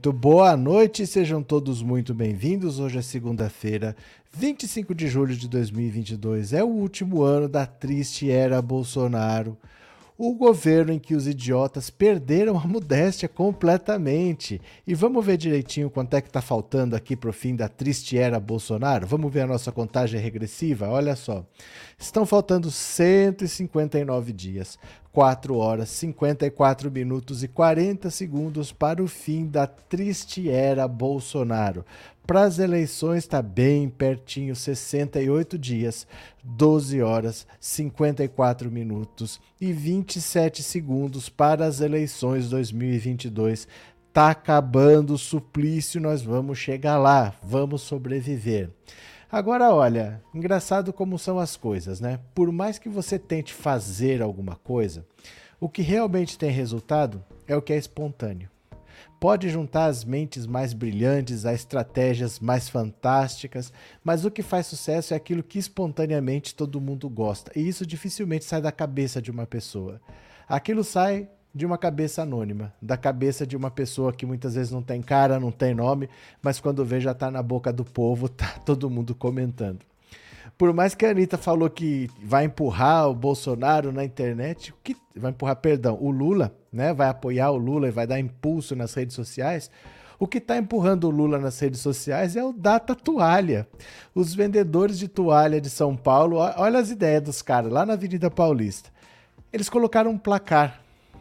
Muito boa noite, sejam todos muito bem-vindos. Hoje é segunda-feira, 25 de julho de 2022. É o último ano da triste era Bolsonaro. O governo em que os idiotas perderam a modéstia completamente. E vamos ver direitinho quanto é que está faltando aqui para o fim da triste era Bolsonaro? Vamos ver a nossa contagem regressiva? Olha só, estão faltando 159 dias, 4 horas, 54 minutos e 40 segundos para o fim da triste era Bolsonaro. Para as eleições está bem pertinho, 68 dias, 12 horas, 54 minutos e 27 segundos para as eleições 2022. Tá acabando o suplício, nós vamos chegar lá, vamos sobreviver. Agora, olha, engraçado como são as coisas, né? Por mais que você tente fazer alguma coisa, o que realmente tem resultado é o que é espontâneo. Pode juntar as mentes mais brilhantes a estratégias mais fantásticas, mas o que faz sucesso é aquilo que espontaneamente todo mundo gosta. E isso dificilmente sai da cabeça de uma pessoa. Aquilo sai de uma cabeça anônima, da cabeça de uma pessoa que muitas vezes não tem cara, não tem nome, mas quando vê já está na boca do povo, tá todo mundo comentando. Por mais que a Anitta falou que vai empurrar o Bolsonaro na internet, vai empurrar, perdão, o Lula, né? Vai apoiar o Lula e vai dar impulso nas redes sociais. O que está empurrando o Lula nas redes sociais é o Data Toalha. Os vendedores de toalha de São Paulo, olha as ideias dos caras lá na Avenida Paulista. Eles colocaram um placar.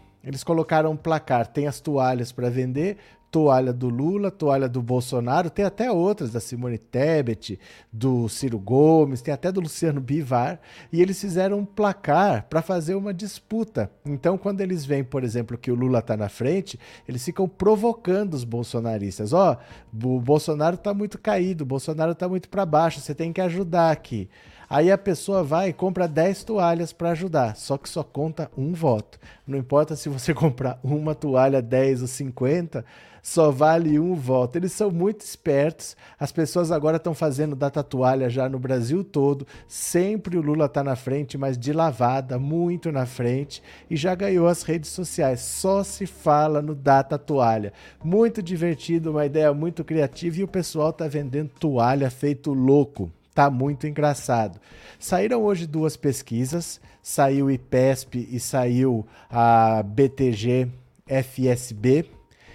Tem as toalhas para vender, toalha do Lula, toalha do Bolsonaro, tem até outras, da Simone Tebet, do Ciro Gomes, tem até do Luciano Bivar, e eles fizeram um placar para fazer uma disputa. Então, quando eles veem, por exemplo, que o Lula está na frente, eles ficam provocando os bolsonaristas. Ó, o Bolsonaro está muito caído, o Bolsonaro está muito para baixo, você tem que ajudar aqui. Aí a pessoa vai e compra 10 toalhas para ajudar, só que só conta um voto. Não importa se você comprar uma toalha, 10 ou 50, só vale um voto. Eles são muito espertos, as pessoas agora estão fazendo data toalha já no Brasil todo, sempre o Lula está na frente, mas de lavada, muito na frente, e já ganhou as redes sociais, só se fala no data toalha. Muito divertido, uma ideia muito criativa e o pessoal está vendendo toalha feito louco. Tá muito engraçado. Saíram hoje duas pesquisas, saiu o IPESP e saiu a BTG FSB.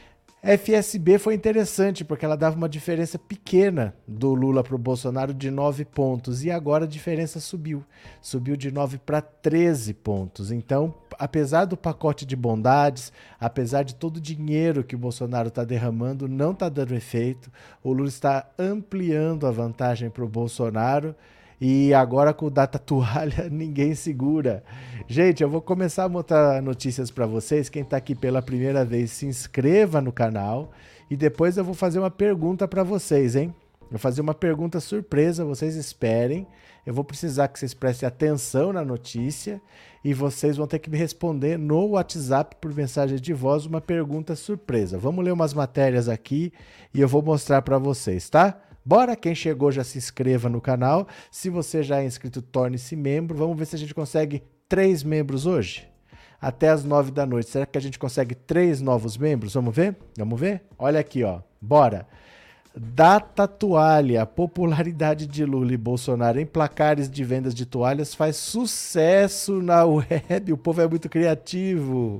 FSB foi interessante porque ela dava uma diferença pequena do Lula para o Bolsonaro de 9 pontos e agora a diferença subiu de 9 para 13 pontos. Então, apesar do pacote de bondades, apesar de todo o dinheiro que o Bolsonaro está derramando, não está dando efeito. O Lula está ampliando a vantagem para o Bolsonaro. E agora com o Data Toalha ninguém segura. Gente, eu vou começar a mostrar notícias para vocês. Quem está aqui pela primeira vez, se inscreva no canal. E depois eu vou fazer uma pergunta para vocês, hein? Vou fazer uma pergunta surpresa, vocês esperem. Eu vou precisar que vocês prestem atenção na notícia. E vocês vão ter que me responder no WhatsApp por mensagem de voz uma pergunta surpresa. Vamos ler umas matérias aqui e eu vou mostrar para vocês, tá? Bora, quem chegou já se inscreva no canal. Se você já é inscrito, torne-se membro. Vamos ver se a gente consegue 3 membros hoje. Até as 9 da noite. Será que a gente consegue 3 novos membros? Vamos ver? Vamos ver? Olha aqui, ó. Bora. Data Toalha. Popularidade de Lula e Bolsonaro em placares de vendas de toalhas faz sucesso na web. O povo é muito criativo.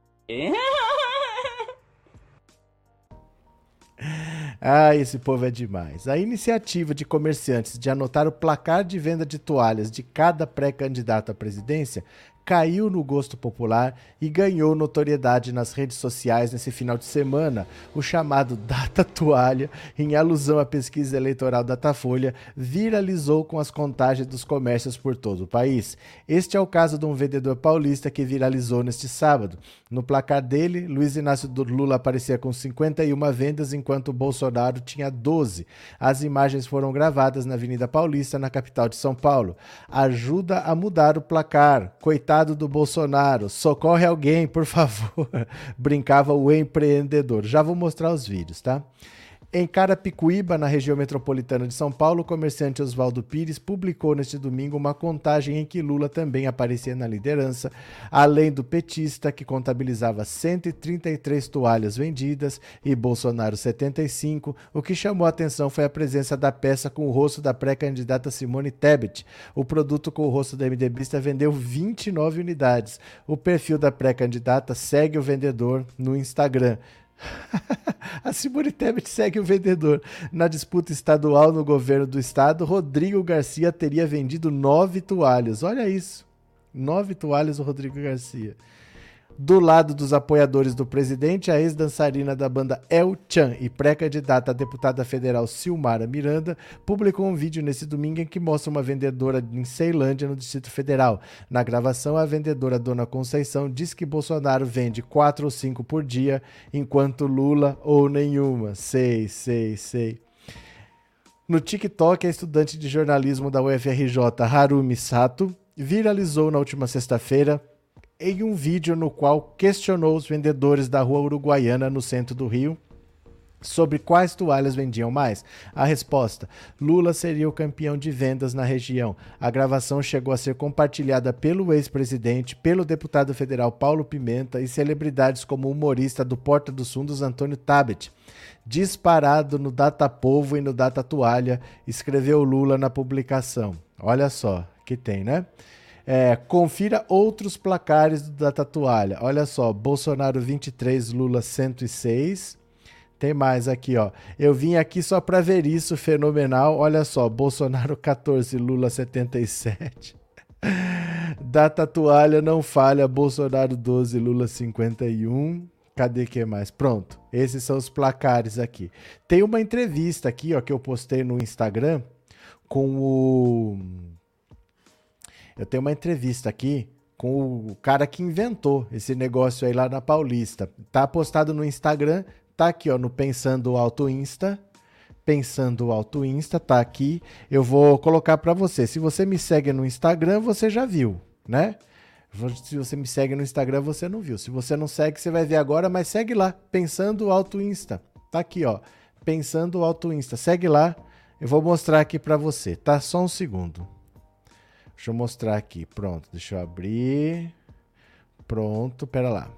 Ah, esse povo é demais. A iniciativa de comerciantes de anotar o placar de venda de toalhas de cada pré-candidato à presidência caiu no gosto popular e ganhou notoriedade nas redes sociais nesse final de semana. O chamado Data Toalha, em alusão à pesquisa eleitoral Datafolha, viralizou com as contagens dos comércios por todo o país. Este é o caso de um vendedor paulista que viralizou neste sábado. No placar dele, Luiz Inácio Lula aparecia com 51 vendas, enquanto Bolsonaro tinha 12. As imagens foram gravadas na Avenida Paulista, na capital de São Paulo. Ajuda a mudar o placar. Coitado do Bolsonaro, socorre alguém, por favor, brincava o empreendedor. Já vou mostrar os vídeos, tá? Em Carapicuíba, na região metropolitana de São Paulo, o comerciante Oswaldo Pires publicou neste domingo uma contagem em que Lula também aparecia na liderança, além do petista, que contabilizava 133 toalhas vendidas e Bolsonaro 75. O que chamou a atenção foi a presença da peça com o rosto da pré-candidata Simone Tebet. O produto com o rosto da MDBista vendeu 29 unidades. O perfil da pré-candidata segue o vendedor no Instagram. A Simone Tebet segue o vendedor. Na disputa estadual no governo do estado, Rodrigo Garcia teria vendido 9 toalhas. Olha isso. 9 toalhas o Rodrigo Garcia. Do lado dos apoiadores do presidente, a ex-dançarina da banda El Chan e pré-candidata a deputada federal Silmara Miranda publicou um vídeo nesse domingo em que mostra uma vendedora em Ceilândia, no Distrito Federal. Na gravação, a vendedora Dona Conceição diz que Bolsonaro vende 4 ou 5 por dia, enquanto Lula ou nenhuma. Sei. No TikTok, a estudante de jornalismo da UFRJ, Harumi Sato, viralizou na última sexta-feira em um vídeo no qual questionou os vendedores da rua Uruguaiana, no centro do Rio, sobre quais toalhas vendiam mais. A resposta: Lula seria o campeão de vendas na região. A gravação chegou a ser compartilhada pelo ex-presidente, pelo deputado federal Paulo Pimenta e celebridades como o humorista do Porta dos Fundos, Antônio Tabet. Disparado no Datapovo e no Data Toalha, escreveu Lula na publicação. Olha só, que tem, né? Confira outros placares do Data Toalha. Olha só, Bolsonaro 23, Lula 106. Tem mais aqui, ó. Eu vim aqui só para ver isso, fenomenal. Olha só, Bolsonaro 14, Lula 77. Data Toalha não falha, Bolsonaro 12, Lula 51. Cadê que mais? Pronto, esses são os placares aqui. Tem uma entrevista aqui, ó, que eu postei no Instagram com o... Eu tenho uma entrevista aqui com o cara que inventou esse negócio aí lá na Paulista. Tá postado no Instagram, tá aqui, ó, no Pensando Alto Insta. Pensando Alto Insta, tá aqui. Eu vou colocar para você. Se você me segue no Instagram, você já viu, né? Se você me segue no Instagram, você não viu. Se você não segue, você vai ver agora, mas segue lá. Pensando Alto Insta. Tá aqui, ó. Pensando Alto Insta. Segue lá. Eu vou mostrar aqui para você, tá? Só um segundo. Deixa eu mostrar aqui. Pronto, deixa eu abrir. Pronto, pera lá.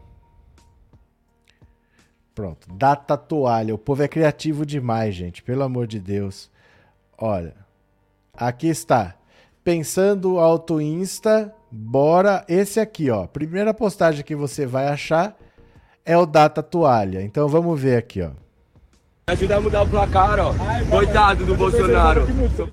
Pronto, Data Toalha. O povo é criativo demais, gente. Pelo amor de Deus. Olha, aqui está. Pensando Alto Insta, bora. Esse aqui, ó. Primeira postagem que você vai achar é o Data Toalha. Então vamos ver aqui, ó. Ajuda a mudar o placar, ó. Coitado do Bolsonaro.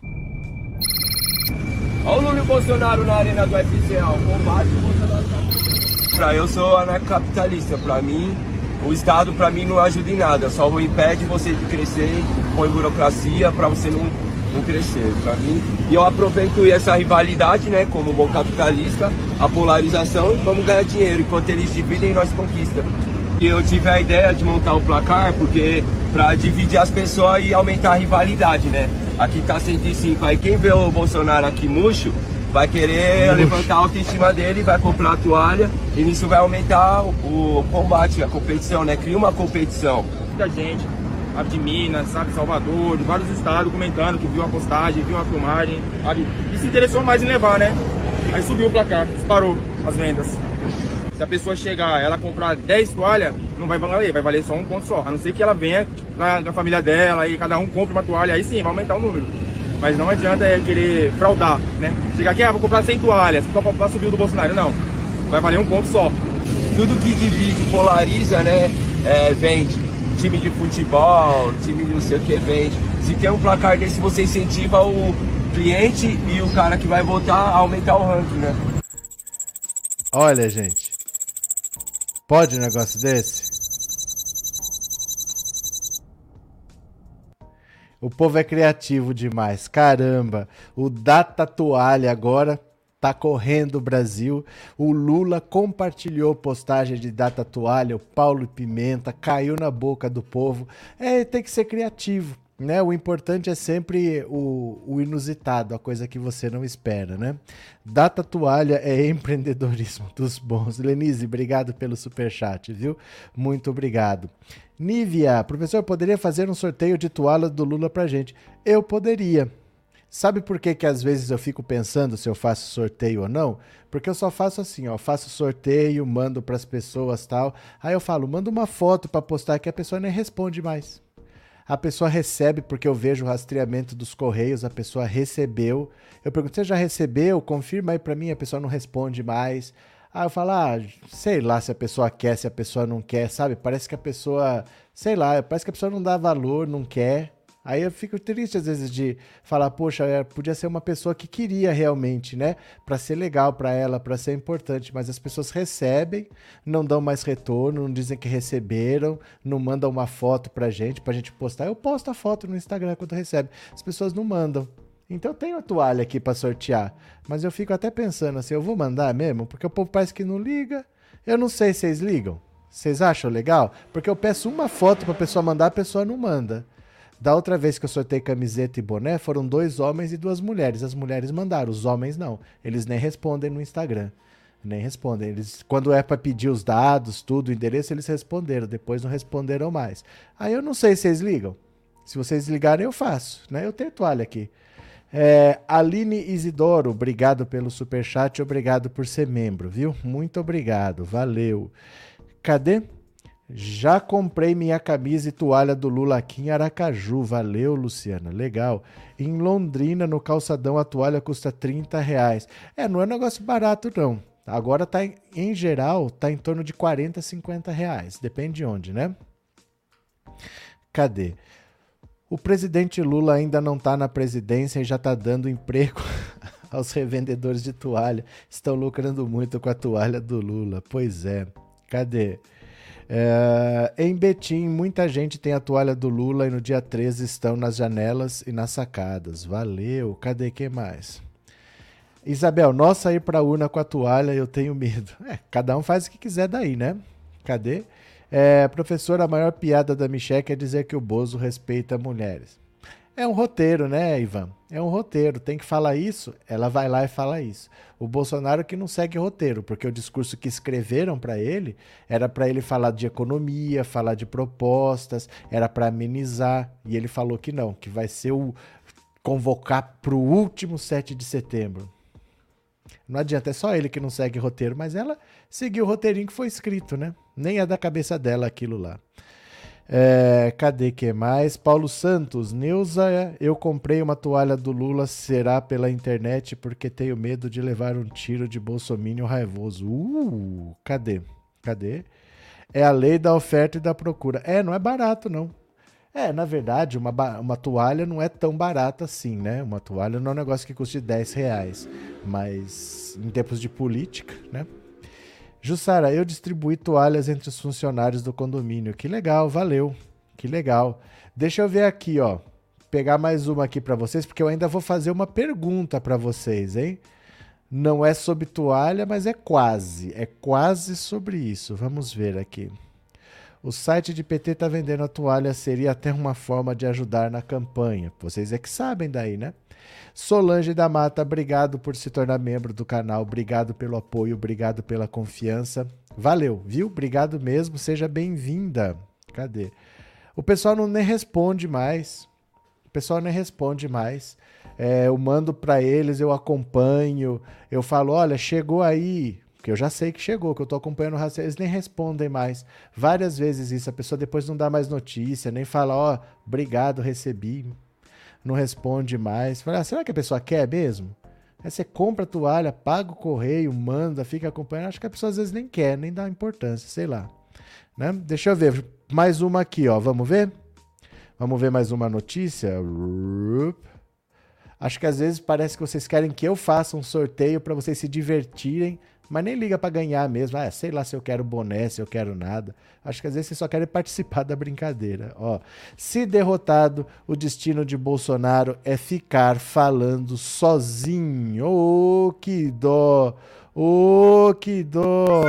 Olha o Lula e o Bolsonaro na arena do UFC, ó. Combate o Bolsonaro. Eu sou anarcapitalista. Pra mim, o Estado pra mim não ajuda em nada. Só impede você de crescer, põe burocracia pra você não crescer. Pra mim, e eu aproveito essa rivalidade, né? Como bom capitalista, a polarização, e vamos ganhar dinheiro. Enquanto eles dividem, nós conquistamos. E eu tive a ideia de montar um placar porque pra dividir as pessoas e aumentar a rivalidade, né? Aqui tá 105, aí quem vê o Bolsonaro aqui murcho, vai querer levantar a autoestima dele, vai comprar a toalha e nisso vai aumentar o combate, a competição, né? Cria uma competição. Muita gente, sabe, de Minas, sabe, Salvador, de vários estados comentando que viu a postagem, viu a filmagem, sabe? E se interessou mais em levar, né? Aí subiu o placar, disparou as vendas. Se a pessoa chegar, ela comprar 10 toalhas, não vai valer só um ponto só. A não ser que ela venha na família dela e cada um compre uma toalha, aí sim, vai aumentar o número. Mas não adianta querer fraudar, né? Chegar aqui, vou comprar 100 toalhas, só pra subir o do Bolsonaro. Não, vai valer um ponto só. Tudo que divide, polariza, né? Vende. Time de futebol, time de não sei o que vende. Se tem um placar desse, você incentiva o cliente e o cara que vai votar a aumentar o ranking, né? Olha, gente. Pode um negócio desse? O povo é criativo demais, caramba. O Data Toalha agora tá correndo o Brasil. O Lula compartilhou postagem de Data Toalha, o Paulo Pimenta caiu na boca do povo. Tem que ser criativo. né? O importante é sempre o inusitado, a coisa que você não espera, né? Data toalha é empreendedorismo dos bons. Lenise, obrigado pelo superchat, viu? Muito obrigado. Nívia, professor, poderia fazer um sorteio de toalha do Lula pra gente? Eu poderia. Sabe por que às vezes eu fico pensando se eu faço sorteio ou não? Porque eu só faço assim, ó, faço sorteio, mando pras pessoas tal. Aí eu falo, manda uma foto pra postar que a pessoa nem responde mais. A pessoa recebe, porque eu vejo o rastreamento dos correios, a pessoa recebeu. Eu pergunto, você já recebeu? Confirma aí pra mim, a pessoa não responde mais. Aí eu falo, sei lá se a pessoa quer, se a pessoa não quer, sabe? Parece que a pessoa, sei lá, parece que a pessoa não dá valor, não quer. Aí eu fico triste às vezes de falar, poxa, podia ser uma pessoa que queria realmente, né? Pra ser legal pra ela, pra ser importante, mas as pessoas recebem, não dão mais retorno, não dizem que receberam, não mandam uma foto pra gente postar. Eu posto a foto no Instagram quando recebe. As pessoas não mandam. Então eu tenho a toalha aqui pra sortear, mas eu fico até pensando assim, eu vou mandar mesmo? Porque o povo parece que não liga. Eu não sei se vocês ligam. Vocês acham legal? Porque eu peço uma foto pra pessoa mandar, a pessoa não manda. Da outra vez que eu sorteei camiseta e boné, foram 2 homens e 2 mulheres. As mulheres mandaram, os homens não. Eles nem respondem no Instagram. Nem respondem. Eles, quando é para pedir os dados, tudo, o endereço, eles responderam. Depois não responderam mais. Aí eu não sei se vocês ligam. Se vocês ligarem, eu faço, né? Eu tenho toalha aqui. Aline Isidoro, obrigado pelo superchat, obrigado por ser membro, viu? Muito obrigado, valeu. Cadê? Já comprei minha camisa e toalha do Lula aqui em Aracaju. Valeu, Luciana. Legal. Em Londrina, no calçadão, a toalha custa R$30. Não é um negócio barato, não. Agora tá, em geral, tá em torno de R$40, R$50. Depende de onde, né? Cadê? O presidente Lula ainda não tá na presidência e já tá dando emprego aos revendedores de toalha. Estão lucrando muito com a toalha do Lula. Pois é. Cadê? Em Betim, muita gente tem a toalha do Lula e no dia 13 estão nas janelas e nas sacadas. Valeu. Cadê quem mais? Isabel, nós sair pra urna com a toalha, eu tenho medo. Cada um faz o que quiser daí, né? Cadê? Professor, a maior piada da Micheque é dizer que o Bozo respeita mulheres. É um roteiro, né, Ivan? É um roteiro. Tem que falar isso, ela vai lá e fala isso. O Bolsonaro que não segue roteiro, porque o discurso que escreveram para ele era para ele falar de economia, falar de propostas, era para amenizar. E ele falou que não, que vai ser o convocar para o último 7 de setembro. Não adianta, é só ele que não segue roteiro, mas ela seguiu o roteirinho que foi escrito, né? Nem é da cabeça dela aquilo lá. Cadê que mais? Paulo Santos, Neuza, eu comprei uma toalha do Lula, será pela internet porque tenho medo de levar um tiro de bolsominion raivoso. Cadê? É a lei da oferta e da procura. Não é barato não. Na verdade, uma toalha não é tão barata assim, né? Uma toalha não é um negócio que custe R$10, mas em tempos de política, né? Jussara, eu distribuí toalhas entre os funcionários do condomínio. Que legal, valeu. Que legal. Deixa eu ver aqui, ó. Pegar mais uma aqui para vocês, porque eu ainda vou fazer uma pergunta para vocês, hein? Não é sobre toalha, mas é quase. É quase sobre isso. Vamos ver aqui. O site de PT tá vendendo a toalha, seria até uma forma de ajudar na campanha. Vocês é que sabem daí, né? Solange da Mata, obrigado por se tornar membro do canal, obrigado pelo apoio, obrigado pela confiança. Valeu, viu? Obrigado mesmo, seja bem-vinda. Cadê? O pessoal nem responde mais. Eu mando para eles, eu acompanho, eu falo, olha, chegou aí, porque eu já sei que chegou, que eu tô acompanhando o rastreio, eles nem respondem mais. Várias vezes isso, a pessoa depois não dá mais notícia, nem fala, obrigado, recebi. Não responde mais. Fala, será que a pessoa quer mesmo? Aí você compra a toalha, paga o correio, manda, fica acompanhando. Acho que a pessoa às vezes nem quer, nem dá importância, sei lá. Né? Deixa eu ver. Mais uma aqui, ó. Vamos ver? Vamos ver mais uma notícia. Acho que às vezes parece que vocês querem que eu faça um sorteio para vocês se divertirem, mas nem liga para ganhar mesmo. Sei lá se eu quero boné, se eu quero nada. Acho que às vezes vocês só querem participar da brincadeira. Ó, se derrotado, o destino de Bolsonaro é ficar falando sozinho. Oh, que dó! Oh, que dó!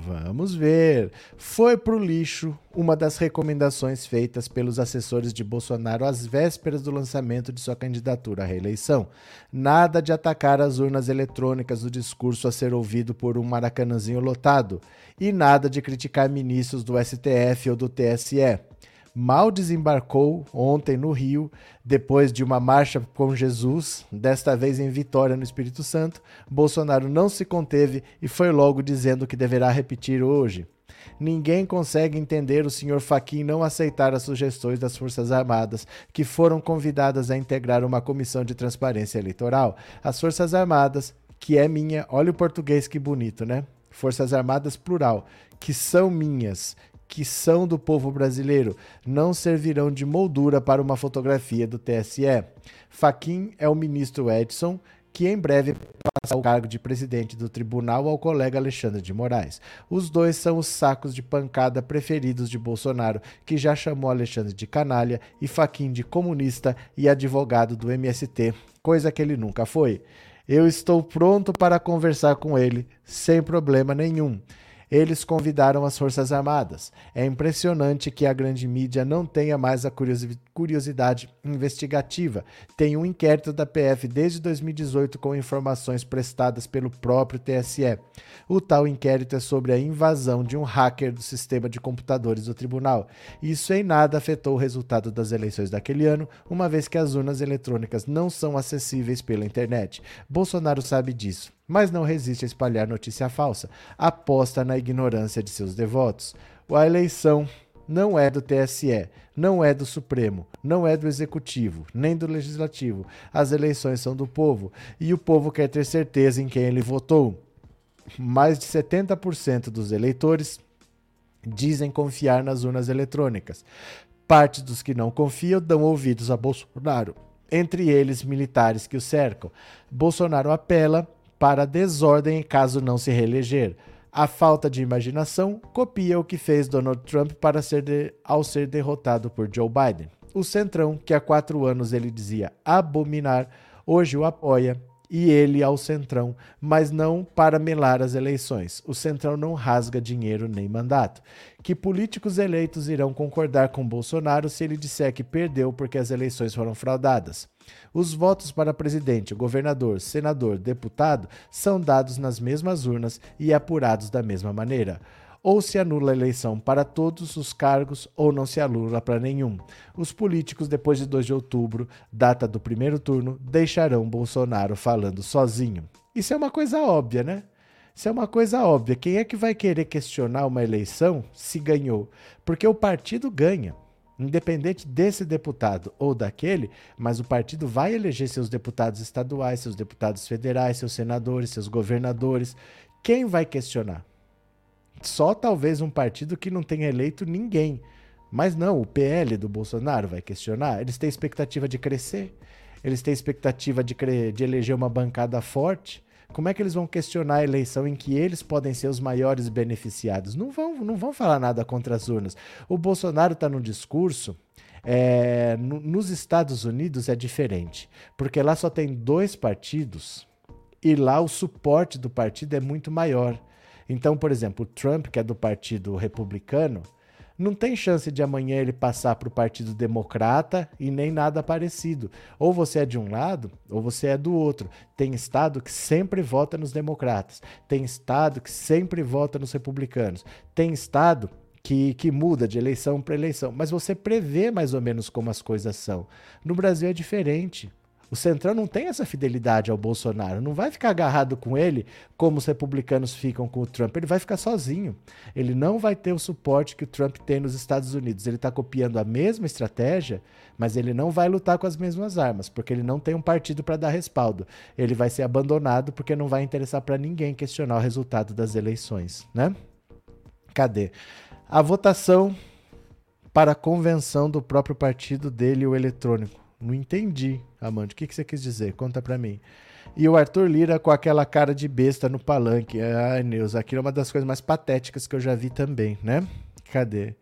Vamos ver. Foi pro lixo uma das recomendações feitas pelos assessores de Bolsonaro às vésperas do lançamento de sua candidatura à reeleição. Nada de atacar as urnas eletrônicas do discurso a ser ouvido por um maracanãzinho lotado. E nada de criticar ministros do STF ou do TSE. Mal desembarcou ontem no Rio, depois de uma marcha com Jesus, desta vez em Vitória, no Espírito Santo, Bolsonaro não se conteve e foi logo dizendo que deverá repetir hoje. Ninguém consegue entender o senhor Fachin não aceitar as sugestões das Forças Armadas, que foram convidadas a integrar uma comissão de transparência eleitoral. As Forças Armadas, que é minha, olha o português que bonito, né? Forças Armadas plural, que são minhas, que são do povo brasileiro, não servirão de moldura para uma fotografia do TSE. Fachin é o ministro Edson, que em breve passa o cargo de presidente do tribunal ao colega Alexandre de Moraes. Os dois são os sacos de pancada preferidos de Bolsonaro, que já chamou Alexandre de canalha e Fachin de comunista e advogado do MST, coisa que ele nunca foi. Eu estou pronto para conversar com ele, sem problema nenhum. Eles convidaram as Forças Armadas. É impressionante que a grande mídia não tenha mais a curiosidade investigativa. Tem um inquérito da PF desde 2018 com informações prestadas pelo próprio TSE. O tal inquérito é sobre a invasão de um hacker do sistema de computadores do tribunal. Isso em nada afetou o resultado das eleições daquele ano, uma vez que as urnas eletrônicas não são acessíveis pela internet. Bolsonaro sabe disso, mas não resiste a espalhar notícia falsa. Aposta na ignorância de seus devotos. A eleição não é do TSE, não é do Supremo, não é do Executivo, nem do Legislativo. As eleições são do povo, e o povo quer ter certeza em quem ele votou. Mais de 70% dos eleitores dizem confiar nas urnas eletrônicas. Parte dos que não confiam dão ouvidos a Bolsonaro, entre eles militares que o cercam. Bolsonaro apela para a desordem caso não se reeleger. A falta de imaginação copia o que fez Donald Trump ao ser derrotado por Joe Biden. O Centrão, que há 4 anos ele dizia abominar, hoje o apoia, e ele ao Centrão, mas não para melar as eleições. O Centrão não rasga dinheiro nem mandato. Que políticos eleitos irão concordar com Bolsonaro se ele disser que perdeu porque as eleições foram fraudadas? Os votos para presidente, governador, senador, deputado são dados nas mesmas urnas e apurados da mesma maneira. Ou se anula a eleição para todos os cargos ou não se anula para nenhum. Os políticos, depois de 2 de outubro, data do primeiro turno, deixarão Bolsonaro falando sozinho. Isso é uma coisa óbvia, né? Isso é uma coisa óbvia. Quem é que vai querer questionar uma eleição se ganhou? Porque o partido ganha. Independente desse deputado ou daquele, mas o partido vai eleger seus deputados estaduais, seus deputados federais, seus senadores, seus governadores. Quem vai questionar? Só talvez um partido que não tenha eleito ninguém. Mas não, o PL do Bolsonaro vai questionar. Eles têm expectativa de crescer. Eles têm expectativa de eleger uma bancada forte. Como é que eles vão questionar a eleição em que eles podem ser os maiores beneficiados? Não vão falar nada contra as urnas. O Bolsonaro está no discurso. Nos Estados Unidos é diferente. Porque lá só tem 2 partidos. E lá o suporte do partido é muito maior. Então, por exemplo, o Trump, que é do Partido Republicano, não tem chance de amanhã ele passar para o Partido Democrata e nem nada parecido. Ou você é de um lado, ou você é do outro. Tem estado que sempre vota nos democratas. Tem estado que sempre vota nos republicanos. Tem estado que muda de eleição para eleição. Mas você prevê mais ou menos como as coisas são. No Brasil é diferente. O Centrão não tem essa fidelidade ao Bolsonaro, não vai ficar agarrado com ele como os republicanos ficam com o Trump, ele vai ficar sozinho. Ele não vai ter o suporte que o Trump tem nos Estados Unidos. Ele está copiando a mesma estratégia, mas ele não vai lutar com as mesmas armas, porque ele não tem um partido para dar respaldo. Ele vai ser abandonado porque não vai interessar para ninguém questionar o resultado das eleições, né? Cadê? A votação para a convenção do próprio partido dele, o eletrônico. Não entendi, Amanda. O que você quis dizer? Conta pra mim. E o Arthur Lira com aquela cara de besta no palanque. Ai, Neus, aquilo é uma das coisas mais patéticas que eu já vi também, né? Cadê?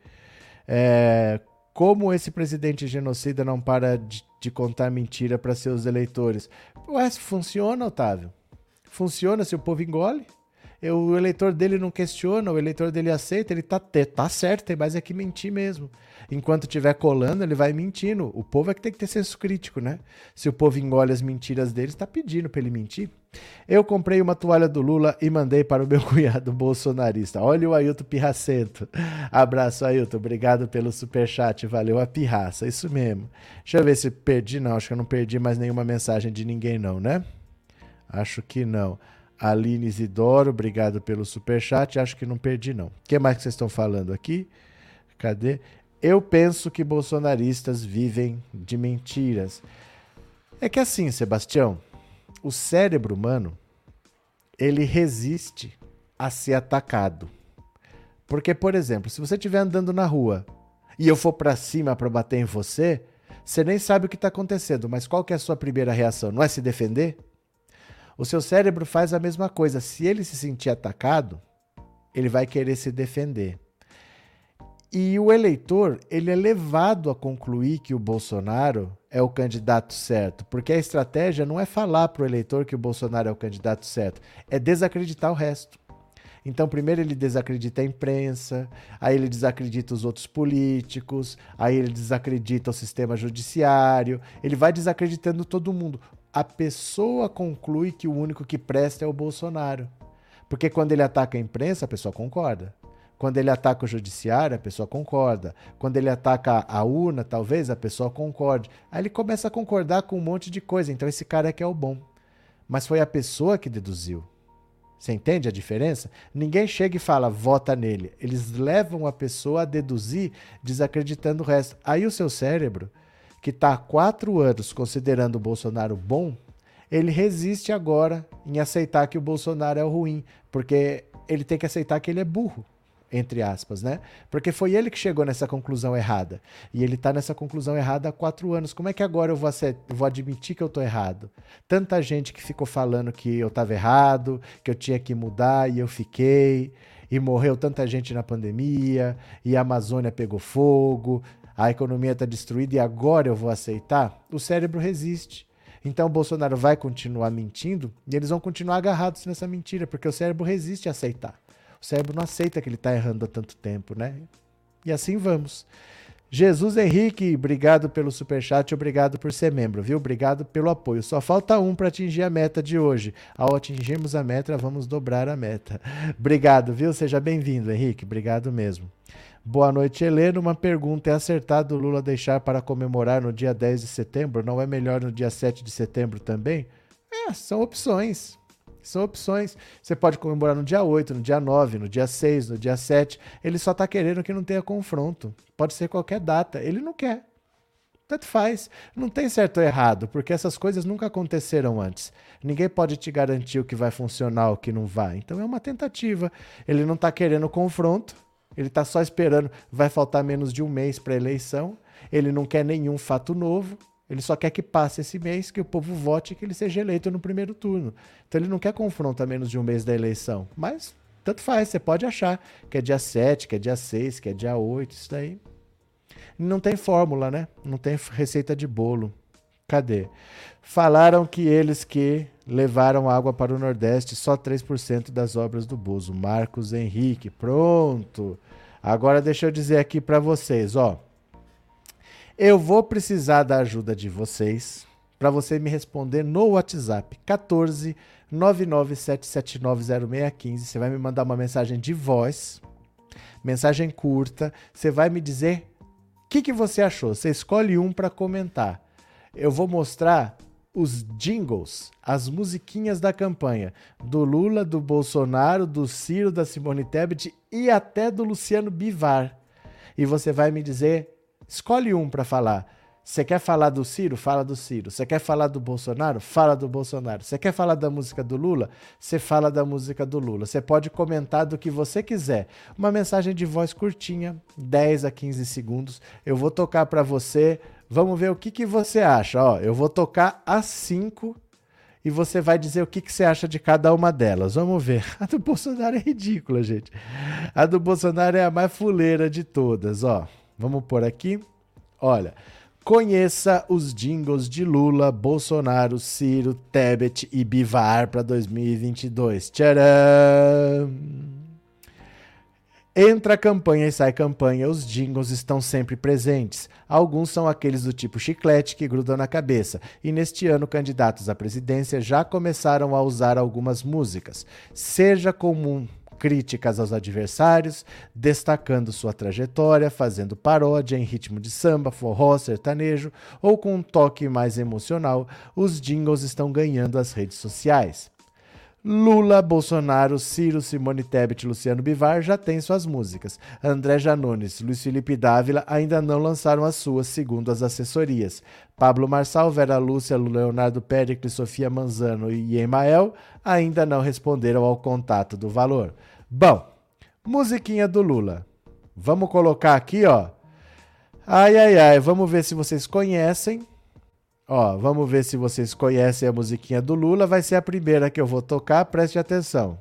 Como esse presidente genocida não para de contar mentira para seus eleitores? Ué, funciona, Otávio? Funciona se o povo engole? O eleitor dele não questiona, o eleitor dele aceita, ele tá certo, tem mais é que mentir mesmo. Enquanto estiver colando, ele vai mentindo. O povo é que tem que ter senso crítico, né? Se o povo engole as mentiras deles, tá pedindo pra ele mentir. Eu comprei uma toalha do Lula e mandei para o meu cunhado bolsonarista. Olha o Ailton Pirracento. Abraço, Ailton. Obrigado pelo superchat. Valeu a pirraça. Isso mesmo. Deixa eu ver se perdi. Não, acho que eu não perdi mais nenhuma mensagem de ninguém não, né? Acho que não. Aline Isidoro, obrigado pelo superchat. Acho que não perdi não. O que mais que vocês estão falando aqui? Cadê? Eu penso que bolsonaristas vivem de mentiras. É que assim, Sebastião, o cérebro humano, ele resiste a ser atacado. Porque, por exemplo, se você estiver andando na rua e eu for para cima para bater em você, você nem sabe o que está acontecendo, mas qual que é a sua primeira reação? Não é se defender? O seu cérebro faz a mesma coisa. Se ele se sentir atacado, ele vai querer se defender. E o eleitor, ele é levado a concluir que o Bolsonaro é o candidato certo, porque a estratégia não é falar para o eleitor que o Bolsonaro é o candidato certo, é desacreditar o resto. Então, primeiro ele desacredita a imprensa, aí ele desacredita os outros políticos, aí ele desacredita o sistema judiciário, ele vai desacreditando todo mundo. A pessoa conclui que o único que presta é o Bolsonaro. Porque quando ele ataca a imprensa, a pessoa concorda. Quando ele ataca o judiciário, a pessoa concorda. Quando ele ataca a urna, talvez a pessoa concorde. Aí ele começa a concordar com um monte de coisa. Então esse cara é que é o bom. Mas foi a pessoa que deduziu. Você entende a diferença? Ninguém chega e fala, vota nele. Eles levam a pessoa a deduzir, desacreditando o resto. Aí o seu cérebro, que está há 4 anos considerando o Bolsonaro bom, ele resiste agora em aceitar que o Bolsonaro é o ruim, porque ele tem que aceitar que ele é burro, entre aspas, né? Porque foi ele que chegou nessa conclusão errada. E ele está nessa conclusão errada há 4 anos. Como é que agora eu vou admitir que eu estou errado? Tanta gente que ficou falando que eu estava errado, que eu tinha que mudar e eu fiquei, e morreu tanta gente na pandemia, e a Amazônia pegou fogo, a economia está destruída e agora eu vou aceitar? O cérebro resiste. Então o Bolsonaro vai continuar mentindo e eles vão continuar agarrados nessa mentira, porque o cérebro resiste a aceitar. O cérebro não aceita que ele está errando há tanto tempo, né? E assim vamos. Jesus Henrique, obrigado pelo superchat, obrigado por ser membro, viu? Obrigado pelo apoio. Só falta um para atingir a meta de hoje. Ao atingirmos a meta, vamos dobrar a meta. Obrigado, viu? Seja bem-vindo, Henrique. Obrigado mesmo. Boa noite, Helena. Uma pergunta: é acertado o Lula deixar para comemorar no dia 10 de setembro? Não é melhor no dia 7 de setembro também? São opções. São opções. Você pode comemorar no dia 8, no dia 9, no dia 6, no dia 7. Ele só está querendo que não tenha confronto. Pode ser qualquer data. Ele não quer. Tanto faz. Não tem certo ou errado, porque essas coisas nunca aconteceram antes. Ninguém pode te garantir o que vai funcionar ou o que não vai. Então é uma tentativa. Ele não está querendo confronto. Ele está só esperando. Vai faltar menos de um mês para a eleição. Ele não quer nenhum fato novo. Ele só quer que passe esse mês, que o povo vote e que ele seja eleito no primeiro turno. Então ele não quer confronto a menos de um mês da eleição. Mas tanto faz, você pode achar que é dia 7, que é dia 6, que é dia 8, isso daí. Não tem fórmula, né? Não tem receita de bolo. Cadê? Falaram que eles que levaram água para o Nordeste, só 3% das obras do Bozo. Marcos Henrique, pronto. Agora deixa eu dizer aqui para vocês, ó. Eu vou precisar da ajuda de vocês para você me responder no WhatsApp 14 997790615. Você vai me mandar uma mensagem de voz, mensagem curta. Você vai me dizer o que você achou. Você escolhe um para comentar. Eu vou mostrar os jingles, as musiquinhas da campanha do Lula, do Bolsonaro, do Ciro, da Simone Tebet e até do Luciano Bivar. E você vai me dizer... Escolhe um para falar. Você quer falar do Ciro? Fala do Ciro. Você quer falar do Bolsonaro? Fala do Bolsonaro. Você quer falar da música do Lula? Você fala da música do Lula. Você pode comentar do que você quiser. Uma mensagem de voz curtinha, 10 a 15 segundos. Eu vou tocar para você. Vamos ver o que você acha. Ó, eu vou tocar as 5 e você vai dizer o que você acha de cada uma delas. Vamos ver. A do Bolsonaro é ridícula, gente. A do Bolsonaro é a mais fuleira de todas, ó. Vamos por aqui. Olha, Conheça os jingles de Lula, Bolsonaro, Ciro, Tebet e Bivar para 2022. Tcharam! Entra campanha e sai campanha, os jingles estão sempre presentes. Alguns são aqueles do tipo chiclete que grudam na cabeça. E neste ano, candidatos à presidência já começaram a usar algumas músicas. Seja comum críticas aos adversários, destacando sua trajetória, fazendo paródia em ritmo de samba, forró, sertanejo ou com um toque mais emocional, os jingles estão ganhando as redes sociais. Lula, Bolsonaro, Ciro, Simone Tebet e Luciano Bivar já têm suas músicas. André Janones, Luiz Felipe Dávila ainda não lançaram as suas, segundo as assessorias. Pablo Marçal, Vera Lúcia, Leonardo Péricles, Sofia Manzano e Emael ainda não responderam ao contato do valor. Bom, musiquinha do Lula. Vamos colocar aqui, ó. Ai, ai, ai, vamos ver se vocês conhecem. Ó, vamos ver se vocês conhecem a musiquinha do Lula. Vai ser a primeira que eu vou tocar, preste atenção.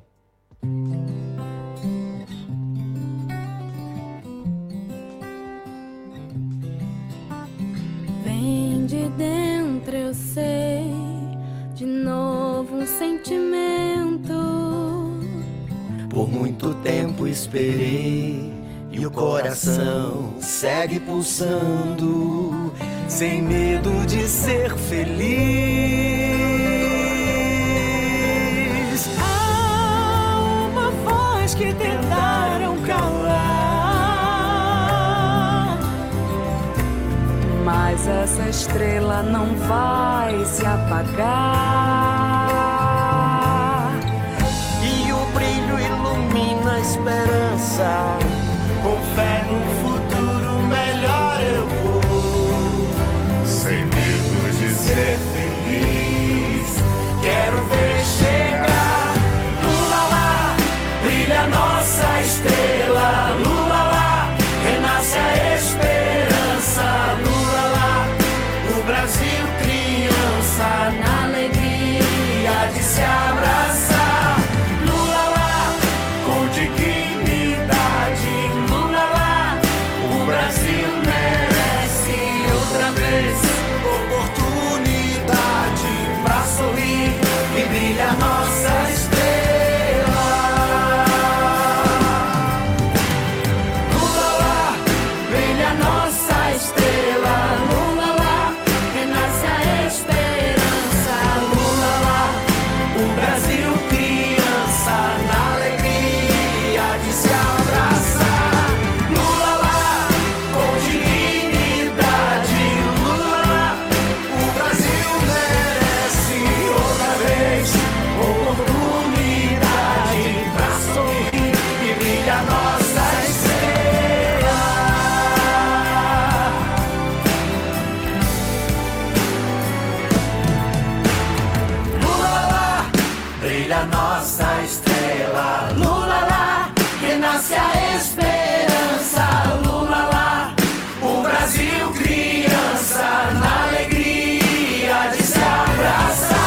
Vem de dentro, eu sei, de novo um sentimento. Por muito tempo esperei e o coração segue pulsando, sem medo de ser feliz. Há uma voz que tentaram calar, mas essa estrela não vai se apagar. E o brilho ilumina a esperança, com fé no futuro melhor eu vou, sem medo de ser feliz. Quero ver chegar, Lula lá, brilha nossa estrela, Lula lá, renasce a esperança, Lula lá, o Brasil criança, na alegria de se abraçar. Brilha nossa estrela, Lula lá, brilha nossa estrela, Lula lá, renasce a esperança, Lula lá, o Brasil criança, na alegria de se abraçar, Lula lá, com dignidade, Lula lá, o Brasil merece outra vez oportunidade pra sorrir e brilha nossa estrela. Lula lá, brilha nossa estrela, Lula lá, renasce a esperança, Lula lá, o Brasil criança, na alegria de se abraçar.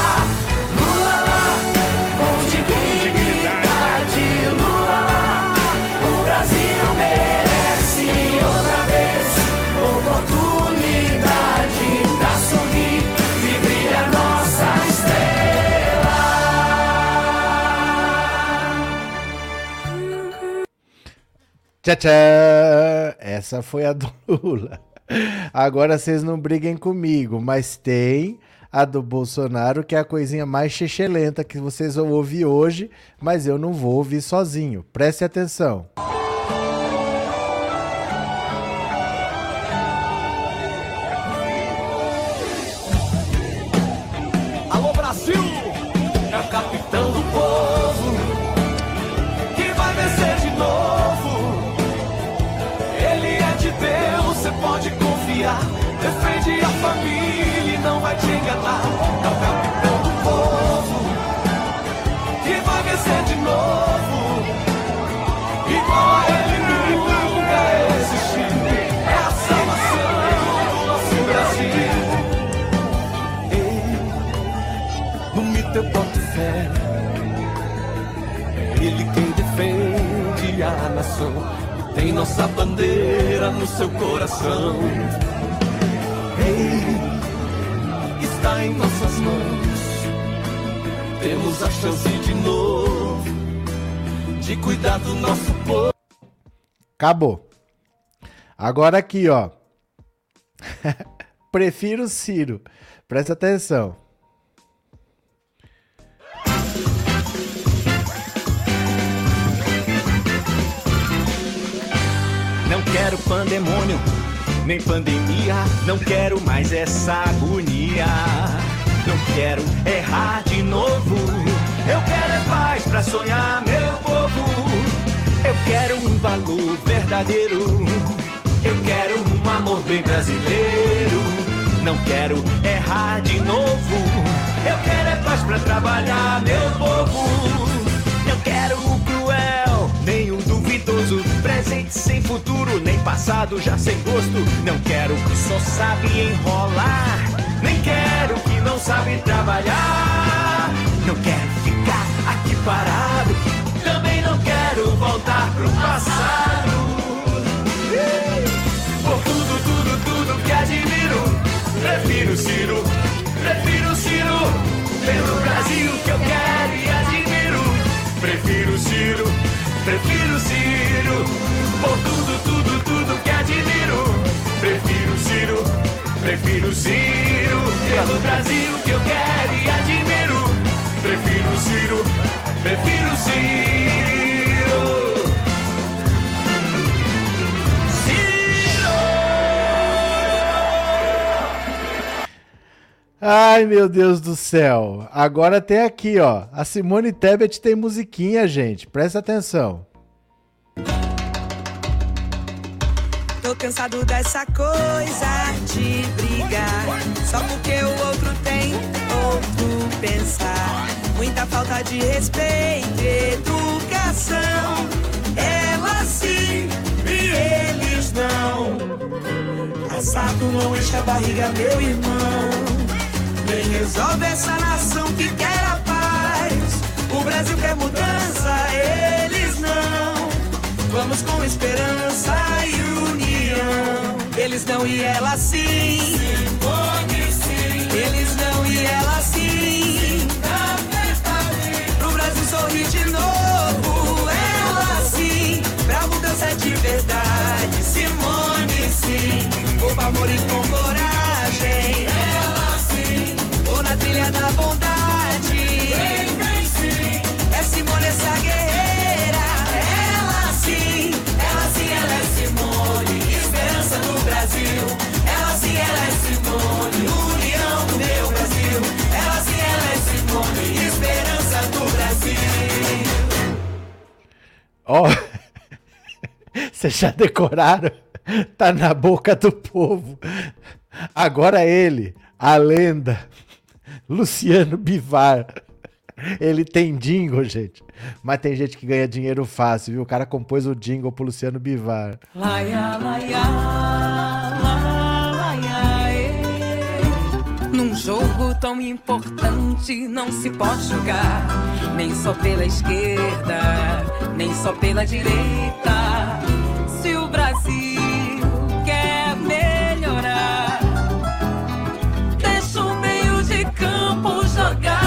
Tchau, tchau! Essa foi a do Lula. Agora vocês não briguem comigo, mas tem a do Bolsonaro, que é a coisinha mais xexelenta que vocês vão ouvir hoje, mas eu não vou ouvir sozinho. Preste atenção. Alô, Brasil! É o capitão do povo que vai vencer de novo. Ele é de Deus, você pode confiar. Defende a família e não vai te enganar. É o capitão do povo que vai vencer de novo. Igual a ele nunca existiu. É a salvação do nosso Brasil. No mito eu boto fé. É ele quem defende a nação. Tem nossa bandeira no seu coração. rei está em nossas mãos. Temos a chance de novo de cuidar do nosso povo. Acabou. Agora aqui, ó. Prefiro Ciro. Presta atenção. Não quero pandemônio, nem pandemia. Não quero mais essa agonia. Não quero errar de novo. Eu quero é paz pra sonhar, meu povo. Eu quero um valor verdadeiro. Eu quero um amor bem brasileiro. Não quero errar de novo. Eu quero é paz pra trabalhar, meu povo. Não quero o cruel, nem o duvidoso. Presente sem futuro, nem passado já sem gosto. Não quero que só sabe enrolar. Nem quero que não sabe trabalhar. Não quero ficar aqui parado. Também não quero voltar pro passado. Por tudo que admiro, prefiro Ciro, prefiro Ciro. Pelo Brasil que eu quero e admiro, prefiro Ciro, prefiro Ciro. Por tudo que admiro, prefiro Ciro, prefiro Ciro. Pelo Brasil que eu quero e admiro, prefiro Ciro, prefiro Ciro. Ai, meu Deus do céu. Agora tem aqui, ó. A Simone Tebet tem musiquinha, gente. Presta atenção. Tô cansado dessa coisa de brigar. Só porque o outro tem outro pensar. Muita falta de respeito, educação. Ela sim e eles não. Assado não enche a barriga, meu irmão. Quem resolve essa nação que quer a paz. O Brasil quer mudança, eles não. Vamos com esperança e união. Eles não e ela sim. Simone, sim. Eles não e ela sim. Pro Brasil sorrir de novo. Ela sim. Pra mudança de verdade. Simone, sim. Por amor e com coragem. Ela sim. Ou na trilha da bondade. Vem sim. É Simone essa guerreira. Ela sim, ela é Simone. Esperança do Brasil. Ela sim, ela é Simone. União do meu Brasil. Ela sim, ela é Simone. Esperança do Brasil. Ó, vocês já decoraram? Tá na boca do povo. Agora ele, a lenda, Luciano Bivar. Ele tem jingle, gente. Mas tem gente que ganha dinheiro fácil, viu? O cara compôs o jingle pro Luciano Bivar. Laia, laia, laia, num jogo tão importante não se pode jogar nem só pela esquerda, nem só pela direita. Se o Brasil quer melhorar, deixa o meio de campo jogar.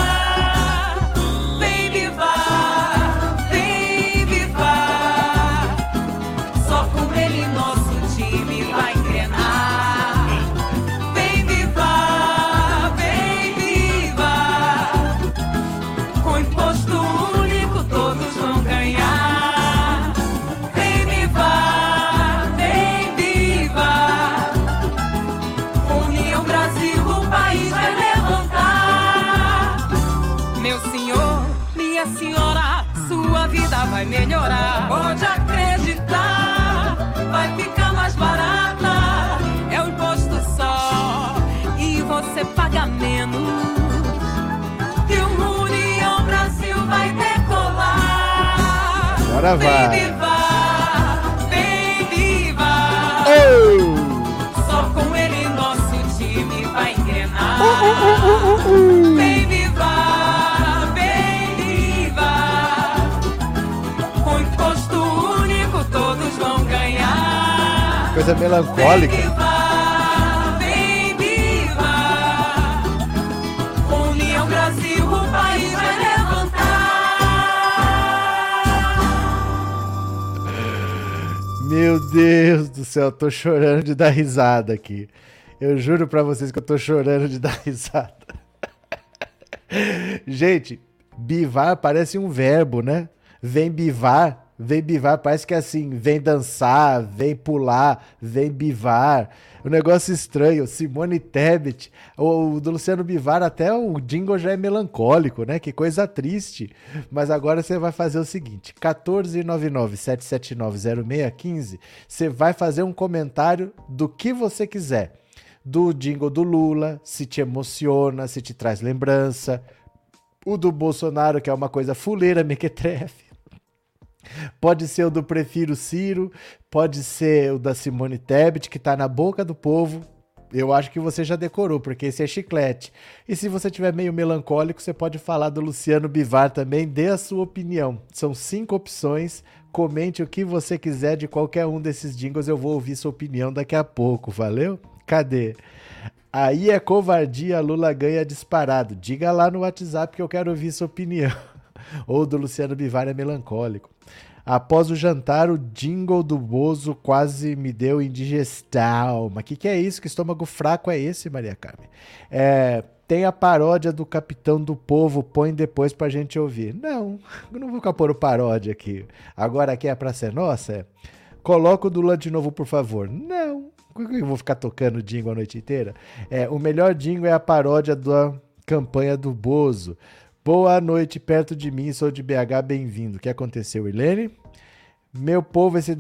Vai melhorar, pode acreditar, vai ficar mais barata. É o imposto só e você paga menos. E o União Brasil vai decolar. Agora vai. Vem viva, vem viva. Oh! Só com ele nosso time vai engrenar. Vem viva. Coisa melancólica. Vem Meu Deus do céu, eu tô chorando de dar risada aqui. Eu juro pra vocês que eu tô chorando de dar risada. Gente, bivar parece um verbo, né? Vem bivar, parece que é assim, vem dançar, vem pular, vem bivar. Um negócio estranho. Simone Tebet, o do Luciano Bivar, até o jingle já é melancólico, né? Que coisa triste. Mas agora você vai fazer o seguinte: 14997790615, você vai fazer um comentário do que você quiser. Do jingle do Lula, se te emociona, se te traz lembrança. O do Bolsonaro, que é uma coisa fuleira, mequetrefe. Pode ser o do Prefiro Ciro, pode ser o da Simone Tebet, que tá na boca do povo. Eu acho que você já decorou, porque esse é chiclete. E se você tiver meio melancólico, você pode falar do Luciano Bivar também, dê a sua opinião. São 5 opções, comente o que você quiser de qualquer um desses jingles, eu vou ouvir sua opinião daqui a pouco, valeu? Cadê? Aí é covardia, Lula ganha disparado. Diga lá no WhatsApp que eu quero ouvir sua opinião. Ou do Luciano Bivar é melancólico. Após o jantar, o jingle do Bozo quase me deu indigestão. Mas que é isso? Que estômago fraco é esse, Maria Carmen? Tem a paródia do Capitão do Povo, põe depois pra gente ouvir. Não, eu não vou ficar pôr o paródia aqui. Agora aqui é pra ser nossa? Coloca o do Lula de novo, por favor. Não, eu vou ficar tocando jingle a noite inteira? O melhor jingle é a paródia da campanha do Bozo. Boa noite, perto de mim, sou de BH, bem-vindo. O que aconteceu, Irlene? Meu povo, esse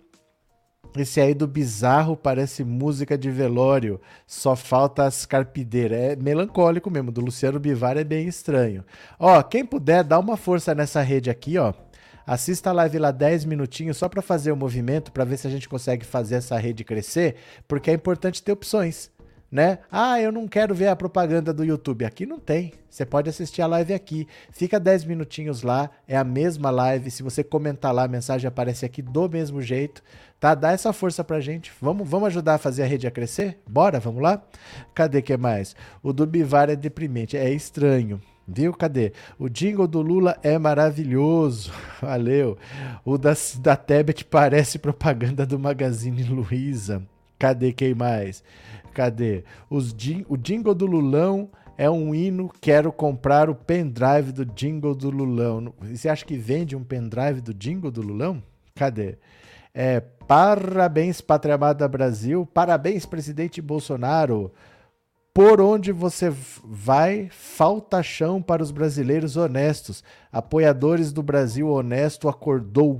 aí do bizarro parece música de velório, só falta as carpideiras. É melancólico mesmo, do Luciano Bivar é bem estranho. Ó, quem puder, dá uma força nessa rede aqui, ó. Assista a live lá 10 minutinhos só para fazer o movimento, para ver se a gente consegue fazer essa rede crescer, porque é importante ter opções. Né? Ah, eu não quero ver a propaganda do YouTube. Aqui não tem. Você pode assistir a live aqui. Fica 10 minutinhos lá, é a mesma live. Se você comentar lá, a mensagem aparece aqui do mesmo jeito. Tá? Dá essa força pra gente. Vamos ajudar a fazer a rede a crescer? Bora, vamos lá? Cadê que mais? O do Bivar é deprimente, é estranho. Viu? Cadê? O jingle do Lula é maravilhoso. Valeu. O da Tebet parece propaganda do Magazine Luiza. Cadê quem mais? Cadê? O jingle do Lulão é um hino, quero comprar o pendrive do jingle do Lulão. Você acha que vende um pendrive do jingle do Lulão? Cadê? Parabéns, Pátria Amada Brasil. Parabéns, presidente Bolsonaro. Por onde você vai, falta chão para os brasileiros honestos. Apoiadores do Brasil honesto acordou.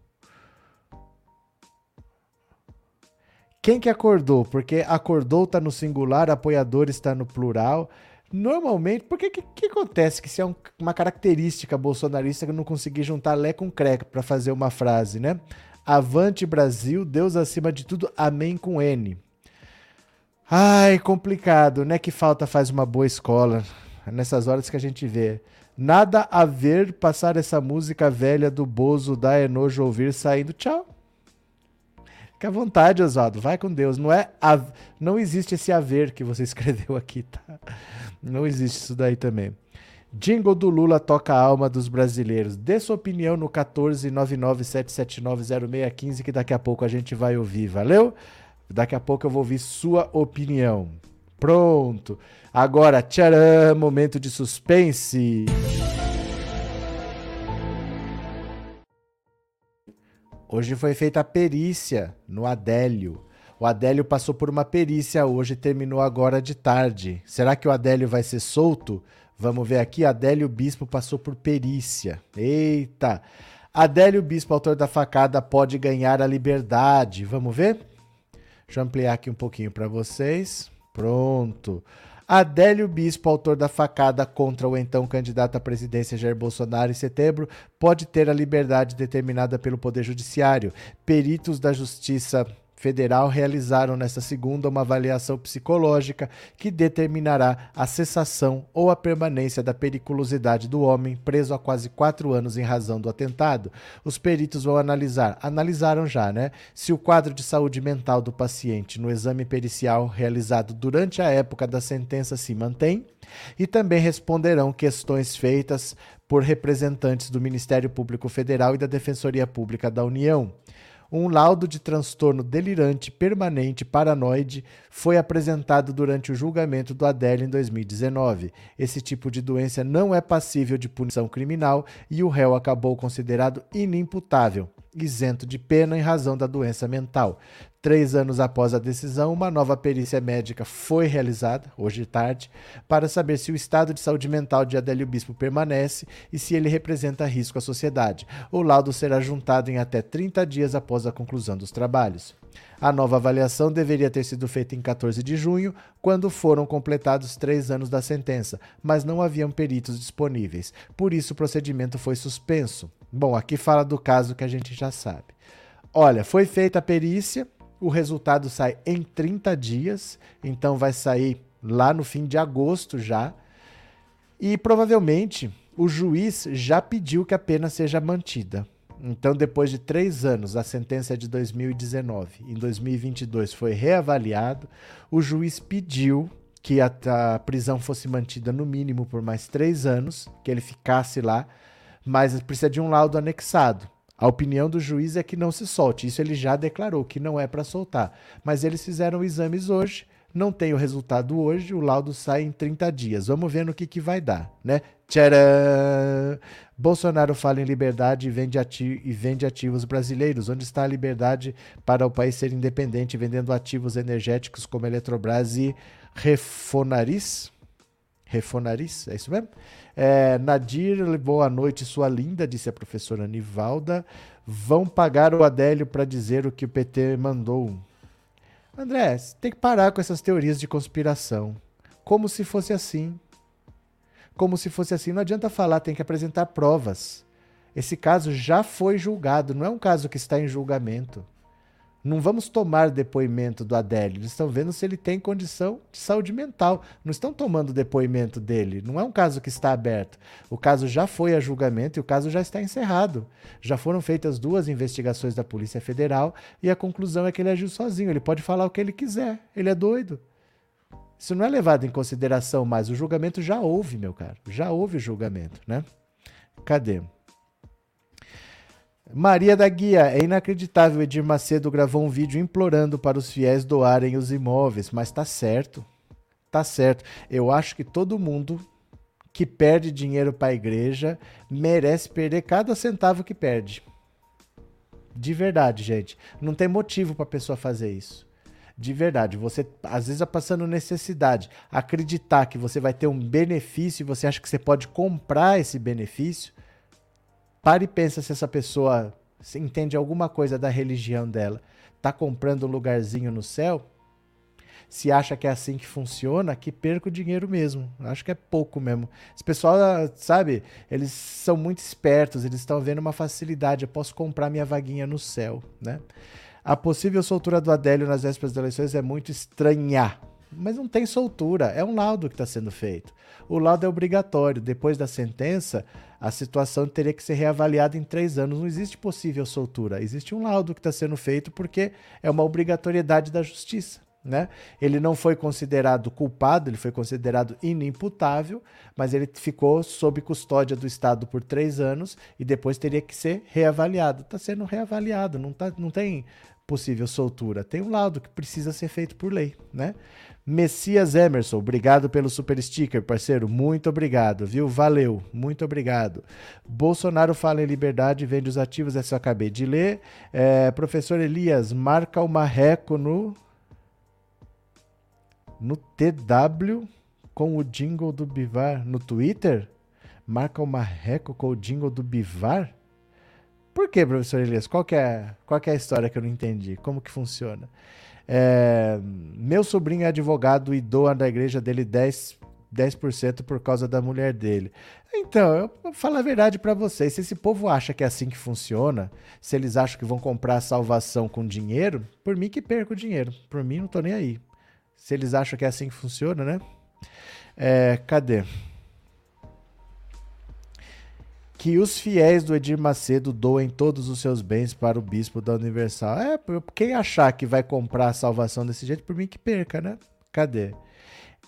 Quem que acordou? Porque acordou tá no singular, apoiadores está no plural. Normalmente, porque que acontece? Que isso é uma característica bolsonarista que eu não consegui juntar lé com creque para fazer uma frase, né? Avante Brasil, Deus acima de tudo, amém com N. Ai, complicado, né? Que falta faz uma boa escola. É nessas horas que a gente vê. Nada a ver passar essa música velha do Bozo, dá enojo ouvir saindo. Tchau. Fica à vontade, Oswaldo, vai com Deus. Não existe esse haver que você escreveu aqui, tá? Não existe isso daí também. Jingle do Lula toca a alma dos brasileiros. Dê sua opinião no 14997790615 que daqui a pouco a gente vai ouvir, valeu? Daqui a pouco eu vou ouvir sua opinião. Pronto. Agora, tcharam, momento de suspense. Hoje foi feita a perícia no Adélio. O Adélio passou por uma perícia hoje e terminou agora de tarde. Será que o Adélio vai ser solto? Vamos ver aqui. Adélio Bispo passou por perícia. Eita! Adélio Bispo, autor da facada, pode ganhar a liberdade. Vamos ver? Deixa eu ampliar aqui um pouquinho para vocês. Pronto. Adélio Bispo, autor da facada contra o então candidato à presidência Jair Bolsonaro em setembro, pode ter a liberdade determinada pelo Poder Judiciário. Peritos da Justiça Federal realizaram nesta segunda uma avaliação psicológica que determinará a cessação ou a permanência da periculosidade do homem preso há quase 4 anos em razão do atentado. Os peritos vão analisaram já, né? Se o quadro de saúde mental do paciente no exame pericial realizado durante a época da sentença se mantém e também responderão questões feitas por representantes do Ministério Público Federal e da Defensoria Pública da União. Um laudo de transtorno delirante permanente paranoide foi apresentado durante o julgamento do Adélio em 2019. Esse tipo de doença não é passível de punição criminal e o réu acabou considerado inimputável, isento de pena em razão da doença mental. 3 anos após a decisão, uma nova perícia médica foi realizada, hoje de tarde, para saber se o estado de saúde mental de Adélio Bispo permanece e se ele representa risco à sociedade. O laudo será juntado em até 30 dias após a conclusão dos trabalhos. A nova avaliação deveria ter sido feita em 14 de junho, quando foram completados 3 anos da sentença, mas não haviam peritos disponíveis. Por isso, o procedimento foi suspenso. Bom, aqui fala do caso que a gente já sabe. Olha, foi feita a perícia, o resultado sai em 30 dias, então vai sair lá no fim de agosto já. E provavelmente o juiz já pediu que a pena seja mantida. Então, depois de 3 anos, a sentença é de 2019, em 2022 foi reavaliado, o juiz pediu que a prisão fosse mantida no mínimo por mais 3 anos, que ele ficasse lá, mas precisa de um laudo anexado. A opinião do juiz é que não se solte, isso ele já declarou, que não é para soltar. Mas eles fizeram exames hoje, não tem o resultado hoje, o laudo sai em 30 dias. Vamos ver no que vai dar, né? Tcharam! Bolsonaro fala em liberdade e vende ativos brasileiros. Onde está a liberdade para o país ser independente, vendendo ativos energéticos como Eletrobras e Refonaris? Refonaris, é isso mesmo? Nadir, boa noite, sua linda, disse a professora Nivalda. Vão pagar o Adélio para dizer o que o PT mandou. André, você tem que parar com essas teorias de conspiração. Como se fosse assim. Como se fosse assim. Não adianta falar, tem que apresentar provas. Esse caso já foi julgado, não é um caso que está em julgamento. Não vamos tomar depoimento do Adélio. Eles estão vendo se ele tem condição de saúde mental. Não estão tomando depoimento dele. Não é um caso que está aberto. O caso já foi a julgamento e o caso já está encerrado. Já foram feitas 2 investigações da Polícia Federal e a conclusão é que ele agiu sozinho. Ele pode falar o que ele quiser. Ele é doido. Isso não é levado em consideração mais. O julgamento já houve, meu caro. Já houve o julgamento, né? Cadê? Maria da Guia, é inacreditável, Edir Macedo gravou um vídeo implorando para os fiéis doarem os imóveis, mas tá certo, eu acho que todo mundo que perde dinheiro para a igreja merece perder cada centavo que perde, de verdade, gente, não tem motivo para a pessoa fazer isso, de verdade, você às vezes está passando necessidade, acreditar que você vai ter um benefício e você acha que você pode comprar esse benefício. Pare e pensa se essa pessoa entende alguma coisa da religião dela. Está comprando um lugarzinho no céu? Se acha que é assim que funciona, que perca o dinheiro mesmo. Acho que é pouco mesmo. Esse pessoal, sabe, eles são muito espertos, eles estão vendo uma facilidade. Eu posso comprar minha vaguinha no céu, né? A possível soltura do Adélio nas vésperas das eleições é muito estranha. Mas não tem soltura, é um laudo que está sendo feito. O laudo é obrigatório. Depois da sentença, a situação teria que ser reavaliada em 3 anos. Não existe possível soltura. Existe um laudo que está sendo feito porque é uma obrigatoriedade da justiça, né? Ele não foi considerado culpado, ele foi considerado inimputável, mas ele ficou sob custódia do Estado por 3 anos e depois teria que ser reavaliado. Está sendo reavaliado, não tem possível soltura. Tem um laudo que precisa ser feito por lei, né? Messias Emerson, obrigado pelo super sticker, parceiro, muito obrigado, viu? Valeu, muito obrigado. Bolsonaro fala em liberdade e vende os ativos, essa eu acabei de ler. Professor Elias, marca o marreco no TW com o jingle do Bivar no Twitter? Marca o marreco com o jingle do Bivar? Por que, professor Elias? Qual que é a história que eu não entendi? Como que funciona? Meu sobrinho é advogado e doa da igreja dele 10% por causa da mulher dele. Então, eu vou falar a verdade para vocês. Se esse povo acha que é assim que funciona, se eles acham que vão comprar a salvação com dinheiro, por mim que perco o dinheiro. Por mim, não tô nem aí. Se eles acham que é assim que funciona, né? Cadê? Que os fiéis do Edir Macedo doem todos os seus bens para o bispo da Universal. Quem achar que vai comprar a salvação desse jeito, por mim que perca, né? Cadê?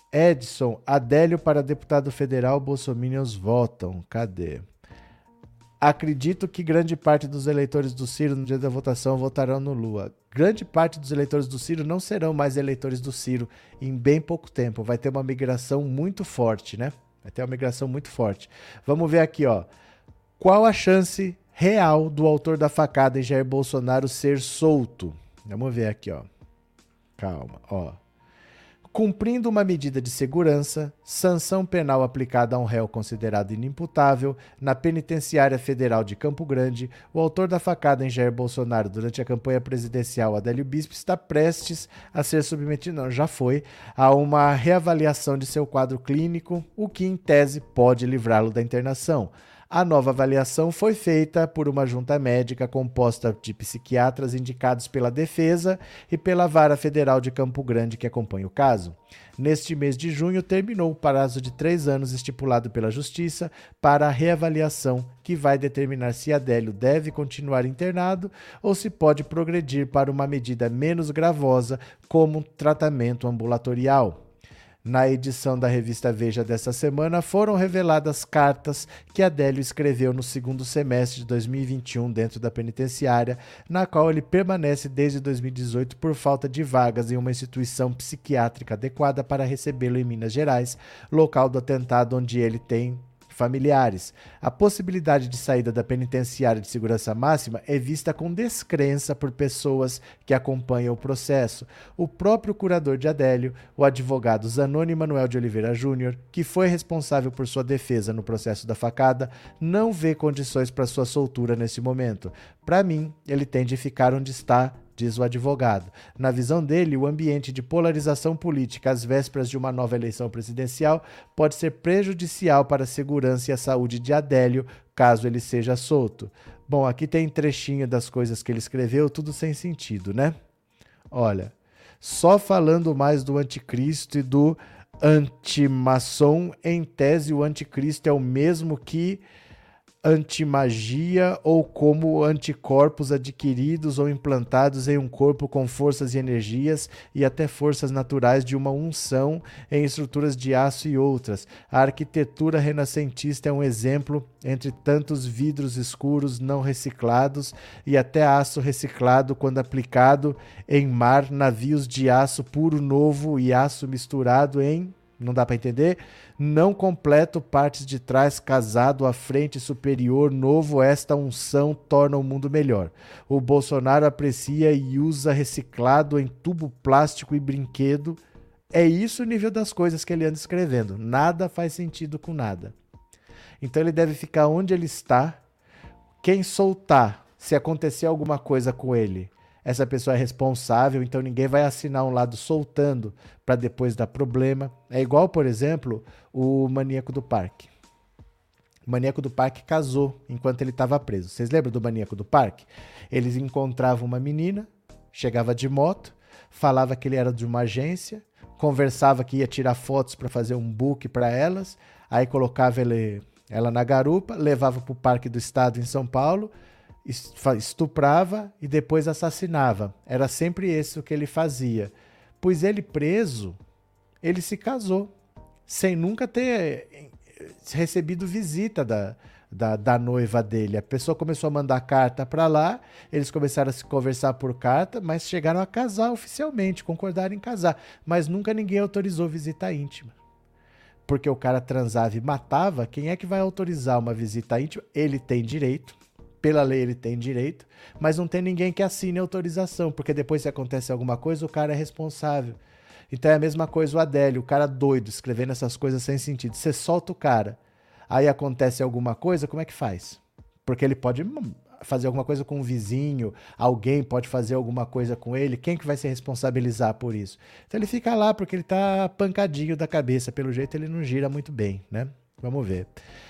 Edson, Adélio para deputado federal, bolsominions votam. Cadê? Acredito que grande parte dos eleitores do Ciro no dia da votação votarão no Lula. Grande parte dos eleitores do Ciro não serão mais eleitores do Ciro em bem pouco tempo. Vai ter uma migração muito forte, né? Vai ter uma migração muito forte. Vamos ver aqui, ó. Qual a chance real do autor da facada em Jair Bolsonaro ser solto? Vamos ver aqui, ó. Calma, ó. Cumprindo uma medida de segurança, sanção penal aplicada a um réu considerado inimputável, na Penitenciária Federal de Campo Grande, o autor da facada em Jair Bolsonaro durante a campanha presidencial, Adélio Bispo, está prestes a ser submetido, não, já foi, a uma reavaliação de seu quadro clínico, o que, em tese, pode livrá-lo da internação. A nova avaliação foi feita por uma junta médica composta de psiquiatras indicados pela Defesa e pela Vara Federal de Campo Grande, que acompanha o caso. Neste mês de junho, terminou o prazo de 3 anos estipulado pela Justiça para a reavaliação, que vai determinar se Adélio deve continuar internado ou se pode progredir para uma medida menos gravosa, como um tratamento ambulatorial. Na edição da revista Veja dessa semana, foram reveladas cartas que Adélio escreveu no segundo semestre de 2021 dentro da penitenciária, na qual ele permanece desde 2018 por falta de vagas em uma instituição psiquiátrica adequada para recebê-lo em Minas Gerais, local do atentado onde ele tem familiares. A possibilidade de saída da penitenciária de segurança máxima é vista com descrença por pessoas que acompanham o processo. O próprio curador de Adélio, o advogado Zanoni Manuel de Oliveira Júnior, que foi responsável por sua defesa no processo da facada, não vê condições para sua soltura nesse momento. Para mim, ele tem de ficar onde está, diz o advogado. Na visão dele, o ambiente de polarização política às vésperas de uma nova eleição presidencial pode ser prejudicial para a segurança e a saúde de Adélio, caso ele seja solto. Bom, aqui tem trechinho das coisas que ele escreveu, tudo sem sentido, né? Olha, só falando mais do anticristo e do antimaçom, em tese o anticristo é o mesmo que antimagia ou como anticorpos adquiridos ou implantados em um corpo com forças e energias e até forças naturais de uma unção em estruturas de aço e outras. A arquitetura renascentista é um exemplo entre tantos vidros escuros não reciclados e até aço reciclado quando aplicado em mar, navios de aço puro novo e aço misturado em... Não dá para entender? Não completo, partes de trás, casado, à frente, superior, novo, esta unção torna o mundo melhor. O Bolsonaro aprecia e usa reciclado em tubo plástico e brinquedo. É isso o nível das coisas que ele anda escrevendo. Nada faz sentido com nada. Então ele deve ficar onde ele está. Quem soltar, se acontecer alguma coisa com ele, essa pessoa é responsável, então ninguém vai assinar um lado soltando para depois dar problema. É igual, por exemplo, o Maníaco do Parque. O Maníaco do Parque casou enquanto ele estava preso. Vocês lembram do Maníaco do Parque? Eles encontravam uma menina, chegava de moto, falava que ele era de uma agência, conversava que ia tirar fotos para fazer um book para elas, aí colocava ela na garupa, levava para o Parque do Estado em São Paulo, estuprava e depois assassinava. Era sempre esse o que ele fazia. Pois ele preso, ele se casou, sem nunca ter recebido visita da noiva dele. A pessoa começou a mandar carta para lá, eles começaram a se conversar por carta, mas chegaram a casar oficialmente, concordaram em casar. Mas nunca ninguém autorizou visita íntima. Porque o cara transava e matava, quem é que vai autorizar uma visita íntima? Ele tem direito. Pela lei ele tem direito, mas não tem ninguém que assine a autorização, porque depois se acontece alguma coisa, o cara é responsável. Então é a mesma coisa o Adélio, o cara doido, escrevendo essas coisas sem sentido. Você solta o cara, aí acontece alguma coisa, como é que faz? Porque ele pode fazer alguma coisa com um vizinho, alguém pode fazer alguma coisa com ele, quem que vai se responsabilizar por isso? Então ele fica lá porque ele tá pancadinho da cabeça, pelo jeito ele não gira muito bem, né? Vamos ver.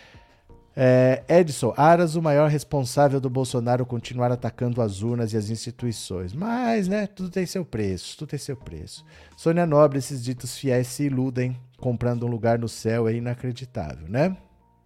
Edson, Aras, o maior responsável do Bolsonaro continuar atacando as urnas e as instituições. Mas, né, tudo tem seu preço, tudo tem seu preço. Sônia Nobre, esses ditos fiéis se iludem, comprando um lugar no céu é inacreditável, né?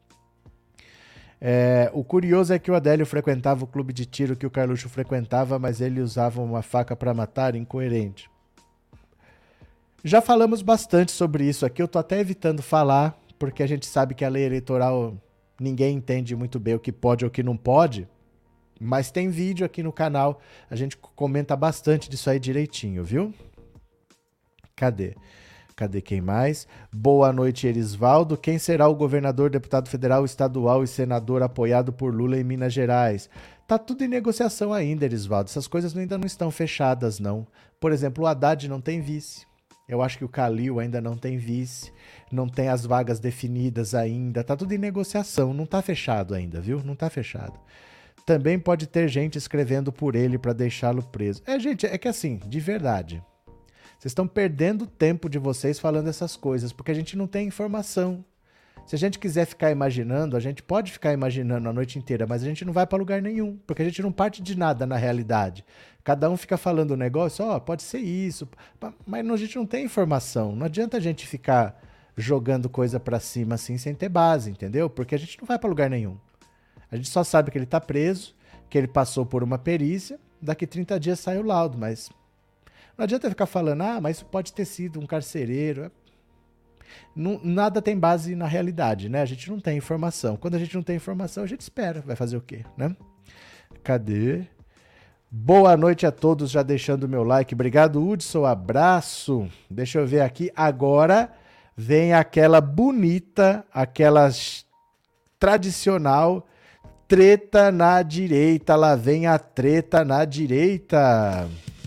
O curioso é que o Adélio frequentava o clube de tiro que o Carluxo frequentava, mas ele usava uma faca para matar, incoerente. Já falamos bastante sobre isso aqui, eu tô até evitando falar, porque a gente sabe que a lei eleitoral ninguém entende muito bem o que pode ou o que não pode, mas tem vídeo aqui no canal, a gente comenta bastante disso aí direitinho, viu? Cadê quem mais? Boa noite, Erisvaldo. Quem será o governador, deputado federal, estadual e senador apoiado por Lula em Minas Gerais? Tá tudo em negociação ainda, Erisvaldo. Essas coisas ainda não estão fechadas, não. Por exemplo, o Haddad não tem vice. Eu acho que o Calil ainda não tem vice. Não tem as vagas definidas ainda. Tá tudo em negociação. Não tá fechado ainda, viu? Não tá fechado. Também pode ter gente escrevendo por ele para deixá-lo preso. Gente, é que assim, de verdade... Vocês estão perdendo o tempo de vocês falando essas coisas, porque a gente não tem informação. Se a gente quiser ficar imaginando, a gente pode ficar imaginando a noite inteira, mas a gente não vai para lugar nenhum, porque a gente não parte de nada na realidade. Cada um fica falando um negócio, pode ser isso, mas a gente não tem informação. Não adianta a gente ficar jogando coisa para cima assim, sem ter base, entendeu? Porque a gente não vai para lugar nenhum. A gente só sabe que ele está preso, que ele passou por uma perícia, daqui 30 dias sai o laudo, mas... Não adianta ficar falando, mas isso pode ter sido um carcereiro. Nada tem base na realidade, né? A gente não tem informação. Quando a gente não tem informação, a gente espera. Vai fazer o quê, né? Cadê? Boa noite a todos, já deixando o meu like. Obrigado, Hudson. Abraço. Deixa eu ver aqui. Agora vem aquela bonita, aquela tradicional treta na direita. Lá vem a treta na direita.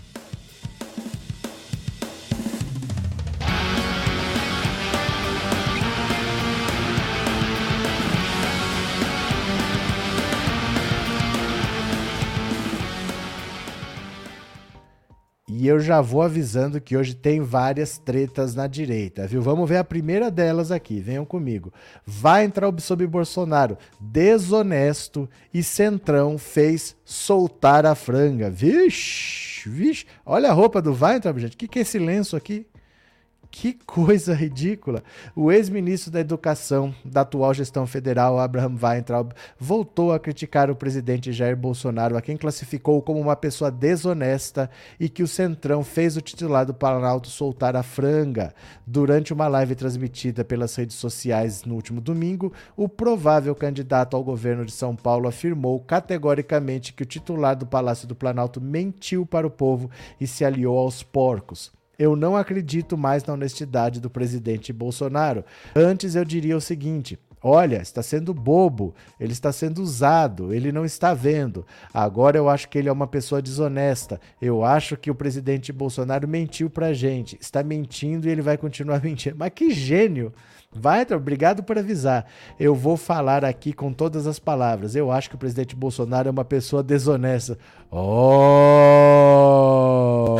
E eu já vou avisando que hoje tem várias tretas na direita, viu? Vamos ver a primeira delas aqui, venham comigo. Vai entrar sob Bolsonaro, desonesto e Centrão fez soltar a franga. Vixe, olha a roupa do Weintraub, gente. O que é esse lenço aqui? Que coisa ridícula. O ex-ministro da Educação da atual gestão federal, Abraham Weintraub, voltou a criticar o presidente Jair Bolsonaro, a quem classificou como uma pessoa desonesta e que o Centrão fez o titular do Planalto soltar a franga. Durante uma live transmitida pelas redes sociais no último domingo, o provável candidato ao governo de São Paulo afirmou categoricamente que o titular do Palácio do Planalto mentiu para o povo e se aliou aos porcos. Eu não acredito mais na honestidade do presidente Bolsonaro. Antes eu diria o seguinte: olha, está sendo bobo, ele está sendo usado, ele não está vendo. Agora eu acho que ele é uma pessoa desonesta. Eu acho que o presidente Bolsonaro mentiu pra gente. Está mentindo e ele vai continuar mentindo. Mas que gênio! Vai, obrigado por avisar. Eu vou falar aqui com todas as palavras. Eu acho que o presidente Bolsonaro é uma pessoa desonesta. Oh!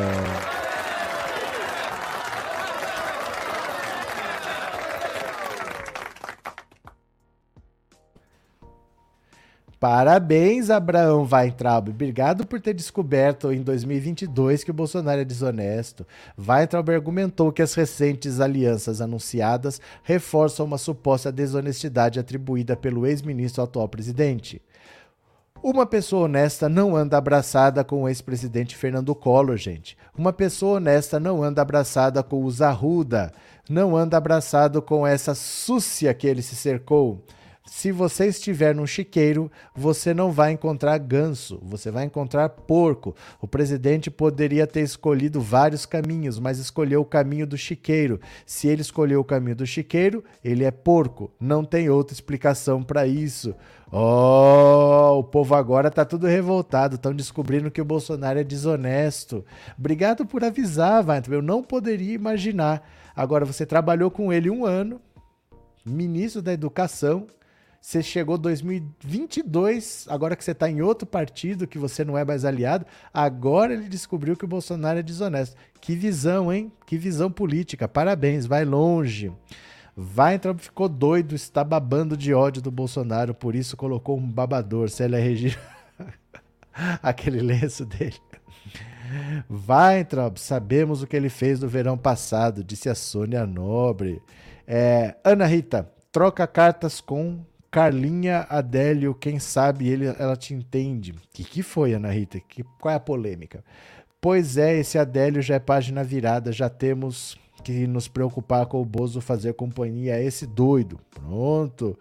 Parabéns, Abraão Weintraub. Obrigado por ter descoberto em 2022 que o Bolsonaro é desonesto. Weintraub argumentou que as recentes alianças anunciadas reforçam uma suposta desonestidade atribuída pelo ex-ministro ao atual presidente. Uma pessoa honesta não anda abraçada com o ex-presidente Fernando Collor, gente. Uma pessoa honesta não anda abraçada com o Zarruda. Não anda abraçado com essa súcia que ele se cercou. Se você estiver num chiqueiro, você não vai encontrar ganso, você vai encontrar porco. O presidente poderia ter escolhido vários caminhos, mas escolheu o caminho do chiqueiro. Se ele escolheu o caminho do chiqueiro, ele é porco. Não tem outra explicação para isso. Oh, o povo agora tá tudo revoltado, estão descobrindo que o Bolsonaro é desonesto. Obrigado por avisar, Weintraub, eu não poderia imaginar. Agora, você trabalhou com ele 1 ano, ministro da Educação. Você chegou em 2022, agora que você está em outro partido, que você não é mais aliado, agora ele descobriu que o Bolsonaro é desonesto. Que visão, hein? Que visão política. Parabéns, vai longe. Weintraub ficou doido, está babando de ódio do Bolsonaro, por isso colocou um babador. Célia Regina, aquele lenço dele. Weintraub, sabemos o que ele fez no verão passado, disse a Sônia Nobre. Ana Rita, troca cartas com Carlinha Adélio, quem sabe ela te entende. Que foi, Ana Rita? Qual é a polêmica? Pois é, esse Adélio já é página virada, já temos que nos preocupar com o Bozo fazer companhia a esse doido. Pronto.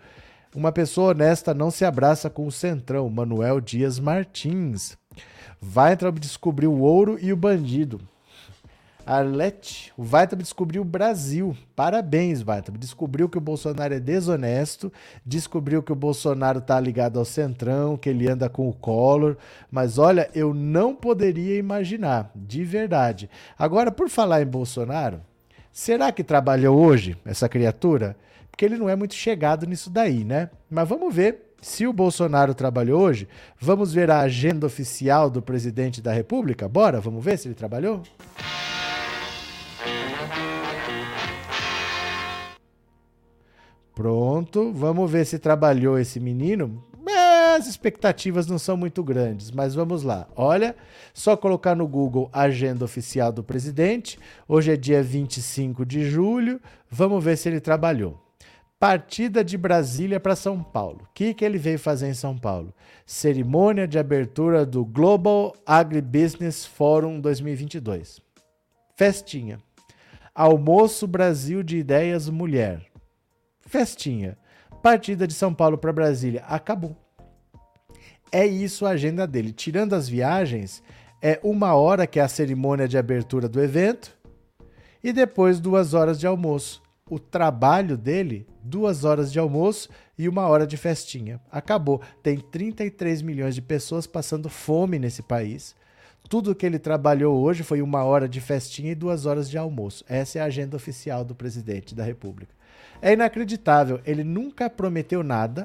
Uma pessoa honesta não se abraça com o centrão. Manuel Dias Martins. Weintraub descobriu o ouro e o bandido. Arlete, o Weintraub descobriu o Brasil. Parabéns, Weintraub. Descobriu que o Bolsonaro é desonesto, descobriu que o Bolsonaro tá ligado ao centrão, que ele anda com o Collor. Mas olha, eu não poderia imaginar, de verdade. Agora, por falar em Bolsonaro, será que trabalhou hoje essa criatura? Porque ele não é muito chegado nisso daí, né? Mas vamos ver se o Bolsonaro trabalhou hoje. Vamos ver a agenda oficial do presidente da República? Bora, vamos ver se ele trabalhou? Pronto, vamos ver se trabalhou esse menino. As expectativas não são muito grandes, mas vamos lá. Olha, só colocar no Google agenda oficial do presidente. Hoje é dia 25 de julho. Vamos ver se ele trabalhou. Partida de Brasília para São Paulo. O que ele veio fazer em São Paulo? Cerimônia de abertura do Global Agribusiness Forum 2022. Festinha. Almoço Brasil de Ideias Mulher. Festinha. Partida de São Paulo para Brasília. Acabou. É isso a agenda dele. Tirando as viagens, é 1 hora que é a cerimônia de abertura do evento e depois 2 horas de almoço. O trabalho dele, 2 horas de almoço e 1 hora de festinha. Acabou. Tem 33 milhões de pessoas passando fome nesse país. Tudo que ele trabalhou hoje foi 1 hora de festinha e 2 horas de almoço. Essa é a agenda oficial do presidente da República. É inacreditável. Ele nunca prometeu nada,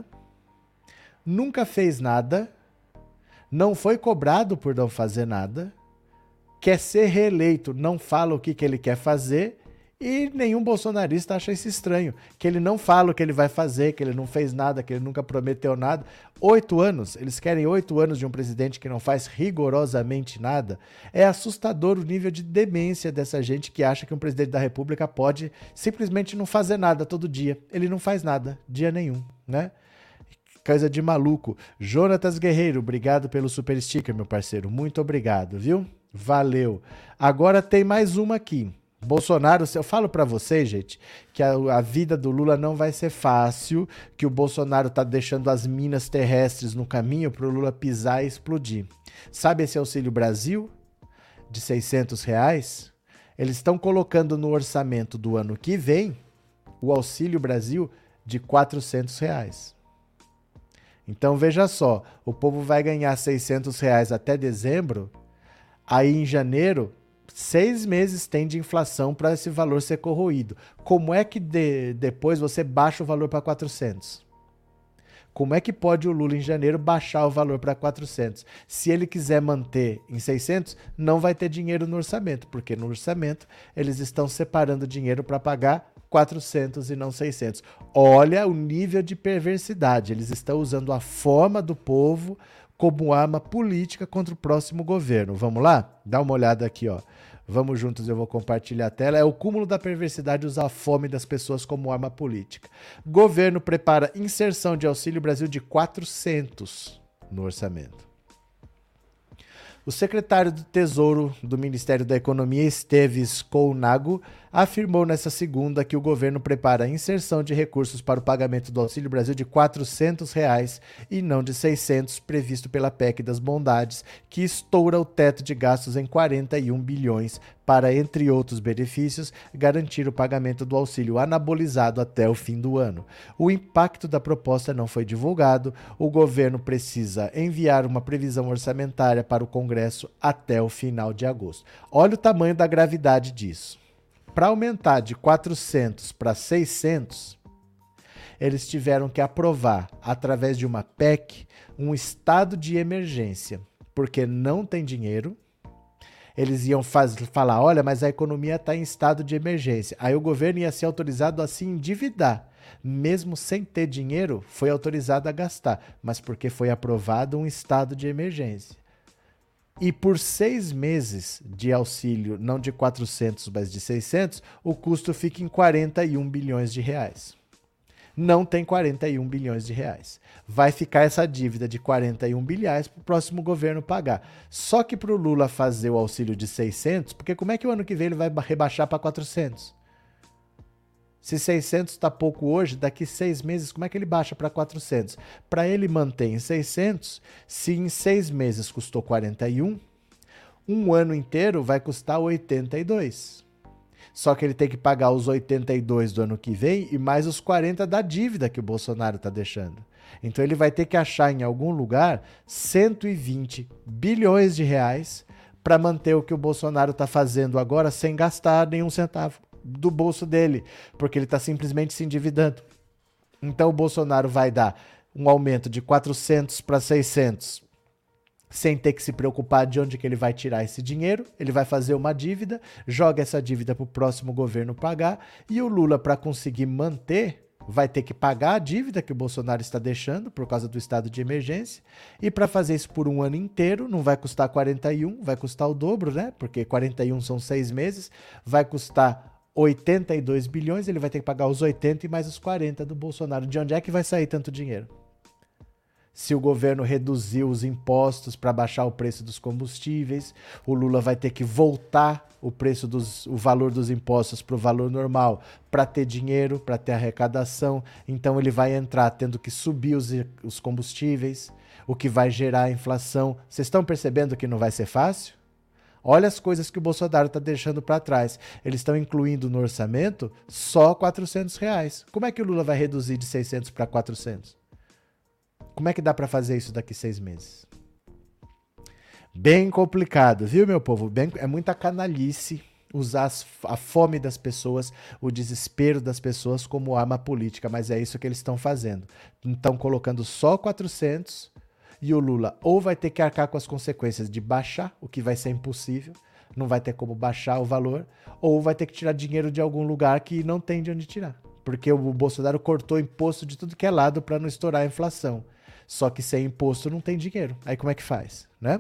nunca fez nada, não foi cobrado por não fazer nada, quer ser reeleito, não fala o que ele quer fazer. E nenhum bolsonarista acha isso estranho, que ele não fala o que ele vai fazer, que ele não fez nada, que ele nunca prometeu nada. 8 anos, eles querem 8 anos de um presidente que não faz rigorosamente nada. É assustador o nível de demência dessa gente que acha que um presidente da República pode simplesmente não fazer nada todo dia. Ele não faz nada, dia nenhum, né? Coisa de maluco. Jonatas Guerreiro, obrigado pelo super sticker, meu parceiro. Muito obrigado, viu? Valeu. Agora tem mais uma aqui. Bolsonaro, eu falo pra vocês, gente, que a vida do Lula não vai ser fácil, que o Bolsonaro tá deixando as minas terrestres no caminho pro Lula pisar e explodir. Sabe esse Auxílio Brasil de R$600? Eles estão colocando no orçamento do ano que vem o Auxílio Brasil de R$400. Então veja só, o povo vai ganhar R$600 até dezembro, aí em janeiro 6 meses tem de inflação para esse valor ser corroído. Como é que depois você baixa o valor para 400? Como é que pode o Lula em janeiro baixar o valor para 400? Se ele quiser manter em 600, não vai ter dinheiro no orçamento, porque no orçamento eles estão separando dinheiro para pagar 400 e não 600. Olha o nível de perversidade. Eles estão usando a fome do povo como arma política contra o próximo governo. Vamos lá? Dá uma olhada aqui, ó. Vamos juntos, eu vou compartilhar a tela. É o cúmulo da perversidade usar a fome das pessoas como arma política. Governo prepara inserção de Auxílio Brasil de 400 no orçamento. O secretário do Tesouro do Ministério da Economia, Esteves Colnago, afirmou nesta segunda que o governo prepara a inserção de recursos para o pagamento do Auxílio Brasil de R$400 e não de 600, previsto pela PEC das Bondades, que estoura o teto de gastos em 41 bilhões para, entre outros benefícios, garantir o pagamento do auxílio anabolizado até o fim do ano. O impacto da proposta não foi divulgado. O governo precisa enviar uma previsão orçamentária para o Congresso até o final de agosto. Olha o tamanho da gravidade disso. Para aumentar de 400 para 600, eles tiveram que aprovar, através de uma PEC, um estado de emergência, porque não tem dinheiro. Eles iam falar, olha, mas a economia está em estado de emergência. Aí o governo ia ser autorizado a se endividar. Mesmo sem ter dinheiro, foi autorizado a gastar, mas porque foi aprovado um estado de emergência. E por 6 meses de auxílio, não de 400, mas de 600, o custo fica em 41 bilhões de reais. Não tem 41 bilhões de reais. Vai ficar essa dívida de 41 bilhões para o próximo governo pagar. Só que para o Lula fazer o auxílio de 600, porque como é que o ano que vem ele vai rebaixar para 400? Se 600 está pouco hoje, daqui 6 meses, como é que ele baixa para 400? Para ele manter em 600, se em 6 meses custou 41, um ano inteiro vai custar 82. Só que ele tem que pagar os 82 do ano que vem e mais os 40 da dívida que o Bolsonaro está deixando. Então ele vai ter que achar em algum lugar 120 bilhões de reais para manter o que o Bolsonaro está fazendo agora sem gastar nenhum centavo do bolso dele, porque ele está simplesmente se endividando. Então o Bolsonaro vai dar um aumento de 400 para 600 sem ter que se preocupar de onde que ele vai tirar esse dinheiro. Ele vai fazer uma dívida, joga essa dívida para o próximo governo pagar, e o Lula, para conseguir manter, vai ter que pagar a dívida que o Bolsonaro está deixando por causa do estado de emergência, e para fazer isso por um ano inteiro, não vai custar 41, vai custar o dobro, né? Porque 41 são 6 meses, vai custar 82 bilhões, ele vai ter que pagar os 80 e mais os 40 do Bolsonaro. De onde é que vai sair tanto dinheiro? Se o governo reduziu os impostos para baixar o preço dos combustíveis, o Lula vai ter que voltar o valor dos impostos para o valor normal para ter dinheiro, para ter arrecadação. Então ele vai entrar tendo que subir os combustíveis, o que vai gerar a inflação. Vocês estão percebendo que não vai ser fácil? Olha as coisas que o Bolsonaro está deixando para trás. Eles estão incluindo no orçamento só R$400. Como é que o Lula vai reduzir de 600 para 400? Como é que dá para fazer isso daqui 6 meses? Bem complicado, viu, meu povo? É muita canalice usar a fome das pessoas, o desespero das pessoas como arma política, mas é isso que eles estão fazendo. Estão colocando só 400 e o Lula ou vai ter que arcar com as consequências de baixar, o que vai ser impossível, não vai ter como baixar o valor, ou vai ter que tirar dinheiro de algum lugar que não tem de onde tirar. Porque o Bolsonaro cortou imposto de tudo que é lado para não estourar a inflação. Só que sem imposto não tem dinheiro. Aí como é que faz, né?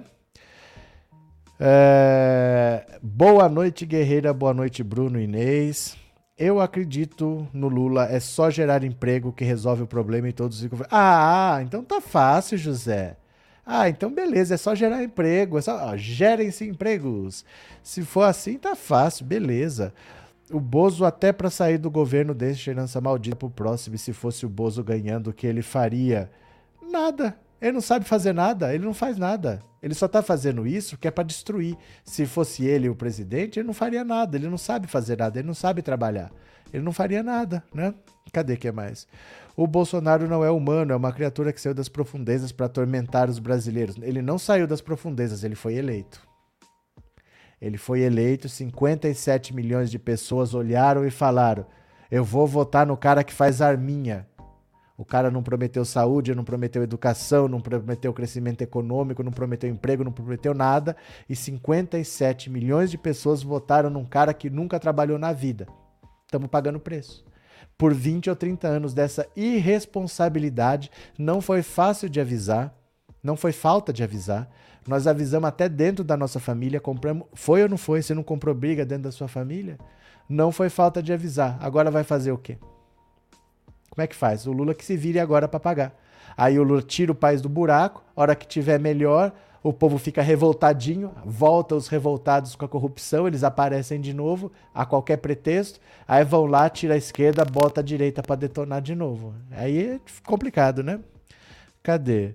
Boa noite, Guerreira. Boa noite, Bruno, Inês. Eu acredito no Lula. É só gerar emprego que resolve o problema e todos ficam... então tá fácil, José. Então beleza, é só gerar emprego. É só... gerem-se empregos. Se for assim, tá fácil, beleza. O Bozo até para sair do governo deixa herança maldita pro próximo. E se fosse o Bozo ganhando, o que ele faria? Nada. Ele não sabe fazer nada, ele não faz nada. Ele só tá fazendo isso que é para destruir. Se fosse ele o presidente, ele não faria nada, ele não sabe fazer nada, ele não sabe trabalhar. Ele não faria nada, né? Cadê que é mais? O Bolsonaro não é humano, é uma criatura que saiu das profundezas para atormentar os brasileiros. Ele não saiu das profundezas, ele foi eleito. Ele foi eleito, 57 milhões de pessoas olharam e falaram: eu vou votar no cara que faz arminha. O cara não prometeu saúde, não prometeu educação, não prometeu crescimento econômico, não prometeu emprego, não prometeu nada. E 57 milhões de pessoas votaram num cara que nunca trabalhou na vida. Estamos pagando preço. Por 20 ou 30 anos dessa irresponsabilidade, não foi fácil de avisar, não foi falta de avisar. Nós avisamos até dentro da nossa família, compramos. Foi ou não foi? Você não comprou briga dentro da sua família? Não foi falta de avisar. Agora vai fazer o quê? Como é que faz? O Lula que se vire agora para pagar. Aí o Lula tira o país do buraco, a hora que tiver melhor, o povo fica revoltadinho, volta os revoltados com a corrupção, eles aparecem de novo, a qualquer pretexto, aí vão lá, tira a esquerda, bota a direita para detonar de novo. Aí é complicado, né? Cadê?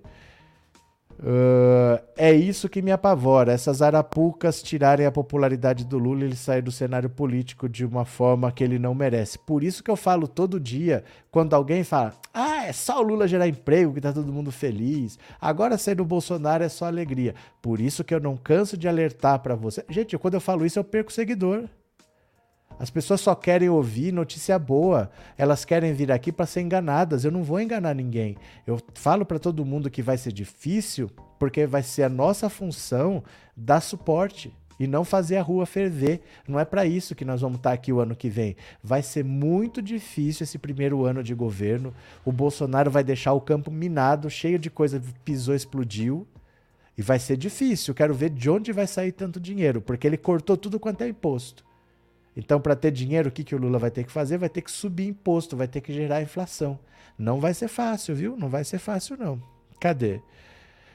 É isso que me apavora, essas arapucas tirarem a popularidade do Lula e ele sair do cenário político de uma forma que ele não merece. Por isso que eu falo todo dia, quando alguém fala: é só o Lula gerar emprego que tá todo mundo feliz, agora sair do Bolsonaro é só alegria. Por isso que eu não canso de alertar pra você. Gente, quando eu falo isso eu perco seguidor. As pessoas só querem ouvir notícia boa, elas querem vir aqui para ser enganadas. Eu não vou enganar ninguém. Eu falo para todo mundo que vai ser difícil, porque vai ser a nossa função dar suporte e não fazer a rua ferver. Não é para isso que nós vamos estar aqui o ano que vem. Vai ser muito difícil esse primeiro ano de governo. O Bolsonaro vai deixar o campo minado, cheio de coisa, pisou, explodiu. E vai ser difícil. Quero ver de onde vai sair tanto dinheiro, porque ele cortou tudo quanto é imposto. Então, para ter dinheiro, o que o Lula vai ter que fazer? Vai ter que subir imposto, vai ter que gerar inflação. Não vai ser fácil, viu? Não vai ser fácil, não. Cadê?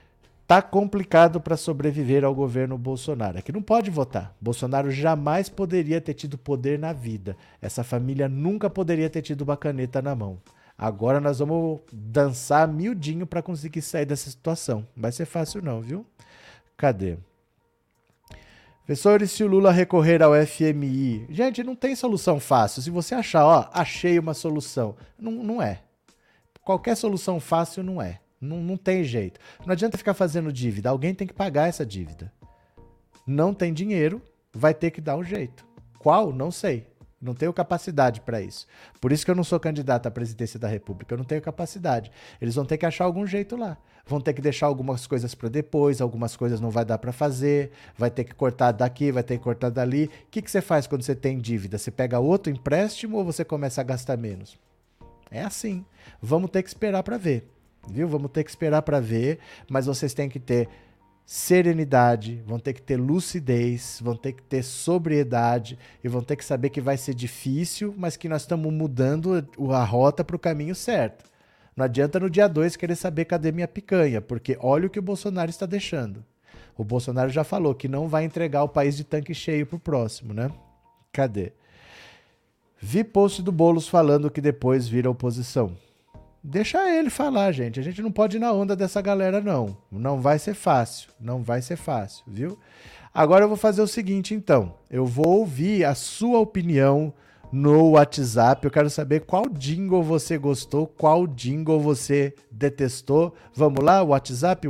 Tá complicado para sobreviver ao governo Bolsonaro. É que não pode votar. Bolsonaro jamais poderia ter tido poder na vida. Essa família nunca poderia ter tido uma caneta na mão. Agora nós vamos dançar miudinho para conseguir sair dessa situação. Não vai ser fácil não, viu? Cadê? Professor, e se o Lula recorrer ao FMI? Gente, não tem solução fácil. Se você achar, ó, achei uma solução. Não é. Qualquer solução fácil não é. Não tem jeito. Não adianta ficar fazendo dívida. Alguém tem que pagar essa dívida. Não tem dinheiro, vai ter que dar um jeito. Qual? Não sei. Não tenho capacidade para isso. Por isso que eu não sou candidato à presidência da República. Eu não tenho capacidade. Eles vão ter que achar algum jeito lá. Vão ter que deixar algumas coisas para depois, algumas coisas não vai dar para fazer, vai ter que cortar daqui, vai ter que cortar dali. O que você faz quando você tem dívida? Você pega outro empréstimo ou você começa a gastar menos? É assim. Vamos ter que esperar para ver. Viu? Vamos ter que esperar para ver, mas vocês têm que ter serenidade, vão ter que ter lucidez, vão ter que ter sobriedade e vão ter que saber que vai ser difícil, mas que nós estamos mudando a rota para o caminho certo. Não adianta no dia 2 querer saber cadê minha picanha, porque olha o que o Bolsonaro está deixando. O Bolsonaro já falou que não vai entregar o país de tanque cheio pro próximo, né? Cadê? Vi post do Boulos falando que depois vira oposição. Deixa ele falar, gente. A gente não pode ir na onda dessa galera, não. Não vai ser fácil. Não vai ser fácil, viu? Agora eu vou fazer o seguinte, então. Eu vou ouvir a sua opinião no WhatsApp. Eu quero saber qual jingle você gostou, qual jingle você detestou. Vamos lá, WhatsApp.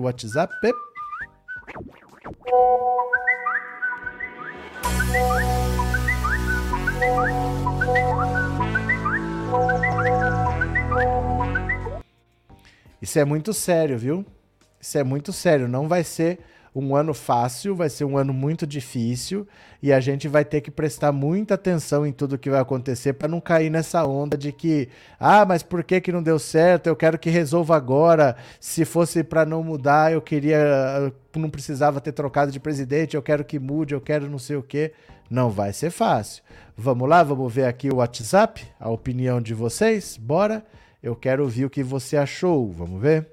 Isso é muito sério, viu? Isso é muito sério. Não vai ser um ano fácil, vai ser um ano muito difícil e a gente vai ter que prestar muita atenção em tudo que vai acontecer para não cair nessa onda de que, mas por que não deu certo? Eu quero que resolva agora. Se fosse para não mudar, não precisava ter trocado de presidente, eu quero que mude, eu quero não sei o quê. Não vai ser fácil. Vamos lá, vamos ver aqui o WhatsApp, a opinião de vocês? Bora? Eu quero ouvir o que você achou. Vamos ver?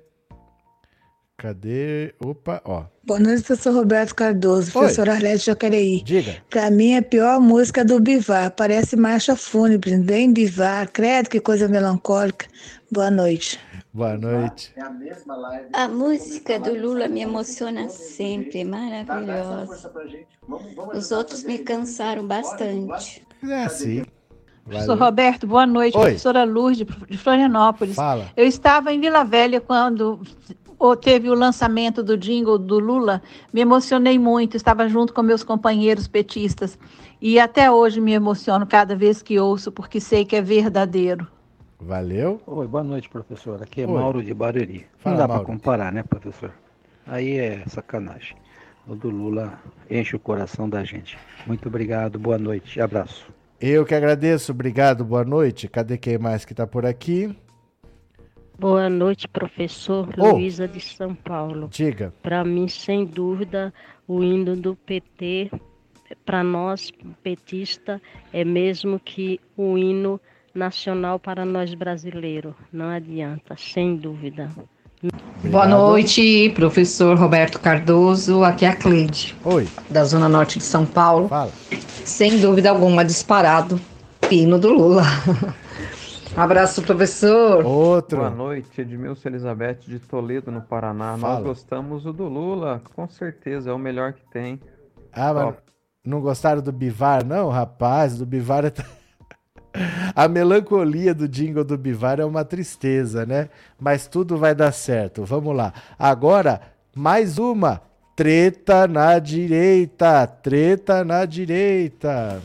Cadê? Opa, ó. Boa noite, professor Roberto Cardoso, professor Arlete Jacareí. Diga. Pra mim, a pior música é do Bivar. Parece marcha fúnebre. Bem Bivar. Credo, que coisa melancólica. Boa noite. Boa noite. A música do Lula me emociona sempre. É maravilhosa. Os outros me cansaram bastante. É assim. Professor Roberto, boa noite. Oi. Professora Lourdes, de Florianópolis. Fala. Eu estava em Vila Velha quando teve o lançamento do jingle do Lula. Me emocionei muito, estava junto com meus companheiros petistas. E até hoje me emociono cada vez que ouço, porque sei que é verdadeiro. Valeu. Oi, boa noite, professor. Aqui é Oi. Mauro de Barueri. Fala, Não dá Mauro. para comparar, né, professor? Aí é sacanagem. O do Lula enche o coração da gente. Muito obrigado, boa noite, abraço. Eu que agradeço, obrigado, boa noite. Cadê quem mais que tá por aqui? Boa noite, professor. Ô. Luísa de São Paulo. Diga. Para mim, sem dúvida, o hino do PT, para nós, petista, é mesmo que o hino nacional para nós brasileiros. Não adianta, sem dúvida. Boa noite, professor Roberto Cardoso. Aqui é a Cleide, Oi. da Zona Norte de São Paulo. Fala. Sem dúvida alguma, disparado, hino do Lula. Abraço, professor. Outro. Boa noite, Edmilson Elizabeth de Toledo, no Paraná. Fala. Nós gostamos do Lula, com certeza, é o melhor que tem. Mas não gostaram do Bivar, não, rapaz? Do Bivar é... A melancolia do jingle do Bivar é uma tristeza, né? Mas tudo vai dar certo. Vamos lá. Agora, mais uma. Treta na direita. Treta na direita.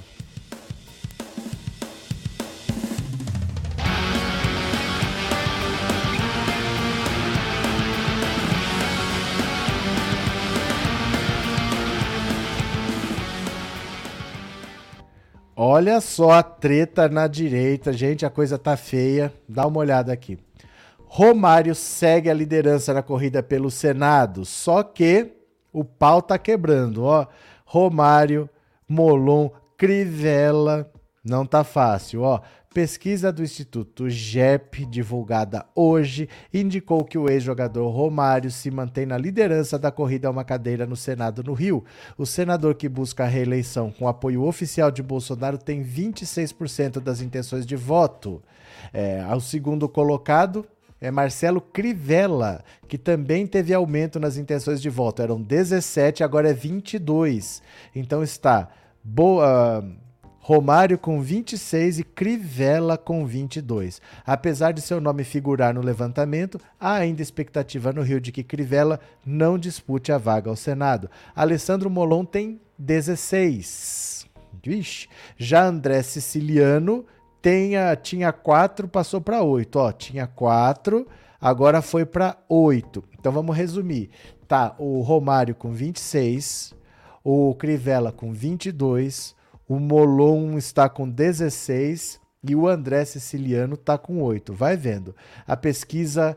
Olha só a treta na direita, gente, a coisa tá feia. Dá uma olhada aqui. Romário segue a liderança na corrida pelo Senado, só que o pau tá quebrando, ó. Romário, Molon, Crivella, Não tá fácil, ó. Pesquisa do Instituto GEP, divulgada hoje, indicou que o ex-jogador Romário se mantém na liderança da corrida a uma cadeira no Senado no Rio. O senador que busca a reeleição com apoio oficial de Bolsonaro tem 26% das intenções de voto. Ao segundo colocado é Marcelo Crivella, que também teve aumento nas intenções de voto. Eram 17, agora é 22. Então está Romário com 26 e Crivella com 22. Apesar de seu nome figurar no levantamento, há ainda expectativa no Rio de que Crivella não dispute a vaga ao Senado. Alessandro Molon tem 16. Vixe. Já André Siciliano tinha 4, passou para 8. Ó, tinha 4, agora foi para 8. Então vamos resumir. Tá o Romário com 26, o Crivella com 22, o Molon está com 16 e o André Siciliano está com 8. Vai vendo. A pesquisa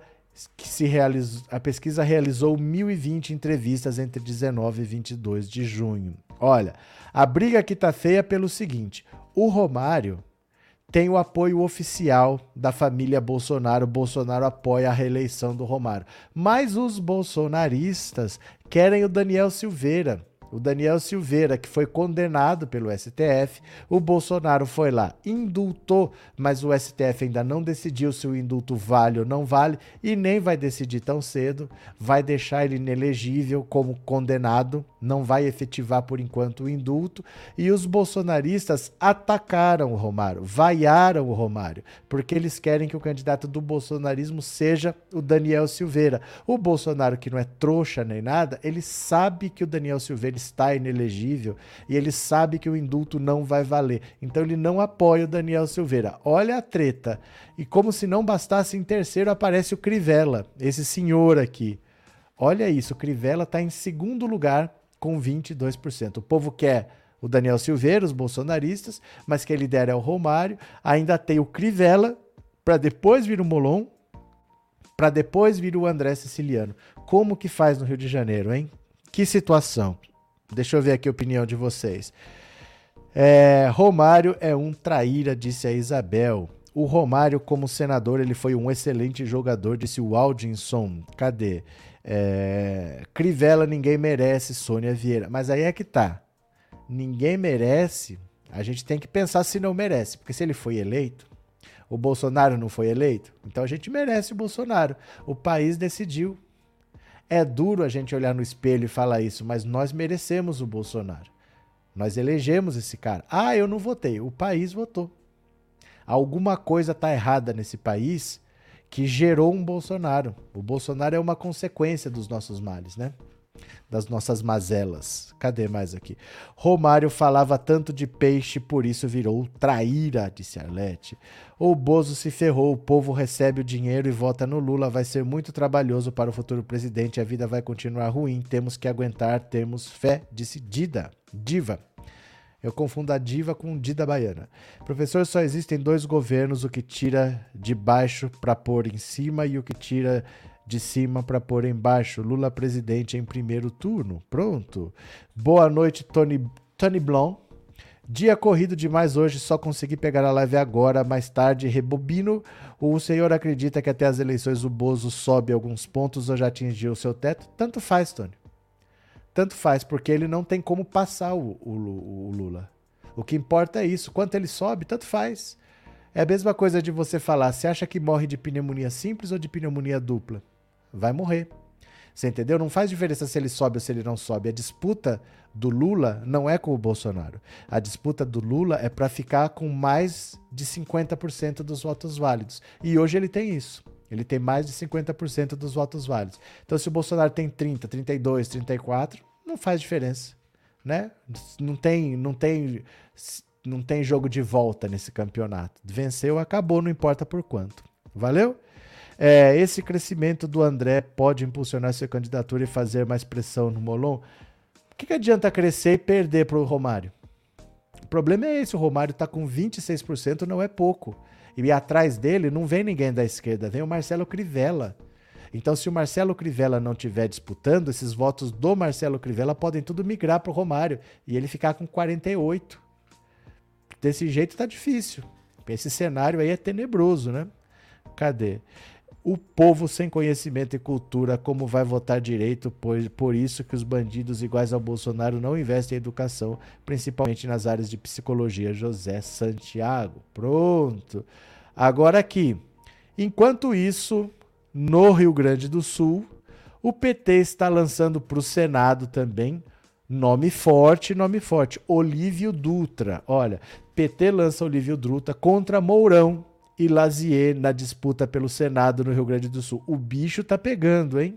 realizou 1.020 entrevistas entre 19 e 22 de junho. Olha, a briga aqui tá feia pelo seguinte: o Romário tem o apoio oficial da família Bolsonaro. Bolsonaro apoia a reeleição do Romário. Mas os bolsonaristas querem o Daniel Silveira. O Daniel Silveira, que foi condenado pelo STF, o Bolsonaro foi lá, indultou, mas o STF ainda não decidiu se o indulto vale ou não vale e nem vai decidir tão cedo, vai deixar ele inelegível como condenado, não vai efetivar por enquanto o indulto, e os bolsonaristas atacaram o Romário, vaiaram o Romário, porque eles querem que o candidato do bolsonarismo seja o Daniel Silveira. O Bolsonaro, que não é trouxa nem nada, ele sabe que o Daniel Silveira está inelegível e ele sabe que o indulto não vai valer. Então ele não apoia o Daniel Silveira. Olha a treta. E como se não bastasse, em terceiro aparece o Crivella, esse senhor aqui. Olha isso, o Crivella está em segundo lugar com 22%. O povo quer o Daniel Silveira, os bolsonaristas, mas quem lidera é o Romário. Ainda tem o Crivella, para depois vir o Molon, para depois vir o André Siciliano. Como que faz no Rio de Janeiro, hein? Que situação. Deixa eu ver aqui a opinião de vocês. Romário é um traíra, disse a Isabel. O Romário, como senador, ele foi um excelente jogador, disse o Aldinson. Cadê? Crivella, ninguém merece, Sônia Vieira. Mas aí é que tá. Ninguém merece, a gente tem que pensar se não merece. Porque se ele foi eleito, o Bolsonaro não foi eleito, então a gente merece o Bolsonaro. O país decidiu. É duro a gente olhar no espelho e falar isso, mas nós merecemos o Bolsonaro. Nós elegemos esse cara. Ah, eu não votei. O país votou. Alguma coisa está errada nesse país que gerou um Bolsonaro. O Bolsonaro é uma consequência dos nossos males, né? Das nossas mazelas. Cadê mais aqui? Romário falava tanto de peixe, por isso virou traíra, disse Arlete. O Bozo se ferrou, o povo recebe o dinheiro e vota no Lula. Vai ser muito trabalhoso para o futuro presidente, a vida vai continuar ruim, temos que aguentar, temos fé, disse Diva. Eu confundo a diva com Dida Baiana. Professor, só existem 2 governos, o que tira de baixo para pôr em cima e o que tira de cima para pôr embaixo. Lula presidente em primeiro turno. Pronto. Boa noite, Tony Blon. Dia corrido demais hoje, só consegui pegar a live agora, mais tarde rebobino. O senhor acredita que até as eleições o Bozo sobe alguns pontos ou já atingiu o seu teto? Tanto faz, Tony. Tanto faz, porque ele não tem como passar o Lula. O que importa é isso. Quanto ele sobe, tanto faz. É a mesma coisa de você falar, você acha que morre de pneumonia simples ou de pneumonia dupla? Vai morrer. Você entendeu? Não faz diferença se ele sobe ou se ele não sobe. A disputa do Lula não é com o Bolsonaro. A disputa do Lula é para ficar com mais de 50% dos votos válidos. E hoje ele tem isso. Ele tem mais de 50% dos votos válidos. Então, se o Bolsonaro tem 30, 32, 34, não faz diferença, né? Não tem jogo de volta nesse campeonato. Venceu, acabou, não importa por quanto. Valeu? Esse crescimento do André pode impulsionar sua candidatura e fazer mais pressão no Molon? O que adianta crescer e perder para o Romário? O problema é esse, o Romário está com 26%, não é pouco. E atrás dele não vem ninguém da esquerda, vem o Marcelo Crivella. Então, se o Marcelo Crivella não estiver disputando, esses votos do Marcelo Crivella podem tudo migrar para o Romário e ele ficar com 48%. desse jeito tá difícil. Esse cenário aí é tenebroso, né? Cadê? O povo sem conhecimento e cultura, como vai votar direito? Por isso que os bandidos iguais ao Bolsonaro não investem em educação, principalmente nas áreas de psicologia. José Santiago. Pronto. Agora aqui. Enquanto isso, no Rio Grande do Sul, o PT está lançando para o Senado também nome forte. Olívio Dutra. Olha, PT lança Olívio Dutra contra Mourão e Lazier na disputa pelo Senado no Rio Grande do Sul. O bicho tá pegando, hein?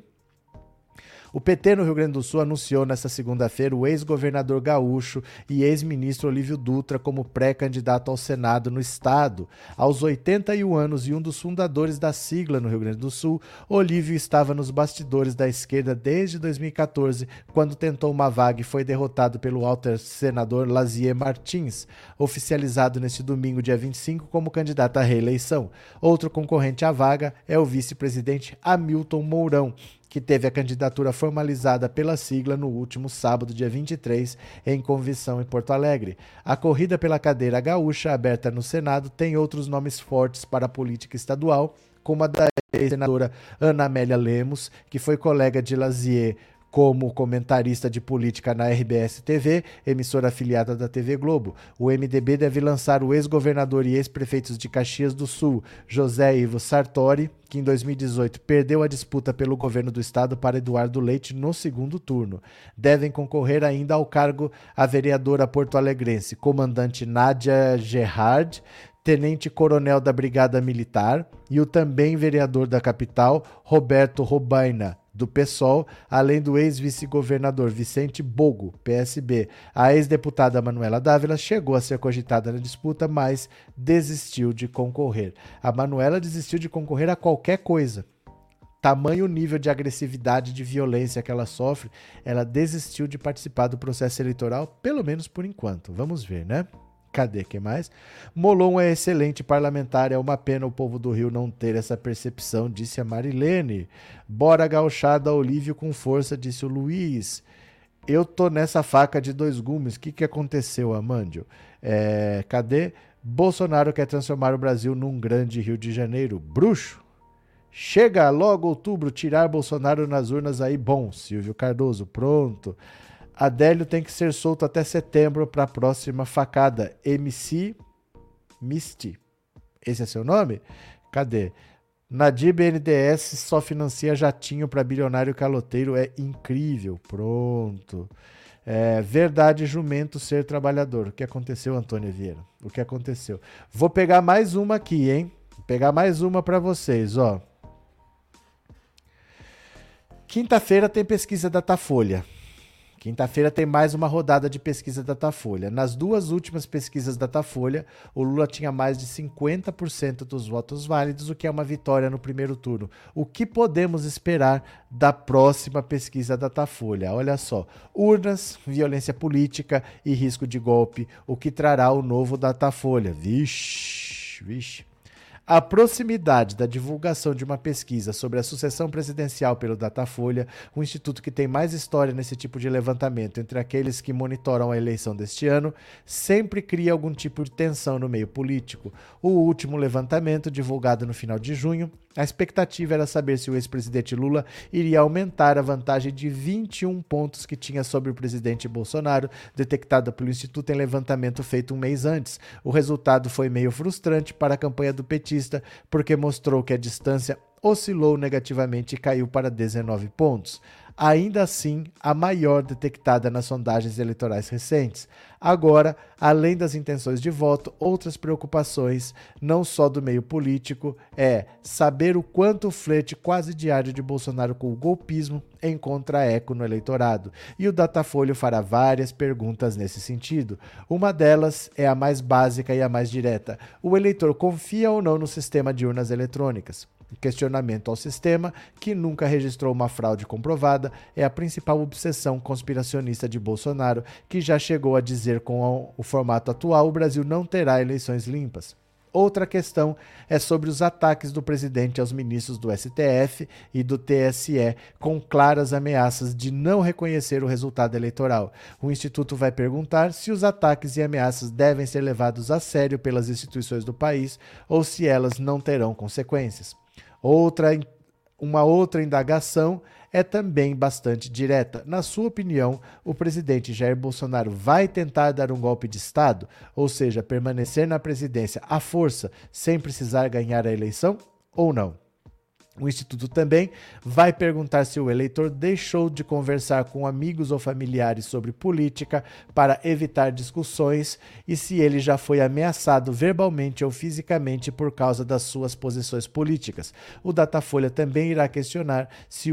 O PT no Rio Grande do Sul anunciou nesta segunda-feira o ex-governador gaúcho e ex-ministro Olívio Dutra como pré-candidato ao Senado no estado. Aos 81 anos e um dos fundadores da sigla no Rio Grande do Sul, Olívio estava nos bastidores da esquerda desde 2014, quando tentou uma vaga e foi derrotado pelo alto senador Lazier Martins, oficializado neste domingo, dia 25, como candidato à reeleição. Outro concorrente à vaga é o vice-presidente Hamilton Mourão, que teve a candidatura formalizada pela sigla no último sábado, dia 23, em convenção em Porto Alegre. A corrida pela cadeira gaúcha, aberta no Senado, tem outros nomes fortes para a política estadual, como a da ex-senadora Ana Amélia Lemos, que foi colega de Lazier como comentarista de política na RBS TV, emissora afiliada da TV Globo. O MDB deve lançar o ex-governador e ex-prefeitos de Caxias do Sul, José Ivo Sartori, que em 2018 perdeu a disputa pelo governo do estado para Eduardo Leite no segundo turno. Devem concorrer ainda ao cargo a vereadora porto-alegrense, comandante Nádia Gerhard, tenente-coronel da Brigada Militar, e o também vereador da capital, Roberto Robaina, do PSOL, além do ex-vice-governador Vicente Bogo, PSB. A ex-deputada Manuela Dávila chegou a ser cogitada na disputa, mas desistiu de concorrer. A Manuela desistiu de concorrer a qualquer coisa. Tamanho nível de agressividade, de violência que ela sofre, ela desistiu de participar do processo eleitoral, pelo menos por enquanto. Vamos ver, né? Cadê? Que mais? Molon é excelente parlamentar, é uma pena o povo do Rio não ter essa percepção, disse a Marilene. Bora gauchada, Olívio com força, disse o Luiz. Eu tô nessa faca de dois gumes. O que aconteceu, Amândio? Cadê? Bolsonaro quer transformar o Brasil num grande Rio de Janeiro. Bruxo. Chega logo outubro, tirar Bolsonaro nas urnas aí. Bom, Silvio Cardoso, pronto. Adélio tem que ser solto até setembro para a próxima facada. MC Misty. Esse é seu nome? Cadê? Nadir BNDES só financia jatinho para bilionário caloteiro. É incrível. Pronto. Verdade, jumento ser trabalhador. O que aconteceu, Antônia Vieira? O que aconteceu? Vou pegar mais uma aqui, hein? Vou pegar mais uma para vocês, ó. Quinta-feira tem pesquisa Datafolha. Quinta-feira tem mais uma rodada de pesquisa Datafolha. Nas duas últimas pesquisas Datafolha, o Lula tinha mais de 50% dos votos válidos, o que é uma vitória no primeiro turno. O que podemos esperar da próxima pesquisa Datafolha? Olha só, urnas, violência política e risco de golpe, o que trará o novo Datafolha. Vixe. A proximidade da divulgação de uma pesquisa sobre a sucessão presidencial pelo Datafolha, o instituto que tem mais história nesse tipo de levantamento entre aqueles que monitoram a eleição deste ano, sempre cria algum tipo de tensão no meio político. O último levantamento, divulgado no final de junho, a expectativa era saber se o ex-presidente Lula iria aumentar a vantagem de 21 pontos que tinha sobre o presidente Bolsonaro, detectada pelo Instituto em levantamento feito um mês antes. O resultado foi meio frustrante para a campanha do petista, porque mostrou que a distância oscilou negativamente e caiu para 19 pontos. Ainda assim, a maior detectada nas sondagens eleitorais recentes. Agora, além das intenções de voto, outras preocupações, não só do meio político, é saber o quanto o flerte quase diário de Bolsonaro com o golpismo encontra eco no eleitorado. E o Datafolha fará várias perguntas nesse sentido. Uma delas é a mais básica e a mais direta. O eleitor confia ou não no sistema de urnas eletrônicas? O questionamento ao sistema, que nunca registrou uma fraude comprovada, é a principal obsessão conspiracionista de Bolsonaro, que já chegou a dizer com o formato atual o Brasil não terá eleições limpas. Outra questão é sobre os ataques do presidente aos ministros do STF e do TSE, com claras ameaças de não reconhecer o resultado eleitoral. O Instituto vai perguntar se os ataques e ameaças devem ser levados a sério pelas instituições do país ou se elas não terão consequências. Uma outra indagação é também bastante direta. Na sua opinião, o presidente Jair Bolsonaro vai tentar dar um golpe de Estado, ou seja, permanecer na presidência à força, sem precisar ganhar a eleição, ou não? O Instituto também vai perguntar se o eleitor deixou de conversar com amigos ou familiares sobre política para evitar discussões e se ele já foi ameaçado verbalmente ou fisicamente por causa das suas posições políticas. O Datafolha também irá questionar se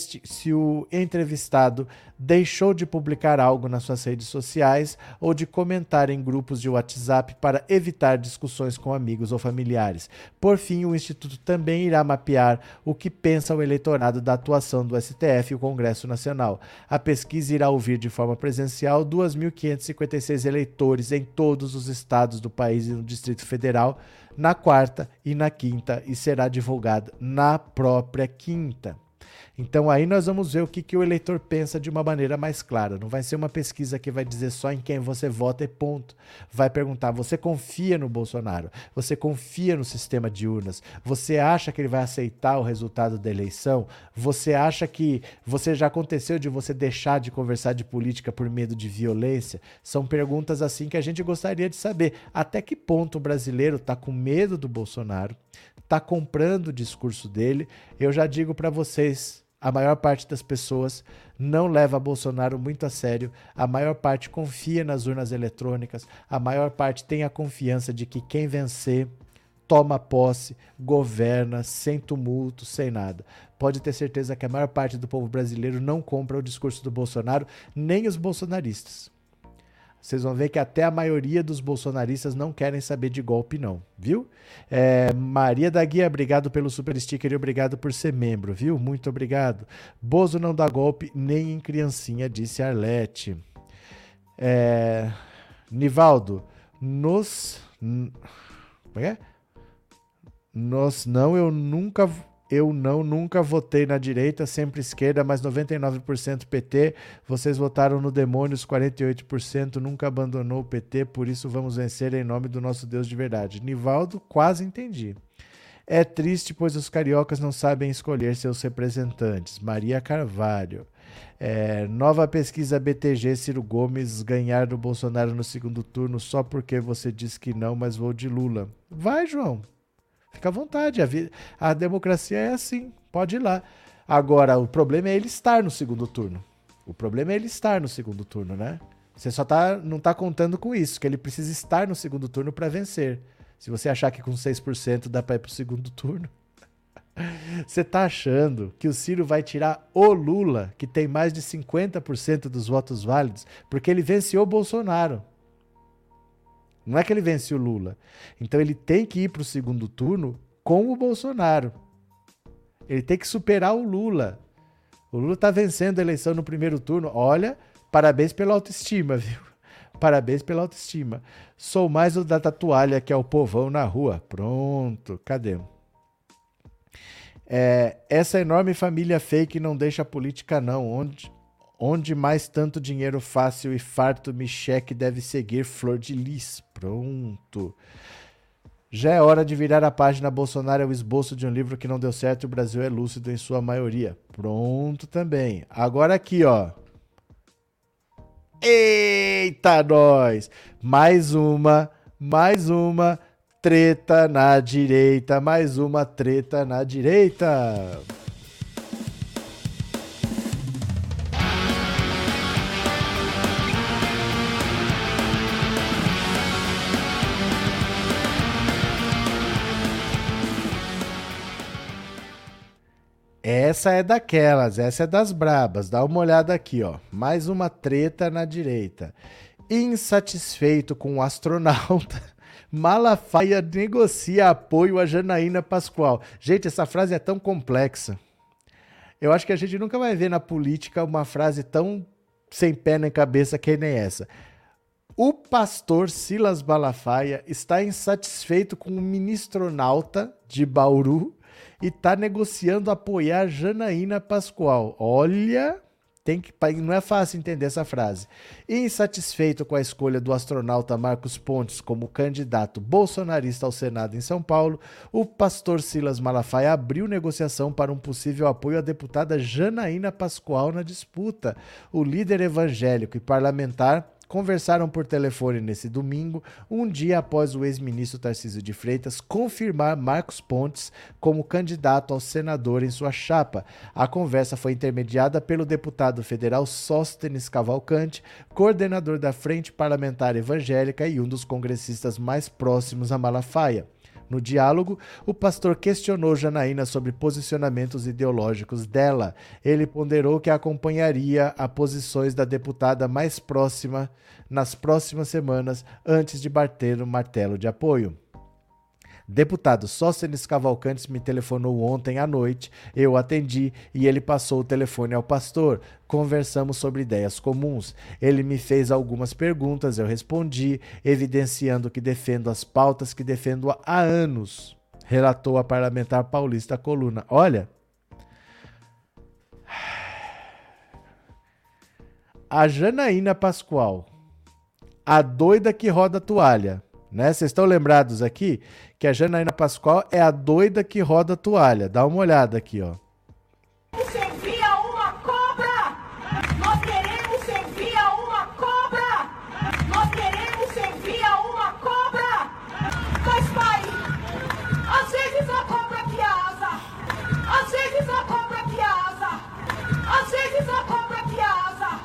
o entrevistado deixou de publicar algo nas suas redes sociais ou de comentar em grupos de WhatsApp para evitar discussões com amigos ou familiares. Por fim, o Instituto também irá mapear o que pensa o eleitorado da atuação do STF e o Congresso Nacional. A pesquisa irá ouvir de forma presencial 2.556 eleitores em todos os estados do país e no Distrito Federal na quarta e na quinta e será divulgada na própria quinta. Então aí nós vamos ver o que o eleitor pensa de uma maneira mais clara. Não vai ser uma pesquisa que vai dizer só em quem você vota e ponto. Vai perguntar, você confia no Bolsonaro? Você confia no sistema de urnas? Você acha que ele vai aceitar o resultado da eleição? Você acha que já aconteceu de você deixar de conversar de política por medo de violência? São perguntas assim que a gente gostaria de saber. Até que ponto o brasileiro está com medo do Bolsonaro? Está comprando o discurso dele? Eu já digo para vocês, a maior parte das pessoas não leva Bolsonaro muito a sério, a maior parte confia nas urnas eletrônicas, a maior parte tem a confiança de que quem vencer toma posse, governa, sem tumulto, sem nada. Pode ter certeza que a maior parte do povo brasileiro não compra o discurso do Bolsonaro, nem os bolsonaristas. Vocês vão ver que até a maioria dos bolsonaristas não querem saber de golpe não, viu? Maria da Guia, obrigado pelo super sticker e obrigado por ser membro, viu? Muito obrigado. Bozo não dá golpe nem em criancinha, disse Arlete. Nivaldo, eu nunca votei na direita, sempre esquerda, mas 99% PT. Vocês votaram no demônio, os 48% nunca abandonou o PT, por isso vamos vencer em nome do nosso Deus de verdade. Nivaldo, quase entendi. É triste, pois os cariocas não sabem escolher seus representantes. Maria Carvalho. Nova pesquisa BTG, Ciro Gomes ganhar do Bolsonaro no segundo turno só porque você disse que não, mas vou de Lula. Vai, João. Fica à vontade, a democracia é assim, pode ir lá. Agora, o problema é ele estar no segundo turno. Né? Você só não está contando com isso, que ele precisa estar no segundo turno para vencer. Se você achar que com 6% dá para ir para o segundo turno, você está achando que o Ciro vai tirar o Lula, que tem mais de 50% dos votos válidos, porque ele venceu o Bolsonaro. Não é que ele vence o Lula. Então ele tem que ir para o segundo turno com o Bolsonaro. Ele tem que superar o Lula. O Lula está vencendo a eleição no primeiro turno. Olha, parabéns pela autoestima, viu? Parabéns pela autoestima. Sou mais o da toalha, que é o povão na rua. Pronto, cadê? Essa enorme família fake não deixa a política não. Onde mais tanto dinheiro fácil e farto me cheque deve seguir Flor de Lis. Pronto. Já é hora de virar a página. Bolsonaro é o esboço de um livro que não deu certo e o Brasil é lúcido em sua maioria. Pronto também. Agora aqui, ó. Eita, nós! Mais uma treta na direita. Mais uma treta na direita. Essa é daquelas, essa é das brabas. Dá uma olhada aqui, ó. Mais uma treta na direita. Insatisfeito com o astronauta, Malafaia negocia apoio a Janaína Pascoal. Gente, essa frase é tão complexa. Eu acho que a gente nunca vai ver na política uma frase tão sem pé nem cabeça que nem essa. O pastor Silas Malafaia está insatisfeito com o ministronauta de Bauru e está negociando apoiar Janaína Pascoal. Olha, não é fácil entender essa frase. Insatisfeito com a escolha do astronauta Marcos Pontes como candidato bolsonarista ao Senado em São Paulo, o pastor Silas Malafaia abriu negociação para um possível apoio à deputada Janaína Pascoal na disputa. O líder evangélico e parlamentar conversaram por telefone nesse domingo, um dia após o ex-ministro Tarcísio de Freitas confirmar Marcos Pontes como candidato ao senador em sua chapa. A conversa foi intermediada pelo deputado federal Sóstenes Cavalcante, coordenador da Frente Parlamentar Evangélica e um dos congressistas mais próximos a Malafaia. No diálogo, o pastor questionou Janaína sobre posicionamentos ideológicos dela. Ele ponderou que acompanharia as posições da deputada mais próxima nas próximas semanas, antes de bater o martelo de apoio. Deputado Sóstenes Cavalcantes me telefonou ontem à noite, eu atendi e ele passou o telefone ao pastor. Conversamos sobre ideias comuns. Ele me fez algumas perguntas, eu respondi, evidenciando que defendo as pautas que defendo há anos, relatou a parlamentar paulista Coluna. Olha, a Janaína Pascoal, a doida que roda a toalha, né? Vocês estão lembrados aqui que a Janaína Pascoal é a doida que roda a toalha. Dá uma olhada aqui, ó. Servir a uma cobra! Nós queremos servir a uma cobra! Nós queremos servir a uma cobra! Mas, pai, às vezes a cobra piasa! Às vezes a cobra piasa! Às vezes a cobra piasa!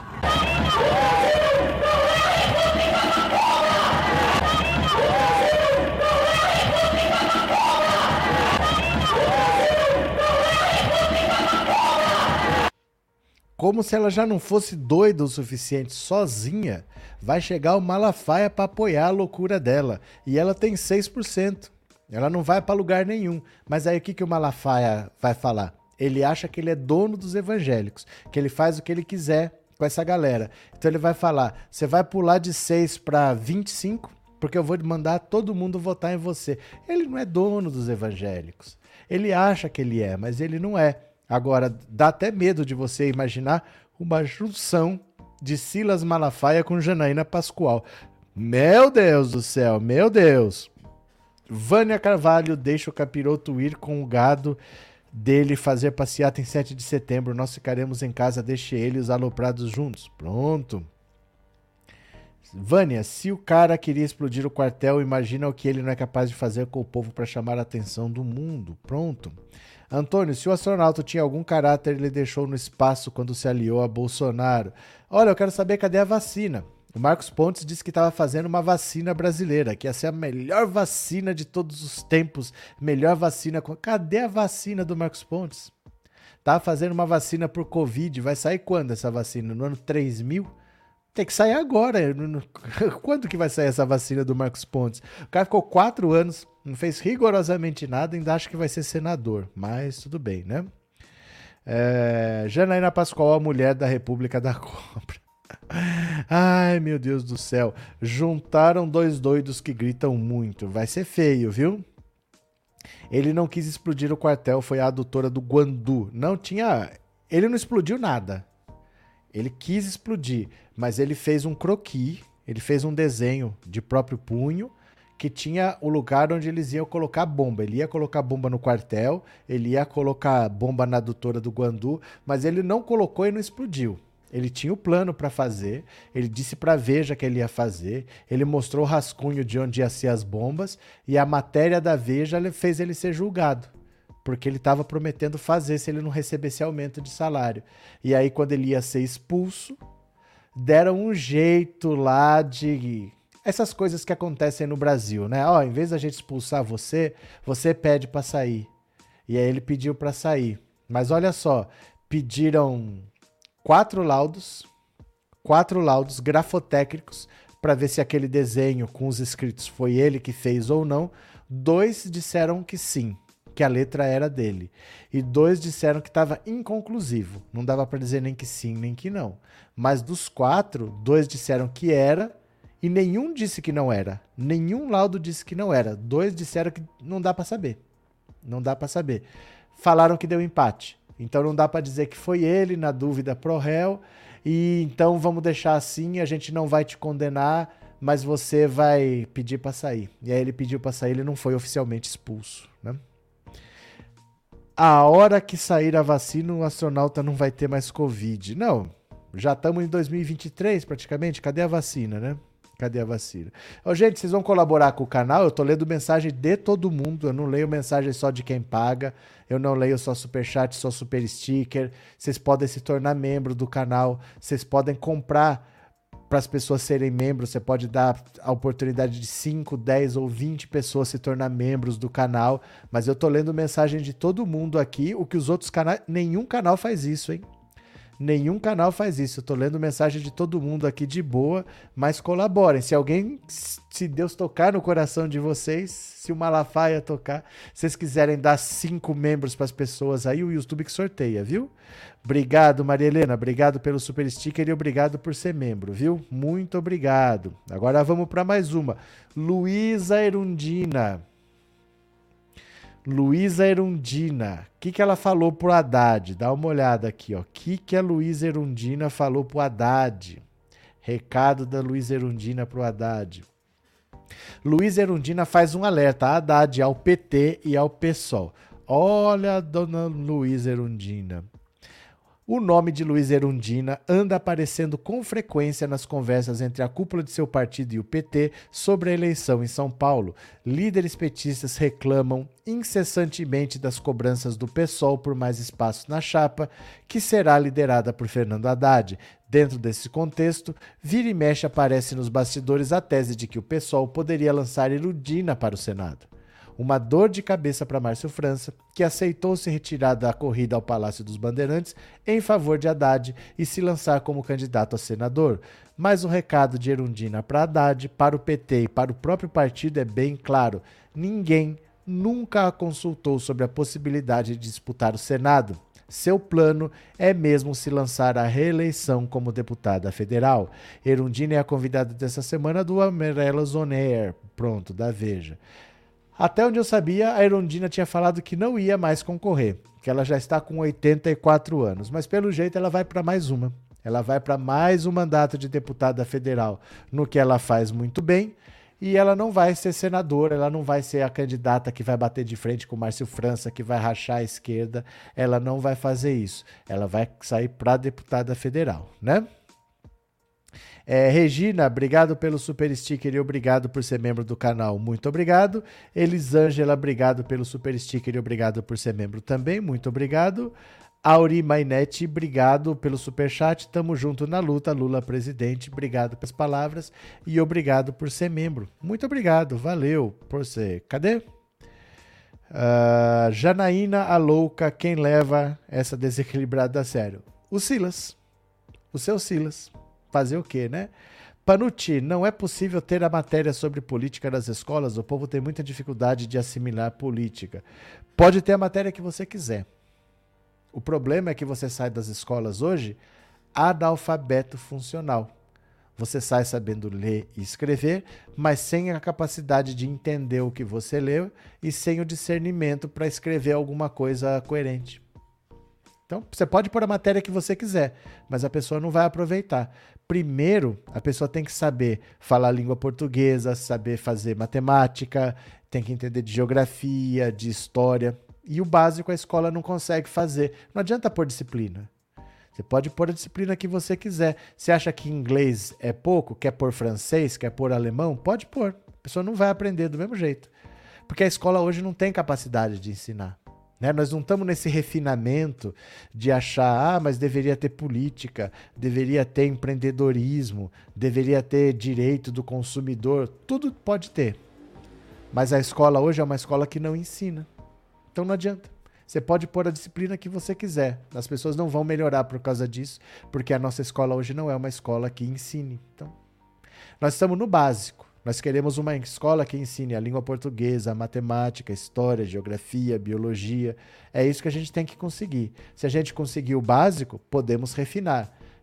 Como se ela já não fosse doida o suficiente sozinha, vai chegar o Malafaia para apoiar a loucura dela. E ela tem 6%. Ela não vai para lugar nenhum. Mas aí o que o Malafaia vai falar? Ele acha que ele é dono dos evangélicos, que ele faz o que ele quiser com essa galera. Então ele vai falar, você vai pular de 6 para 25, porque eu vou mandar todo mundo votar em você. Ele não é dono dos evangélicos. Ele acha que ele é, mas ele não é. Agora, dá até medo de você imaginar uma junção de Silas Malafaia com Janaína Pascoal. Meu Deus do céu, meu Deus. Vânia Carvalho deixa o capiroto ir com o gado dele fazer passeata em 7 de setembro. Nós ficaremos em casa, deixe ele e os aloprados juntos. Pronto. Vânia, se o cara queria explodir o quartel, imagina o que ele não é capaz de fazer com o povo para chamar a atenção do mundo. Pronto. Antônio, se o astronauta tinha algum caráter, ele deixou no espaço quando se aliou a Bolsonaro. Olha, eu quero saber cadê a vacina. O Marcos Pontes disse que estava fazendo uma vacina brasileira, que ia ser a melhor vacina de todos os tempos. Melhor vacina. Cadê a vacina do Marcos Pontes? Tava fazendo uma vacina por Covid. Vai sair quando essa vacina? No ano 3000? Tem que sair agora. Quando que vai sair essa vacina do Marcos Pontes? O cara ficou 4 anos, não fez rigorosamente nada, ainda acha que vai ser senador. Mas tudo bem, né? Janaína Pascoal, a mulher da República da Cobra. Ai, meu Deus do céu. Juntaram 2 doidos que gritam muito. Vai ser feio, viu? Ele não quis explodir o quartel, foi a adutora do Guandu. Ele não explodiu nada. Ele quis explodir, mas ele fez um croquis, ele fez um desenho de próprio punho, que tinha o lugar onde eles iam colocar bomba. Ele ia colocar bomba no quartel, ele ia colocar bomba na adutora do Guandu, mas ele não colocou e não explodiu. Ele tinha o plano para fazer, ele disse para a Veja que ele ia fazer, ele mostrou o rascunho de onde ia ser as bombas, e a matéria da Veja fez ele ser julgado, porque ele estava prometendo fazer se ele não recebesse aumento de salário. E aí, quando ele ia ser expulso, deram um jeito lá de... Essas coisas que acontecem no Brasil, né? Em vez da gente expulsar você pede para sair. E aí ele pediu para sair. Mas olha só, pediram 4 laudos grafotécnicos para ver se aquele desenho com os escritos foi ele que fez ou não. 2 disseram que sim, que a letra era dele. E 2 disseram que estava inconclusivo. Não dava para dizer nem que sim, nem que não. Mas dos 4, 2 disseram que era E nenhum disse que não era. Nenhum laudo disse que não era. 2 disseram que não dá para saber. Não dá para saber. Falaram que deu empate. Então não dá para dizer que foi ele, na dúvida, pro réu. E então vamos deixar assim, a gente não vai te condenar, mas você vai pedir para sair. E aí ele pediu para sair, ele não foi oficialmente expulso, né? A hora que sair a vacina, o astronauta não vai ter mais Covid. Não, já estamos em 2023 praticamente, cadê a vacina, né? Cadê a vacina? Ô, gente, vocês vão colaborar com o canal? Eu tô lendo mensagem de todo mundo, eu não leio mensagem só de quem paga, eu não leio só superchat, só super sticker. Vocês podem se tornar membro do canal, vocês podem comprar para as pessoas serem membros, você pode dar a oportunidade de 5, 10 ou 20 pessoas se tornar membros do canal, mas eu tô lendo mensagem de todo mundo aqui, o que os outros canais, nenhum canal faz isso, hein? Nenhum canal faz isso. Eu tô lendo mensagem de todo mundo aqui de boa, mas colaborem. Se alguém, se Deus tocar no coração de vocês, se o Malafaia tocar, se vocês quiserem dar 5 membros para as pessoas aí, o YouTube que sorteia, viu? Obrigado, Maria Helena. Obrigado pelo super sticker e obrigado por ser membro, viu? Muito obrigado. Agora vamos para mais uma. Luísa Erundina. Luísa Erundina, o que ela falou pro Haddad? Dá uma olhada aqui, ó. O que a Luísa Erundina falou pro Haddad? Recado da Luísa Erundina pro Haddad. Luísa Erundina faz um alerta a Haddad, ao PT e ao PSOL. Olha a dona Luísa Erundina. O nome de Luísa Erundina anda aparecendo com frequência nas conversas entre a cúpula de seu partido e o PT sobre a eleição em São Paulo. Líderes petistas reclamam incessantemente das cobranças do PSOL por mais espaço na chapa, que será liderada por Fernando Haddad. Dentro desse contexto, vira e mexe aparece nos bastidores a tese de que o PSOL poderia lançar Erundina para o Senado. Uma dor de cabeça para Márcio França, que aceitou se retirar da corrida ao Palácio dos Bandeirantes em favor de Haddad e se lançar como candidato a senador. Mas o recado de Erundina para Haddad, para o PT e para o próprio partido é bem claro. Ninguém nunca a consultou sobre a possibilidade de disputar o Senado. Seu plano é mesmo se lançar à reeleição como deputada federal. Erundina é a convidada dessa semana do Amarellas On Air, pronto, da Veja. Até onde eu sabia, a Erundina tinha falado que não ia mais concorrer, que ela já está com 84 anos, mas pelo jeito ela vai para mais uma. Ela vai para mais um mandato de deputada federal, no que ela faz muito bem, e ela não vai ser senadora, ela não vai ser a candidata que vai bater de frente com o Márcio França, que vai rachar a esquerda, ela não vai fazer isso. Ela vai sair para deputada federal, né? Regina, obrigado pelo super sticker e obrigado por ser membro do canal, muito obrigado. Elisângela, obrigado pelo super sticker e obrigado por ser membro também, muito obrigado. Auri Mainete, obrigado pelo superchat, tamo junto na luta, Lula presidente, obrigado pelas palavras e obrigado por ser membro. Muito obrigado, valeu por ser. Cadê? Janaína, a louca, quem leva essa desequilibrada a sério? O Silas, o seu Silas. Fazer o quê, né? Panucci, não é possível ter a matéria sobre política nas escolas, o povo tem muita dificuldade de assimilar política. Pode ter a matéria que você quiser. O problema é que você sai das escolas hoje analfabeto funcional. Você sai sabendo ler e escrever, mas sem a capacidade de entender o que você leu e sem o discernimento para escrever alguma coisa coerente. Então, você pode pôr a matéria que você quiser, mas a pessoa não vai aproveitar. Primeiro, a pessoa tem que saber falar língua portuguesa, saber fazer matemática, tem que entender de geografia, de história. E o básico a escola não consegue fazer. Não adianta pôr disciplina. Você pode pôr a disciplina que você quiser. Você acha que inglês é pouco? Quer pôr francês? Quer pôr alemão? Pode pôr. A pessoa não vai aprender do mesmo jeito. Porque a escola hoje não tem capacidade de ensinar. Né? Nós não estamos nesse refinamento de achar, mas deveria ter política, deveria ter empreendedorismo, deveria ter direito do consumidor, tudo pode ter. Mas a escola hoje é uma escola que não ensina. Então não adianta. Você pode pôr a disciplina que você quiser. As pessoas não vão melhorar por causa disso, porque a nossa escola hoje não é uma escola que ensine. Então, nós estamos no básico. Nós queremos uma escola que ensine a língua portuguesa, a matemática, a história, a geografia, a biologia. É isso que a gente tem que conseguir. Se a gente conseguir o básico, podemos refinar.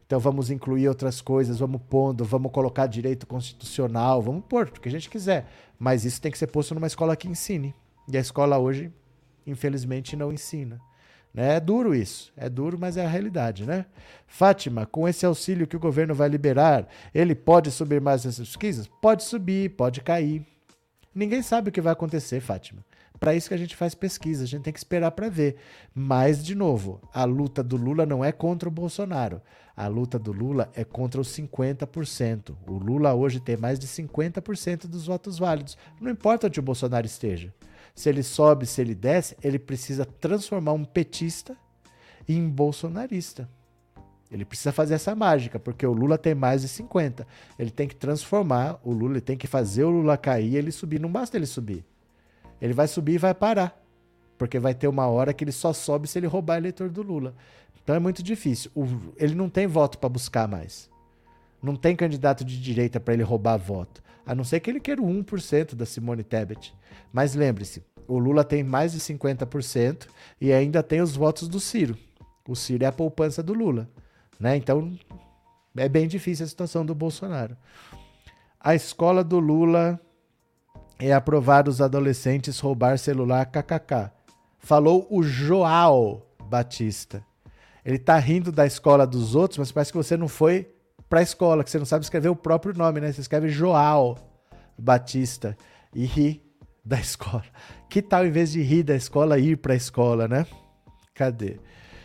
Então vamos incluir outras coisas, vamos pondo, vamos colocar direito constitucional, vamos pôr o que a gente quiser. Mas isso tem que ser posto numa escola que ensine. E a escola hoje, infelizmente, não ensina. Né? É duro isso, é duro, mas é a realidade, né? Fátima, com esse auxílio que o governo vai liberar, ele pode subir mais essas pesquisas? Pode subir, pode cair. Ninguém sabe o que vai acontecer, Fátima. Para isso que a gente faz pesquisa, a gente tem que esperar para ver. Mas, de novo, a luta do Lula não é contra o Bolsonaro. A luta do Lula é contra os 50%. O Lula hoje tem mais de 50% dos votos válidos. Não importa onde o Bolsonaro esteja. Se ele sobe, se ele desce, ele precisa transformar um petista em bolsonarista. Ele precisa fazer essa mágica, porque o Lula tem mais de 50%. Ele tem que transformar o Lula, ele tem que fazer o Lula cair e ele subir. Não basta ele subir. Ele vai subir e vai parar. Porque vai ter uma hora que ele só sobe se ele roubar eleitor do Lula. Então é muito difícil. Ele não tem voto para buscar mais. Não tem candidato de direita para ele roubar voto. A não ser que ele queira o 1% da Simone Tebet. Mas lembre-se, o Lula tem mais de 50% e ainda tem os votos do Ciro. O Ciro é a poupança do Lula. Né? Então é bem difícil a situação do Bolsonaro. A escola do Lula é aprovar os adolescentes roubar celular kkk. Falou o João Batista. Ele tá rindo da escola dos outros, mas parece que você não foi pra escola, que você não sabe escrever o próprio nome, né? Você escreve João Batista e ri da escola. Que tal, em vez de rir da escola, ir pra escola, né? Cadê?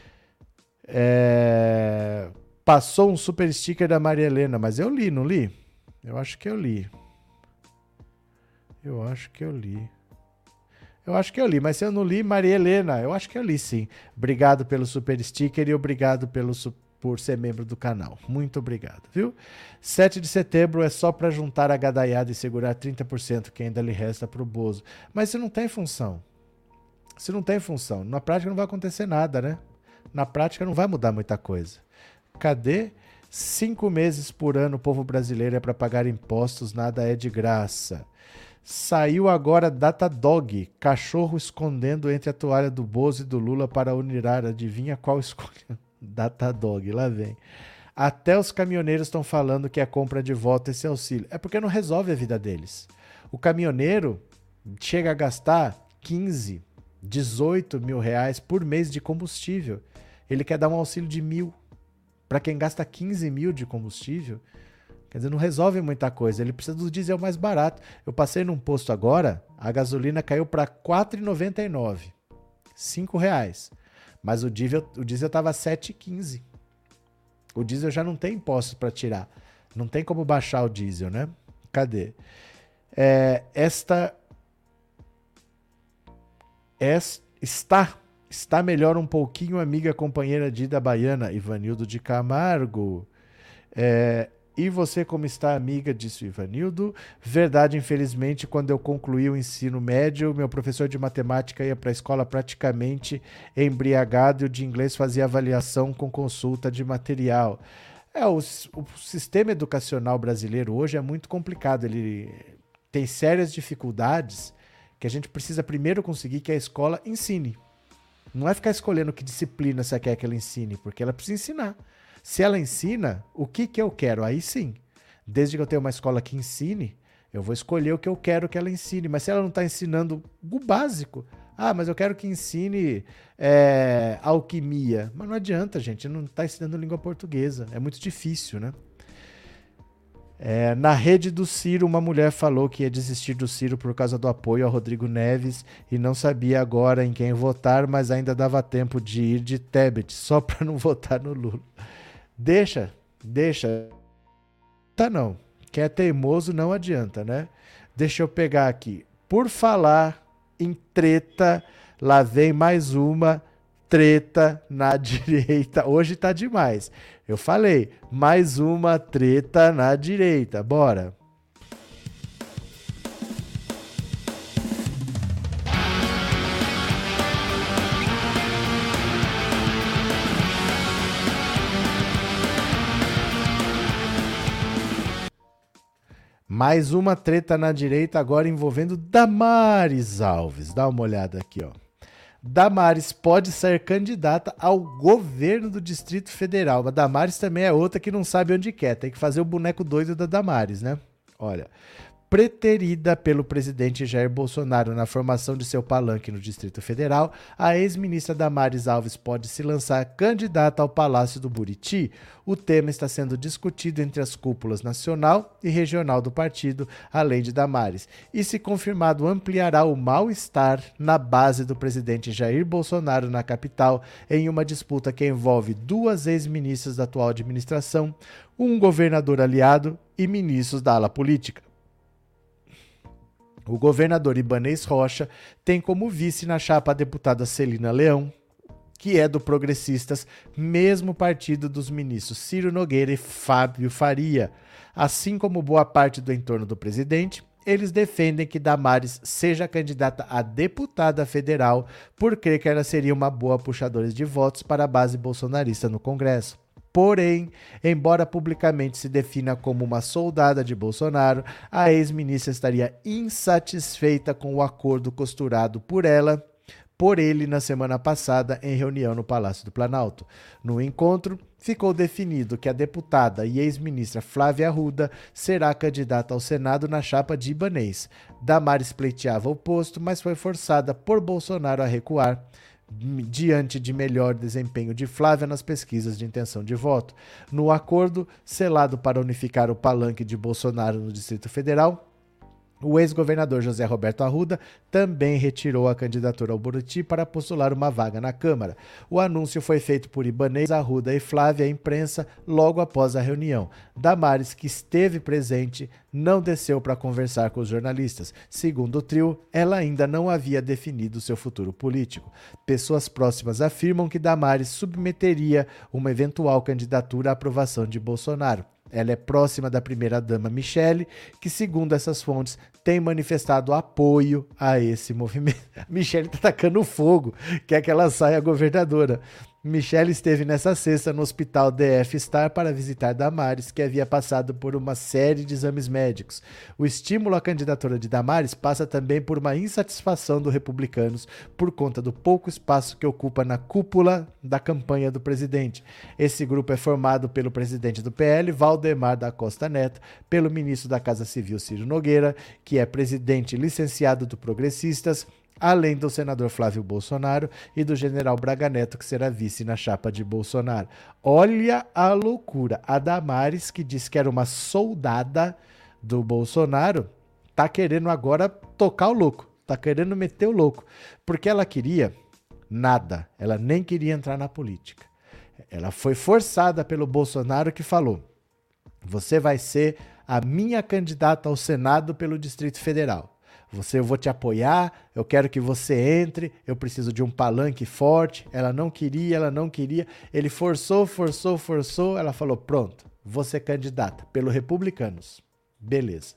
Passou um super sticker da Maria Helena, mas eu li, não li? Eu acho que eu li. Eu acho que eu li, mas se eu não li, Maria Helena, eu acho que eu li sim. Obrigado pelo super sticker e obrigado por ser membro do canal. Muito obrigado, viu? 7 de setembro é só para juntar a gadaiada e segurar 30% que ainda lhe resta pro Bozo. Mas isso não tem função. Se não tem função, na prática não vai acontecer nada, né? Na prática não vai mudar muita coisa. Cadê? 5 meses por ano o povo brasileiro é para pagar impostos, nada é de graça. Saiu agora Datadog, cachorro escondendo entre a toalha do Bozo e do Lula para unirar. Adivinha qual escolha? Datadog, lá vem. Até os caminhoneiros estão falando que é compra de voto esse auxílio. É porque não resolve a vida deles. O caminhoneiro chega a gastar 15, 18 mil reais por mês de combustível. Ele quer dar um auxílio de 1.000. Para quem gasta 15 mil de combustível, quer dizer, não resolve muita coisa. Ele precisa do diesel mais barato. Eu passei num posto agora, a gasolina caiu para R$ 4,99. R$ 5,00. Mas o diesel estava R$ 7,15. O diesel já não tem impostos para tirar. Não tem como baixar o diesel, né? Cadê? Está melhor um pouquinho, amiga companheira Dida Baiana, Ivanildo de Camargo. E você como está, amiga? Disse o Ivanildo. Verdade, infelizmente, quando eu concluí o ensino médio, meu professor de matemática ia para a escola praticamente embriagado e o de inglês fazia avaliação com consulta de material. O sistema educacional brasileiro hoje é muito complicado. Ele tem sérias dificuldades que a gente precisa primeiro conseguir que a escola ensine. Não é ficar escolhendo que disciplina você quer que ela ensine, porque ela precisa ensinar. Se ela ensina, o que eu quero? Aí sim. Desde que eu tenha uma escola que ensine, eu vou escolher o que eu quero que ela ensine. Mas se ela não está ensinando o básico, mas eu quero que ensine alquimia. Mas não adianta, gente, não está ensinando língua portuguesa. É muito difícil, né? Na rede do Ciro, uma mulher falou que ia desistir do Ciro por causa do apoio ao Rodrigo Neves e não sabia agora em quem votar, mas ainda dava tempo de ir de Tebet, só para não votar no Lula. Deixa. Tá não. Quem é teimoso não adianta, né? Deixa eu pegar aqui. Por falar em treta, lá vem mais uma treta na direita. Hoje tá demais. Eu falei, mais uma treta na direita. Bora. Mais uma treta na direita agora envolvendo Damares Alves. Dá uma olhada aqui, ó. Damares pode ser candidata ao governo do Distrito Federal. Mas Damares também é outra que não sabe onde quer. Tem que fazer o boneco doido da Damares, né? Olha, preterida pelo presidente Jair Bolsonaro na formação de seu palanque no Distrito Federal, a ex-ministra Damares Alves pode se lançar candidata ao Palácio do Buriti. O tema está sendo discutido entre as cúpulas nacional e regional do partido, além de Damares. E, se confirmado, ampliará o mal-estar na base do presidente Jair Bolsonaro na capital, em uma disputa que envolve 2 ex-ministras da atual administração, um governador aliado e ministros da ala política. O governador Ibanez Rocha tem como vice na chapa a deputada Celina Leão, que é do Progressistas, mesmo partido dos ministros Ciro Nogueira e Fábio Faria. Assim como boa parte do entorno do presidente, eles defendem que Damares seja candidata a deputada federal por crer que ela seria uma boa puxadora de votos para a base bolsonarista no Congresso. Porém, embora publicamente se defina como uma soldada de Bolsonaro, a ex-ministra estaria insatisfeita com o acordo costurado por ele na semana passada em reunião no Palácio do Planalto. No encontro, ficou definido que a deputada e ex-ministra Flávia Arruda será candidata ao Senado na chapa de Ibanez. Damares pleiteava o posto, mas foi forçada por Bolsonaro a recuar diante de melhor desempenho de Flávia nas pesquisas de intenção de voto. No acordo, selado para unificar o palanque de Bolsonaro no Distrito Federal, o ex-governador José Roberto Arruda também retirou a candidatura ao Buriti para postular uma vaga na Câmara. O anúncio foi feito por Ibanez, Arruda e Flávia à imprensa logo após a reunião. Damares, que esteve presente, não desceu para conversar com os jornalistas. Segundo o trio, ela ainda não havia definido seu futuro político. Pessoas próximas afirmam que Damares submeteria uma eventual candidatura à aprovação de Bolsonaro. Ela é próxima da primeira-dama Michele, que, segundo essas fontes, tem manifestado apoio a esse movimento. Michele está tacando fogo, quer que ela saia governadora. Michele esteve nessa sexta no Hospital DF Star para visitar Damares, que havia passado por uma série de exames médicos. O estímulo à candidatura de Damares passa também por uma insatisfação dos republicanos por conta do pouco espaço que ocupa na cúpula da campanha do presidente. Esse grupo é formado pelo presidente do PL, Valdemar da Costa Neto, pelo ministro da Casa Civil, Ciro Nogueira, que é presidente licenciado do Progressistas, além do senador Flávio Bolsonaro e do general Braga Neto, que será vice na chapa de Bolsonaro. Olha a loucura. A Damares, que disse que era uma soldada do Bolsonaro, tá querendo agora tocar o louco, tá querendo meter o louco, porque ela queria nada, ela nem queria entrar na política. Ela foi forçada pelo Bolsonaro, que falou: você vai ser a minha candidata ao Senado pelo Distrito Federal. Eu vou te apoiar, eu quero que você entre, eu preciso de um palanque forte. Ela não queria, ele forçou, ela falou: pronto, vou ser candidata pelo Republicanos. Beleza.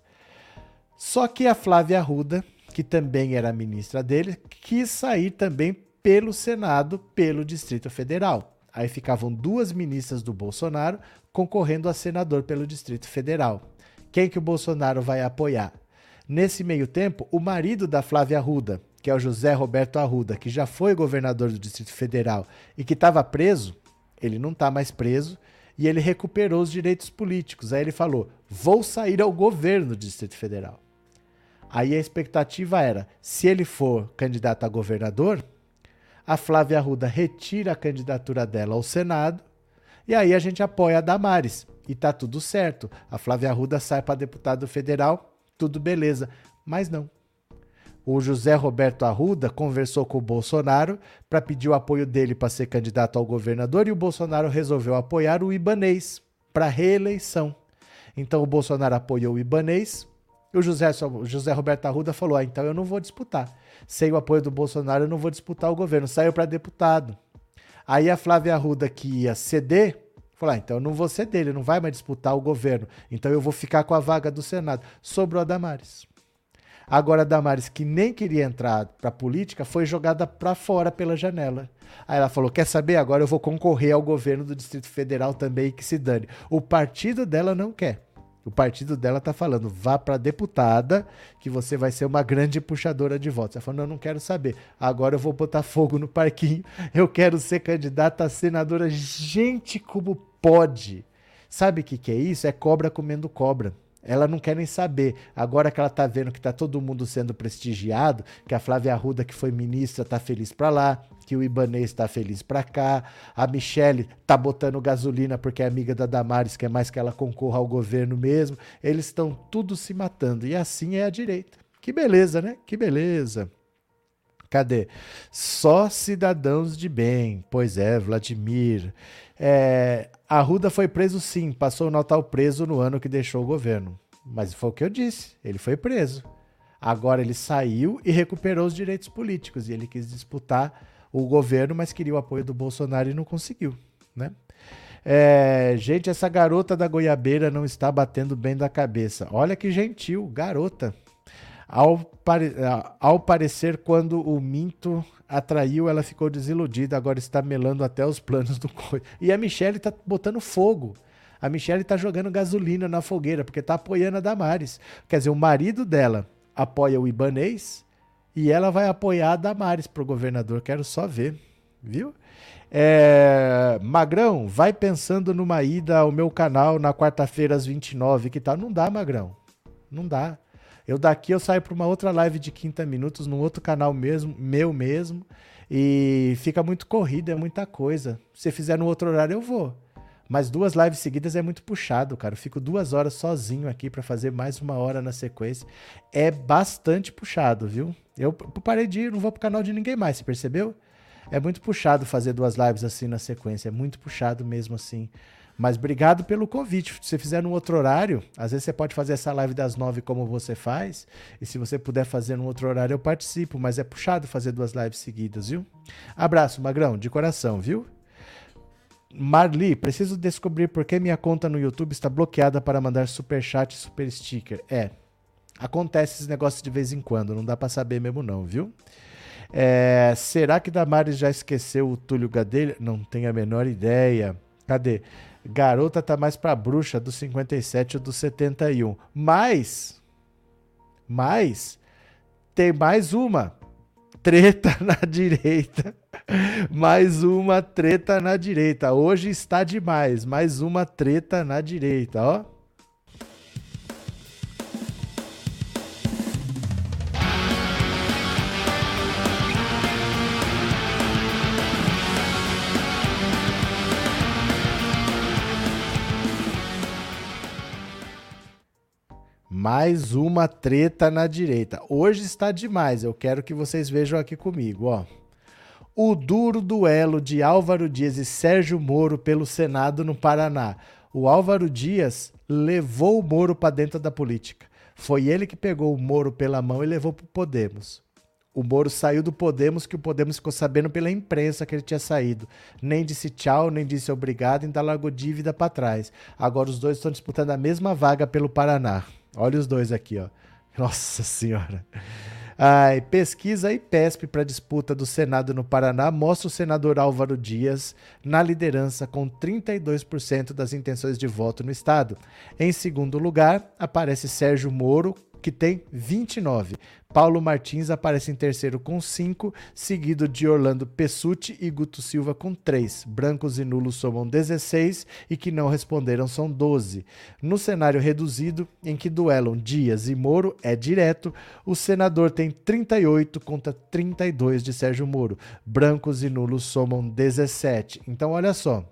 Só que a Flávia Arruda, que também era ministra dele, quis sair também pelo Senado, pelo Distrito Federal. Aí ficavam 2 ministras do Bolsonaro concorrendo a senador pelo Distrito Federal. Quem que o Bolsonaro vai apoiar? Nesse meio tempo, o marido da Flávia Arruda, que é o José Roberto Arruda, que já foi governador do Distrito Federal e que estava preso, ele não está mais preso, e ele recuperou os direitos políticos. Aí ele falou: vou sair ao governo do Distrito Federal. Aí a expectativa era, se ele for candidato a governador, a Flávia Arruda retira a candidatura dela ao Senado, e aí a gente apoia a Damares. E tá tudo certo. A Flávia Arruda sai para deputado federal, tudo beleza, mas não. O José Roberto Arruda conversou com o Bolsonaro para pedir o apoio dele para ser candidato ao governador, e o Bolsonaro resolveu apoiar o Ibanez para reeleição. Então o Bolsonaro apoiou o Ibanez, e o José Roberto Arruda falou: então eu não vou disputar. Sem o apoio do Bolsonaro eu não vou disputar o governo. Saiu para deputado. Aí a Flávia Arruda, que ia ceder, falou: então eu não vou ceder, ele não vai mais disputar o governo, então eu vou ficar com a vaga do Senado. Sobrou a Damares. Agora a Damares, que nem queria entrar para a política, foi jogada para fora pela janela. Aí ela falou: quer saber? Agora eu vou concorrer ao governo do Distrito Federal também, que se dane. O partido dela não quer. O partido dela tá falando, vá para deputada, que você vai ser uma grande puxadora de votos. Ela falou, não, eu não quero saber. Agora eu vou botar fogo no parquinho. Eu quero ser candidata a senadora. Gente, como pode? Sabe o que é isso? É cobra comendo cobra. Ela não quer nem saber. Agora que ela tá vendo que tá todo mundo sendo prestigiado, que a Flávia Arruda, que foi ministra, tá feliz pra lá, que o Ibanez tá feliz pra cá, a Michelle tá botando gasolina porque é amiga da Damares, quer mais que ela concorra ao governo mesmo. Eles estão tudo se matando. E assim é a direita. Que beleza, né? Que beleza. Cadê? Só cidadãos de bem. Pois é, Vladimir. Arruda foi preso sim, passou o Natal preso no ano que deixou o governo. Mas foi o que eu disse, ele foi preso. Agora ele saiu e recuperou os direitos políticos. E ele quis disputar o governo, mas queria o apoio do Bolsonaro e não conseguiu, né? Gente, essa garota da goiabeira não está batendo bem da cabeça. Olha que gentil, garota. Ao parecer, quando o Minto atraiu, ela ficou desiludida, agora está melando até os planos do coisa. E a Michelle tá botando fogo. A Michelle tá jogando gasolina na fogueira, porque tá apoiando a Damares. Quer dizer, o marido dela apoia o Ibanez e ela vai apoiar a Damares pro governador. Quero só ver, viu? Magrão, vai pensando numa ida ao meu canal na quarta-feira às 29, que tal? Não dá, Magrão. Não dá. Daqui eu saio para uma outra live de 30 minutos, num outro canal mesmo, meu mesmo, e fica muito corrido, é muita coisa. Se fizer no outro horário, eu vou. Mas 2 lives seguidas é muito puxado, cara. Eu fico 2 horas sozinho aqui para fazer mais 1 hora na sequência. É bastante puxado, viu? Eu parei de ir, não vou pro canal de ninguém mais, você percebeu? É muito puxado fazer 2 lives assim na sequência, é muito puxado mesmo assim. Mas obrigado pelo convite. Se você fizer num outro horário, às vezes você pode fazer essa live das 9 como você faz. E se você puder fazer num outro horário, eu participo. Mas é puxado fazer 2 lives seguidas, viu? Abraço, Magrão, de coração, viu? Marli, preciso descobrir por que minha conta no YouTube está bloqueada para mandar superchat e super sticker. Acontece esses negócios de vez em quando. Não dá para saber mesmo não, viu? Será que Damares já esqueceu o Túlio Gadelha? Não tenho a menor ideia. Cadê? Garota tá mais pra bruxa do 57 ou do 71. Mas tem mais uma treta na direita. Mais uma treta na direita. Hoje está demais. Mais uma treta na direita, ó. Mais uma treta na direita. Hoje está demais, eu quero que vocês vejam aqui comigo, ó. O duro duelo de Álvaro Dias e Sérgio Moro pelo Senado no Paraná. O Álvaro Dias levou o Moro para dentro da política. Foi ele que pegou o Moro pela mão e levou para o Podemos. O Moro saiu do Podemos, que o Podemos ficou sabendo pela imprensa que ele tinha saído. Nem disse tchau, nem disse obrigado, ainda largou dívida para trás. Agora os dois estão disputando a mesma vaga pelo Paraná. Olha os dois aqui, ó. Nossa Senhora. Pesquisa IPESP para disputa do Senado no Paraná mostra o senador Álvaro Dias na liderança com 32% das intenções de voto no estado. Em segundo lugar, aparece Sérgio Moro, que tem 29%. Paulo Martins aparece em terceiro com 5%, seguido de Orlando Pessutti e Guto Silva com 3%. Brancos e nulos somam 16% e que não responderam são 12%. No cenário reduzido, em que duelam Dias e Moro, é direto, o senador tem 38% contra 32% de Sérgio Moro. Brancos e nulos somam 17%. Então, olha só.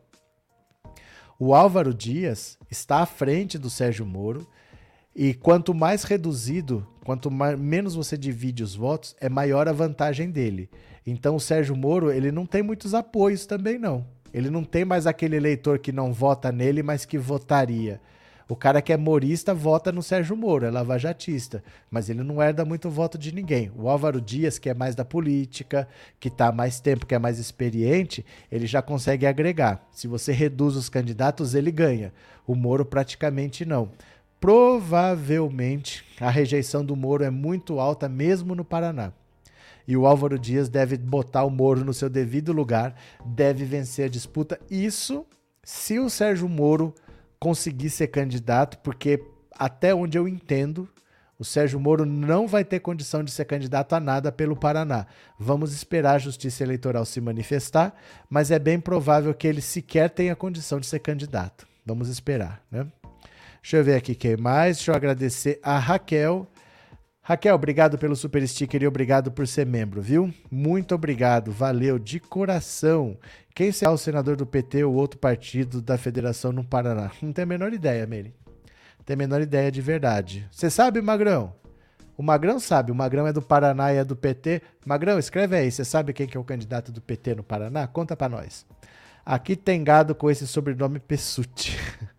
O Álvaro Dias está à frente do Sérgio Moro. E quanto mais reduzido, menos você divide os votos, é maior a vantagem dele. Então o Sérgio Moro, ele não tem muitos apoios também não. Ele não tem mais aquele eleitor que não vota nele, mas que votaria. O cara que é morista vota no Sérgio Moro, é lavajatista, mas ele não herda muito voto de ninguém. O Álvaro Dias, que é mais da política, que está há mais tempo, que é mais experiente, ele já consegue agregar. Se você reduz os candidatos, ele ganha. O Moro praticamente não. Provavelmente a rejeição do Moro é muito alta mesmo no Paraná. E o Álvaro Dias deve botar o Moro no seu devido lugar, deve vencer a disputa. Isso se o Sérgio Moro conseguir ser candidato, porque até onde eu entendo, o Sérgio Moro não vai ter condição de ser candidato a nada pelo Paraná. Vamos esperar a Justiça Eleitoral se manifestar, mas é bem provável que ele sequer tenha condição de ser candidato. Vamos esperar, né? Deixa eu ver aqui quem mais. Deixa eu agradecer a Raquel. Raquel, obrigado pelo super sticker e obrigado por ser membro, viu? Muito obrigado, valeu, de coração. Quem será o senador do PT ou outro partido da federação no Paraná? Não tenho a menor ideia, Meire. Não tenho a menor ideia de verdade. Você sabe, Magrão? O Magrão sabe, o Magrão é do Paraná e é do PT. Magrão, escreve aí, você sabe quem que é o candidato do PT no Paraná? Conta pra nós. Aqui tem gado com esse sobrenome Pessutti.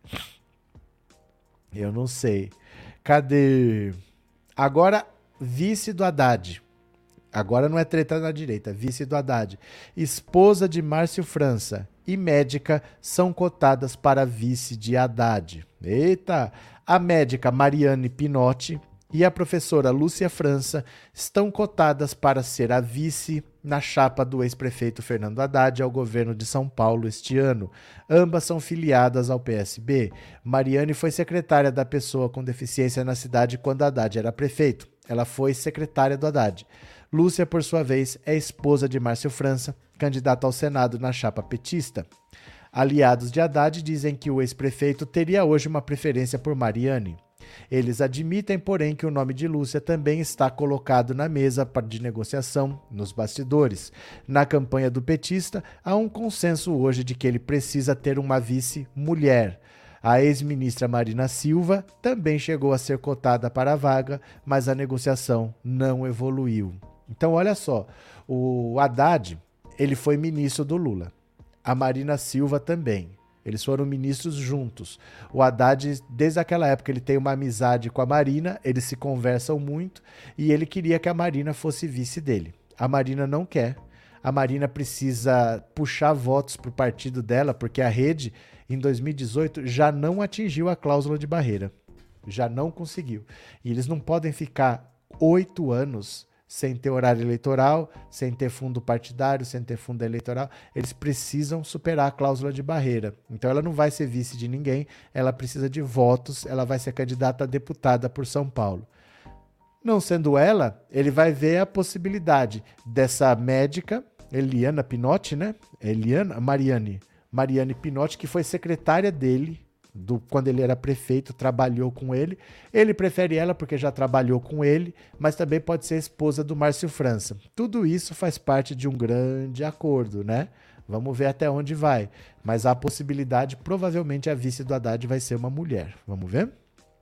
Eu não sei. Cadê? Agora, vice do Haddad. Agora não é treta na direita, vice do Haddad. Esposa de Márcio França e médica são cotadas para vice de Haddad. Eita! A médica Mariane Pinotti e a professora Lúcia França estão cotadas para ser a vice na chapa do ex-prefeito Fernando Haddad ao governo de São Paulo este ano. Ambas são filiadas ao PSB. Mariane foi secretária da pessoa com deficiência na cidade quando Haddad era prefeito. Ela foi secretária do Haddad. Lúcia, por sua vez, é esposa de Márcio França, candidato ao Senado na chapa petista. Aliados de Haddad dizem que o ex-prefeito teria hoje uma preferência por Mariane. Eles admitem, porém, que o nome de Lúcia também está colocado na mesa de negociação nos bastidores. Na campanha do petista, há um consenso hoje de que ele precisa ter uma vice-mulher. A ex-ministra Marina Silva também chegou a ser cotada para a vaga, mas a negociação não evoluiu. Então, olha só, o Haddad, ele foi ministro do Lula. A Marina Silva também. Eles foram ministros juntos. O Haddad, desde aquela época, ele tem uma amizade com a Marina, eles se conversam muito e ele queria que a Marina fosse vice dele. A Marina não quer. A Marina precisa puxar votos para o partido dela, porque a Rede, em 2018, já não atingiu a cláusula de barreira. Já não conseguiu. E eles não podem ficar 8 anos sem ter horário eleitoral, sem ter fundo partidário, sem ter fundo eleitoral. Eles precisam superar a cláusula de barreira. Então ela não vai ser vice de ninguém, ela precisa de votos, ela vai ser candidata a deputada por São Paulo. Não sendo ela, ele vai ver a possibilidade dessa médica, Eliana Pinotti, né? Mariane Pinotti, que foi secretária dele, quando ele era prefeito, trabalhou com ele. Ele prefere ela porque já trabalhou com ele, mas também pode ser esposa do Márcio França. Tudo isso faz parte de um grande acordo, né? Vamos ver até onde vai. Mas há a possibilidade, provavelmente a vice do Haddad vai ser uma mulher. Vamos ver?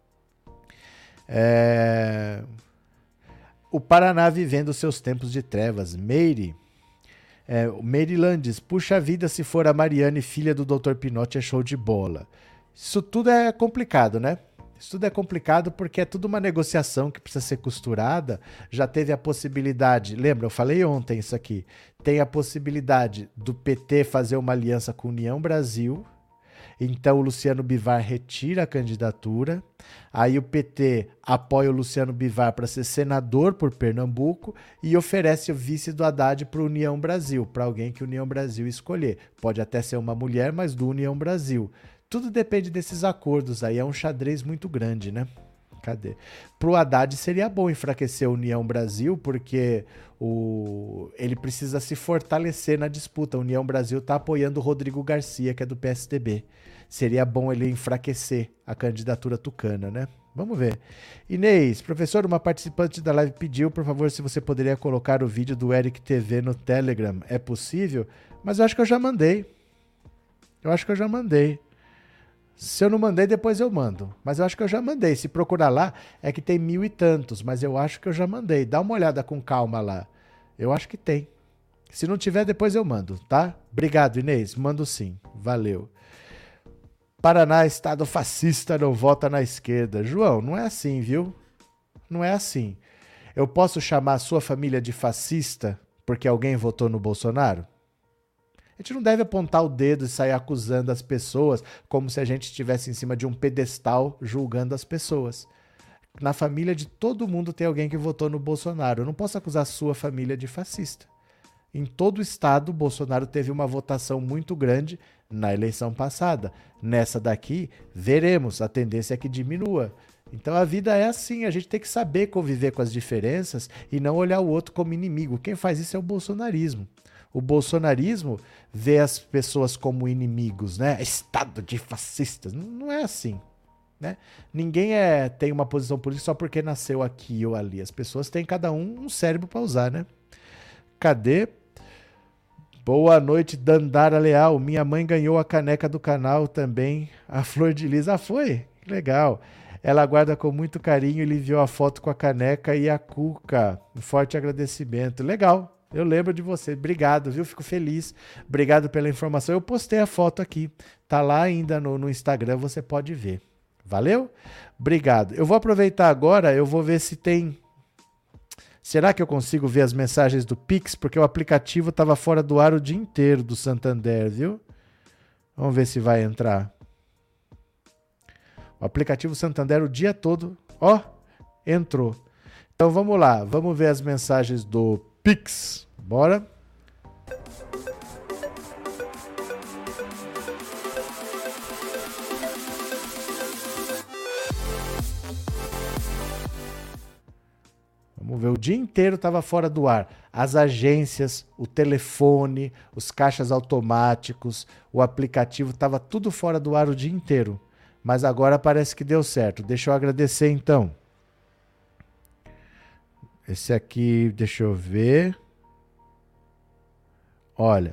O Paraná vivendo seus tempos de trevas. Meire Landes, puxa vida, se for a Mariane, filha do Dr. Pinotti, é show de bola. Isso tudo é complicado, né? Isso tudo é complicado porque é tudo uma negociação que precisa ser costurada. Já teve a possibilidade, lembra, eu falei ontem isso aqui, tem a possibilidade do PT fazer uma aliança com a União Brasil. Então o Luciano Bivar retira a candidatura, aí o PT apoia o Luciano Bivar para ser senador por Pernambuco e oferece o vice do Haddad para a União Brasil, para alguém que a União Brasil escolher. Pode até ser uma mulher, mas do União Brasil. Tudo depende desses acordos aí, é um xadrez muito grande, né? Cadê? Pro Haddad seria bom enfraquecer a União Brasil, porque ele precisa se fortalecer na disputa. A União Brasil está apoiando o Rodrigo Garcia, que é do PSDB. Seria bom ele enfraquecer a candidatura tucana, né? Vamos ver. Inês, professor, uma participante da live pediu, por favor, se você poderia colocar o vídeo do Eric TV no Telegram. É possível? Mas eu acho que eu já mandei. Se eu não mandei, depois eu mando. Mas eu acho que eu já mandei. Se procurar lá, é que tem 1000 e tantos. Mas eu acho que eu já mandei. Dá uma olhada com calma lá. Eu acho que tem. Se não tiver, depois eu mando, tá? Obrigado, Inês. Mando sim. Valeu. Paraná, estado fascista, não vota na esquerda. João, não é assim, viu? Não é assim. Eu posso chamar a sua família de fascista porque alguém votou no Bolsonaro? A gente não deve apontar o dedo e sair acusando as pessoas como se a gente estivesse em cima de um pedestal julgando as pessoas. Na família de todo mundo tem alguém que votou no Bolsonaro. Eu não posso acusar a sua família de fascista. Em todo o estado, o Bolsonaro teve uma votação muito grande na eleição passada. Nessa daqui, veremos. A tendência é que diminua. Então a vida é assim, a gente tem que saber conviver com as diferenças e não olhar o outro como inimigo. Quem faz isso é o bolsonarismo. O bolsonarismo vê as pessoas como inimigos, né? Estado de fascistas. Não é assim, né? Ninguém tem uma posição política só porque nasceu aqui ou ali. As pessoas têm cada um cérebro para usar, né? Cadê? Boa noite, Dandara Leal. Minha mãe ganhou a caneca do canal também. A Flor de Lis. Ah, foi? Legal. Ela guarda com muito carinho e lhe enviou a foto com a caneca e a cuca. Um forte agradecimento. Legal. Eu lembro de você. Obrigado, viu? Fico feliz. Obrigado pela informação. Eu postei a foto aqui. Tá lá ainda no Instagram, você pode ver. Valeu? Obrigado. Eu vou aproveitar agora, eu vou ver se tem... Será que eu consigo ver as mensagens do Pix? Porque o aplicativo estava fora do ar o dia inteiro do Santander, viu? Vamos ver se vai entrar. O aplicativo Santander o dia todo, ó, entrou. Então vamos lá, vamos ver as mensagens do Pix. Bora? Vamos ver, o dia inteiro estava fora do ar. As agências, o telefone, os caixas automáticos, o aplicativo, estava tudo fora do ar o dia inteiro. Mas agora parece que deu certo. Deixa eu agradecer então. Esse aqui, deixa eu ver. Olha,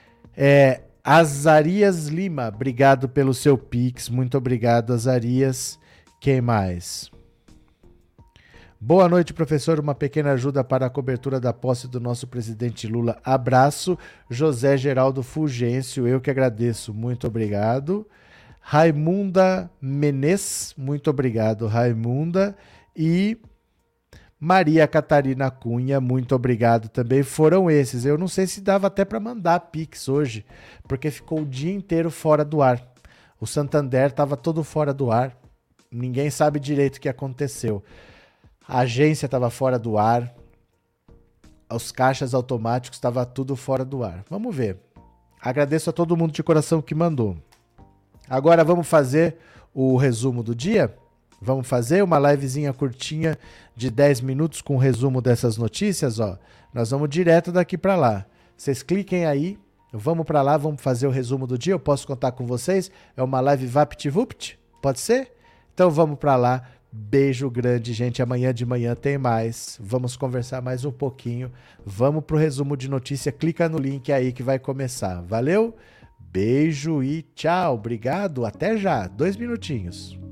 Azarias Lima, obrigado pelo seu Pix. Muito obrigado, Azarias. Quem mais? Boa noite, professor. Uma pequena ajuda para a cobertura da posse do nosso presidente Lula. Abraço, José Geraldo Fulgêncio. Eu que agradeço. Muito obrigado. Raimunda Menez. Muito obrigado, Raimunda. E Maria Catarina Cunha. Muito obrigado também. Foram esses. Eu não sei se dava até para mandar Pix hoje, porque ficou o dia inteiro fora do ar. O Santander estava todo fora do ar. Ninguém sabe direito o que aconteceu. A agência estava fora do ar, os caixas automáticos estava tudo fora do ar. Vamos ver. Agradeço a todo mundo de coração que mandou. Agora vamos fazer o resumo do dia? Vamos fazer uma livezinha curtinha de 10 minutos com o resumo dessas notícias, ó. Nós vamos direto daqui para lá. Vocês cliquem aí, vamos para lá, vamos fazer o resumo do dia. Eu posso contar com vocês? É uma live VaptVupt? Pode ser? Então vamos para lá. Beijo grande, gente. Amanhã de manhã tem mais. Vamos conversar mais um pouquinho. Vamos pro resumo de notícia. Clica no link aí que vai começar. Valeu? Beijo e tchau. Obrigado. Até já. 2 minutinhos.